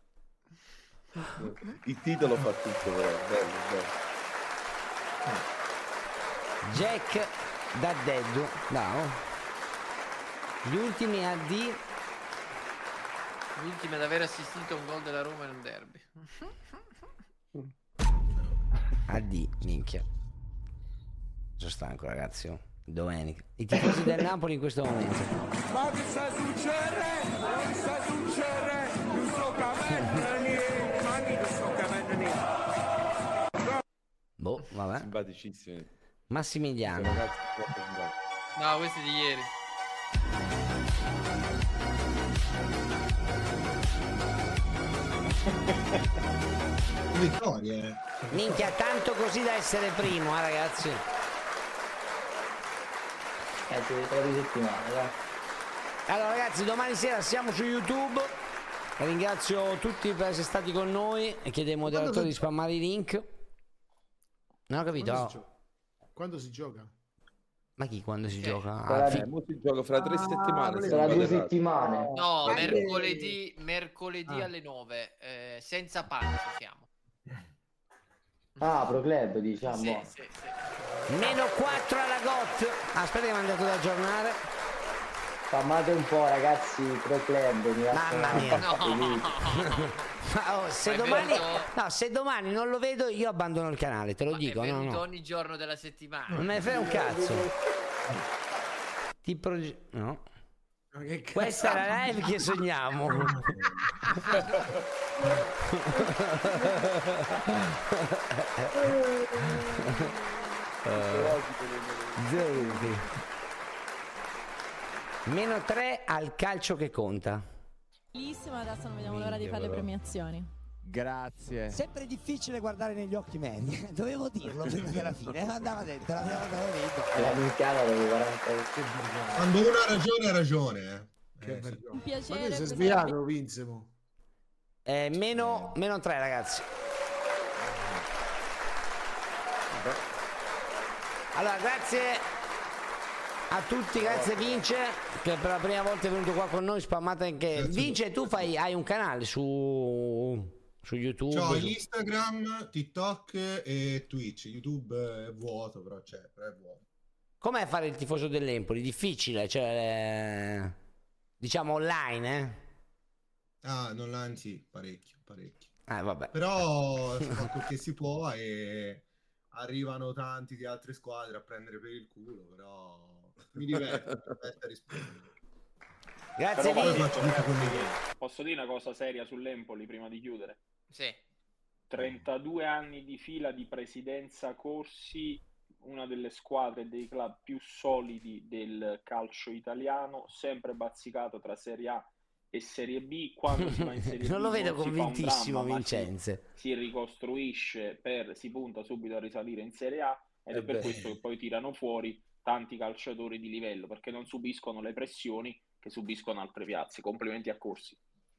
[SPEAKER 10] Il titolo fa tutto, però. Bello, bello.
[SPEAKER 4] Jack da Deddu. No. Gli ultimi A D.
[SPEAKER 6] Gli ultimi ad aver assistito a un gol della Roma in un derby.
[SPEAKER 4] A D, minchia. Sono stanco, ragazzi. Domenica. I tifosi del Napoli in questo momento.
[SPEAKER 8] Ma che sta succedendo? Ma che sta succedendo? Non sto capendo niente. Ma che non sto capendo niente.
[SPEAKER 4] Boh, vabbè.
[SPEAKER 10] Simpaticissimi.
[SPEAKER 4] Massimiliano.
[SPEAKER 6] No, questi di ieri.
[SPEAKER 11] Vittorie.
[SPEAKER 4] Minchia, tanto così da essere primo, eh, ragazzi.
[SPEAKER 22] Eh, ci tre di settimana, dai.
[SPEAKER 4] Allora ragazzi, domani sera siamo su YouTube. Ringrazio tutti per essere stati con noi e chiedo ai moderatori di spammare i link. Non ho capito.
[SPEAKER 5] Quando si gioca? Quando si gioca?
[SPEAKER 4] Ma chi quando si
[SPEAKER 6] Eh,
[SPEAKER 4] gioca?
[SPEAKER 10] Ah,
[SPEAKER 4] Ah,
[SPEAKER 10] fi-
[SPEAKER 4] fi-
[SPEAKER 10] si gioca fra tre
[SPEAKER 5] Ah,
[SPEAKER 10] settimane. se
[SPEAKER 22] Tra
[SPEAKER 10] non
[SPEAKER 22] due
[SPEAKER 10] vado errato.
[SPEAKER 22] settimane.
[SPEAKER 6] No,
[SPEAKER 5] Ma
[SPEAKER 6] mercoledì, mercoledì
[SPEAKER 5] Ah.
[SPEAKER 6] alle nove, eh, senza pancio siamo.
[SPEAKER 22] Ah, Pro Club, diciamo.
[SPEAKER 6] Sì, sì, sì.
[SPEAKER 4] Meno quattro alla G O T. Aspetta che mi hanno dato da aggiornare.
[SPEAKER 22] Spammate un po', ragazzi, Pro Club. Mi
[SPEAKER 4] Mamma mia.
[SPEAKER 6] No.
[SPEAKER 4] Ma, oh, se,
[SPEAKER 6] Ma è
[SPEAKER 4] domani,
[SPEAKER 6] venuto-
[SPEAKER 4] no, se domani non lo vedo io abbandono il canale, te lo
[SPEAKER 6] Ma è
[SPEAKER 4] dico. No,
[SPEAKER 6] venuto
[SPEAKER 4] no.
[SPEAKER 6] ogni giorno della settimana.
[SPEAKER 4] Non me ne frega un cazzo. Ti proge- no.
[SPEAKER 5] Ma che cazzo?
[SPEAKER 4] Questa è la live che sogniamo. Zero. Meno tre al calcio che conta.
[SPEAKER 15] Bellissimo, adesso non vediamo l'ora di fare le premiazioni.
[SPEAKER 19] Grazie.
[SPEAKER 21] Sempre difficile guardare negli occhi Manny. Dovevo dirlo prima della fine. Andava dentro, l'abbiamo detto.
[SPEAKER 22] La minchiata dopo quaranta.
[SPEAKER 11] Quando uno ha ragione, ha ragione. Eh.
[SPEAKER 5] Che
[SPEAKER 11] Eh, sì.
[SPEAKER 5] vergogna.
[SPEAKER 15] Un
[SPEAKER 5] Ma
[SPEAKER 15] piacere.
[SPEAKER 5] tu sei
[SPEAKER 15] questa-
[SPEAKER 5] sviato, Vinsemo.
[SPEAKER 4] Eh, meno, meno tre ragazzi. Allora, grazie a tutti, grazie Vince che per la prima volta è venuto qua con noi, spammate anche. Vince, tu fai, hai un canale su, su YouTube?
[SPEAKER 11] C'ho
[SPEAKER 4] su-
[SPEAKER 11] Instagram, TikTok e Twitch. YouTube è vuoto, però c'è, però è vuoto.
[SPEAKER 4] Com'è fare il tifoso dell'Empoli? Difficile, cioè eh, diciamo online, eh?
[SPEAKER 11] Ah, online sì, parecchio, parecchio.
[SPEAKER 4] Eh, vabbè.
[SPEAKER 11] Però si fa quel che si può e arrivano tanti di altre squadre a prendere per il culo, però mi diverto, mi diverto a rispondere.
[SPEAKER 4] Grazie
[SPEAKER 17] Però
[SPEAKER 11] Poi
[SPEAKER 17] posso,
[SPEAKER 11] faccio vita con i miei.
[SPEAKER 17] posso dire una cosa seria sull'Empoli prima di chiudere?
[SPEAKER 6] Sì.
[SPEAKER 17] trentadue anni di fila di presidenza Corsi, una delle squadre e dei club più solidi del calcio italiano, sempre bazzicato tra Serie A e Serie B. Quando si va in Serie B
[SPEAKER 4] Non lo vedo
[SPEAKER 17] si fa un
[SPEAKER 4] convintissimo,
[SPEAKER 17] dramma, ma si-
[SPEAKER 4] Vincenze.
[SPEAKER 17] Si, ricostruisce, per, si punta subito a risalire in Serie A ed
[SPEAKER 10] Eh
[SPEAKER 17] è per
[SPEAKER 10] beh.
[SPEAKER 17] questo che poi tirano fuori tanti calciatori di livello, perché non subiscono le pressioni che subiscono altre piazze. Complimenti a Corsi.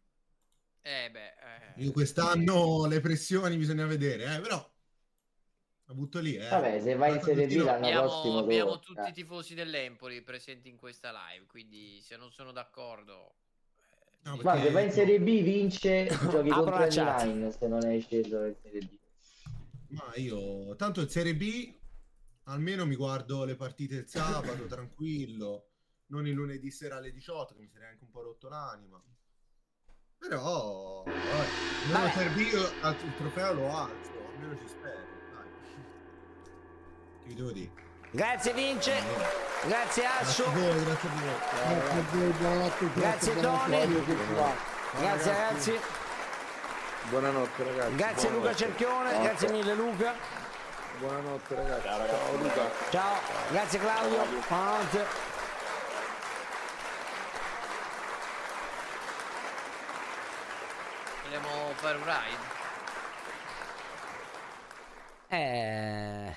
[SPEAKER 6] Eh beh, eh.
[SPEAKER 11] Io quest'anno le pressioni bisogna vedere, eh, però la butto lì, eh.
[SPEAKER 22] Vabbè, se vai in Serie B l'anno
[SPEAKER 6] abbiamo,
[SPEAKER 22] prossimo
[SPEAKER 6] abbiamo
[SPEAKER 22] tocca.
[SPEAKER 6] tutti i tifosi dell'Empoli presenti in questa live, quindi se non sono d'accordo...
[SPEAKER 11] No,
[SPEAKER 22] Guarda, se
[SPEAKER 11] perché-
[SPEAKER 22] vai in Serie B vince, giochi
[SPEAKER 4] Apro
[SPEAKER 22] contro
[SPEAKER 4] la
[SPEAKER 22] il
[SPEAKER 4] chat.
[SPEAKER 22] Milan se non hai sceso in Serie B.
[SPEAKER 11] Ma io, tanto in Serie B, almeno mi guardo le partite il sabato, tranquillo, non il lunedì sera alle diciotto, che mi sarei anche un po' rotto l'anima. Però, vabbè, almeno in Serie B io alzo il trofeo lo alzo, almeno ci spero, dai. Che vi devo dire?
[SPEAKER 4] Grazie Vince, grazie Asso,
[SPEAKER 11] Grazie a voi, grazie a voi.
[SPEAKER 13] Grazie a voi, buonanotte.
[SPEAKER 4] grazie Tony, grazie ragazzi,
[SPEAKER 10] Buonanotte ragazzi.
[SPEAKER 4] grazie Luca
[SPEAKER 10] buonanotte.
[SPEAKER 4] Cerchione,
[SPEAKER 10] Ciao.
[SPEAKER 4] grazie mille Luca,
[SPEAKER 10] Buonanotte ragazzi.
[SPEAKER 17] Ciao, ragazzi.
[SPEAKER 10] Ciao Luca.
[SPEAKER 4] ciao, grazie Claudio, buonanotte.
[SPEAKER 6] Vogliamo fare un ride?
[SPEAKER 4] Eh...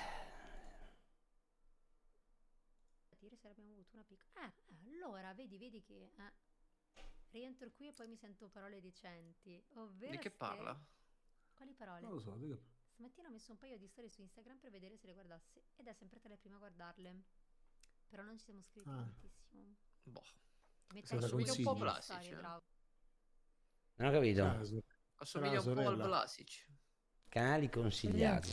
[SPEAKER 24] Dire se abbiamo avuto una piccola. Ah, allora vedi, vedi che eh, rientro qui e poi mi sento parole decenti. Ovvero
[SPEAKER 6] Di che
[SPEAKER 24] se-
[SPEAKER 6] parla?
[SPEAKER 24] Quali parole?
[SPEAKER 5] Non lo so, di che-
[SPEAKER 24] Stamattina ho messo un paio di storie su Instagram per vedere se le guardassi ed è sempre tra le prime a guardarle. Però non ci siamo scritti
[SPEAKER 5] Ah.
[SPEAKER 24] tantissimo.
[SPEAKER 6] Boh.
[SPEAKER 24] Ti metti
[SPEAKER 5] Se la
[SPEAKER 24] a
[SPEAKER 6] Assomiglia un po' a
[SPEAKER 5] consigli.
[SPEAKER 6] Vlasic.
[SPEAKER 24] storie,
[SPEAKER 6] eh.
[SPEAKER 24] bravo.
[SPEAKER 4] Non ho capito.
[SPEAKER 5] Ah, so-
[SPEAKER 6] Assomiglia un
[SPEAKER 5] Sarà la
[SPEAKER 6] po' al
[SPEAKER 5] sorella.
[SPEAKER 6] Vlasic.
[SPEAKER 4] Canali consigliati.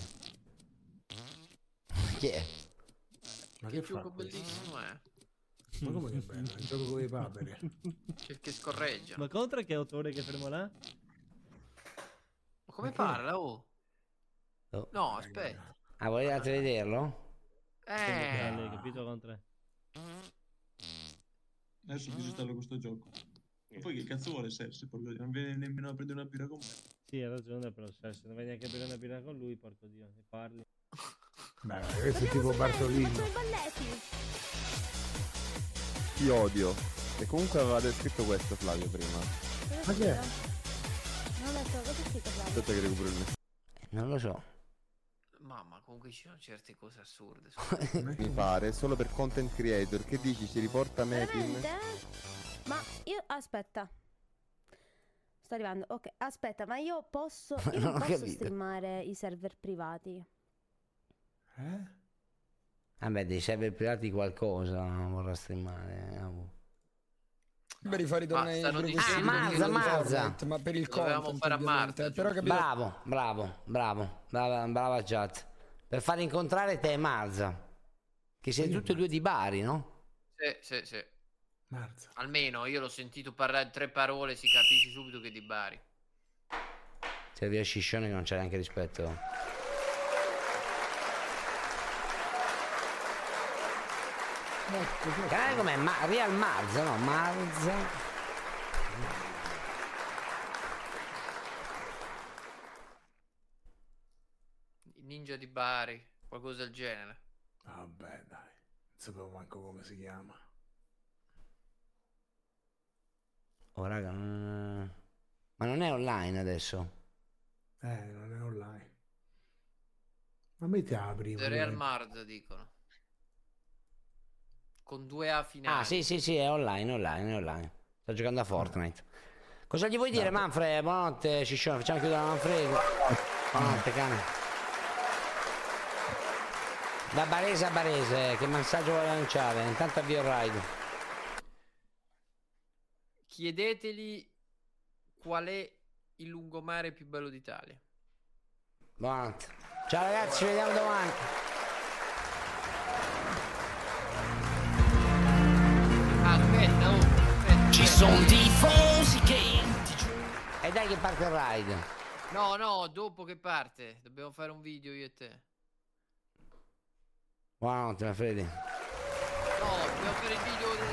[SPEAKER 4] Chi è?
[SPEAKER 5] Ma
[SPEAKER 6] Che
[SPEAKER 5] che
[SPEAKER 6] gioco
[SPEAKER 5] fa questo?
[SPEAKER 6] bellissimo è.
[SPEAKER 5] Ma come che bello? Il gioco con i paperi.
[SPEAKER 6] Che, che scorreggia.
[SPEAKER 25] Ma contro che autore che fermo là?
[SPEAKER 6] Ma come
[SPEAKER 5] Ma che-
[SPEAKER 6] parla? Oh.
[SPEAKER 4] Oh.
[SPEAKER 6] No, aspetta.
[SPEAKER 4] Ah, volete vederlo?
[SPEAKER 6] Eh.
[SPEAKER 25] Lei, capito con tre?
[SPEAKER 3] Adesso disinstallo questo gioco. E poi che cazzo vuole Serse? Proprio non viene nemmeno a prendere una birra con me.
[SPEAKER 25] Sì, ha ragione, però se non vai neanche a bere una birra con lui, porco Dio, ne parli.
[SPEAKER 5] Beh, questo è tipo Bartolino.
[SPEAKER 14] Ti odio. E comunque aveva descritto questo Flavio prima.
[SPEAKER 5] Ma che è?
[SPEAKER 24] Non ho detto, cosa è scritto Flavio?
[SPEAKER 14] Aspetta che recupero il messaggio.
[SPEAKER 4] Non lo so.
[SPEAKER 6] Mamma, comunque ci sono certe cose assurde.
[SPEAKER 14] Mi pare, solo per content creator. Che dici? Ci riporta Metin?
[SPEAKER 24] Veramente? Ma io, aspetta. Sto arrivando, ok, aspetta, ma io posso, io non
[SPEAKER 4] Non ho
[SPEAKER 24] posso
[SPEAKER 4] capito.
[SPEAKER 24] streamare i server privati.
[SPEAKER 5] Eh?
[SPEAKER 4] Vabbè, dei server privati qualcosa vorrà streamare. eh, oh.
[SPEAKER 16] Per rifare i tornei
[SPEAKER 6] stanno
[SPEAKER 16] gruppi
[SPEAKER 6] dicendo
[SPEAKER 16] di
[SPEAKER 4] Marza, Marza.
[SPEAKER 16] Fortnite, ma per il
[SPEAKER 6] Lo dovevamo
[SPEAKER 16] content
[SPEAKER 6] fare a
[SPEAKER 16] ovviamente.
[SPEAKER 6] Marta,
[SPEAKER 16] Però capito?
[SPEAKER 4] Bravo, bravo, bravo, brava, brava chat. Per far incontrare te e Marza. Che siete tutti e due di Bari, no?
[SPEAKER 6] Sì, sì, sì.
[SPEAKER 5] Marza.
[SPEAKER 6] Almeno io l'ho sentito parlare tre parole, si capisce subito che è di Bari.
[SPEAKER 4] Sei via Sciscione che non c'è neanche rispetto. Canale com'è? Ma- Real Marza, no? Marza.
[SPEAKER 6] Ninja di Bari, qualcosa del genere.
[SPEAKER 5] Vabbè, dai. Non sapevo manco come si chiama.
[SPEAKER 4] Oh, raga, non- ma non è online adesso?
[SPEAKER 5] Eh, non è online. Ma metti la prima.
[SPEAKER 6] The Real
[SPEAKER 5] dai.
[SPEAKER 6] Marza dicono. Con due A finali.
[SPEAKER 4] Ah, sì, sì, sì, è online, è online, è online. Sta giocando a Fortnite. Cosa gli vuoi dire, Manfred? Buonanotte, Ciccione, facciamo chiudere Manfredo. Buonanotte, cane. Da Barese a Barese, che messaggio vuole lanciare? Intanto avvio il ride.
[SPEAKER 6] Chiedetegli qual è il lungomare più bello d'Italia.
[SPEAKER 4] Buonanotte. Ciao ragazzi, ci vediamo domani.
[SPEAKER 6] Aspetta, oh, aspetta,
[SPEAKER 4] Ci
[SPEAKER 6] aspetta.
[SPEAKER 4] sono tifosi che... E dai che parte il ride.
[SPEAKER 6] No, no, dopo che parte. Dobbiamo fare un video io e te.
[SPEAKER 4] Buonanotte, Manfredi.
[SPEAKER 6] No, dobbiamo fare il video del...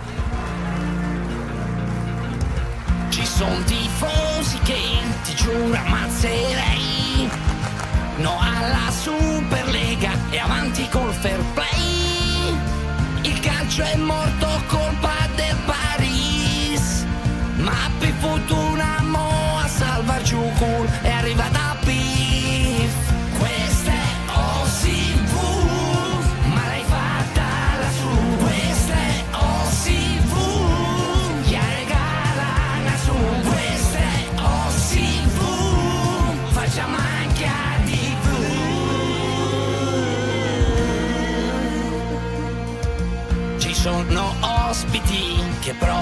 [SPEAKER 4] Ci sono tifosi che ti giuro ammazzerei. No alla Superlega e avanti col fair play. Il calcio è morto, colpa del Paris. Ma per fortuna mo a salvar giù cool è arrivata Pif. Questa è O S I V, ma l'hai fatta lassù. Questa è O S I V, gli regalano su. Questa è O S I V, facciamo anche a tivù. Ci sono ospiti che però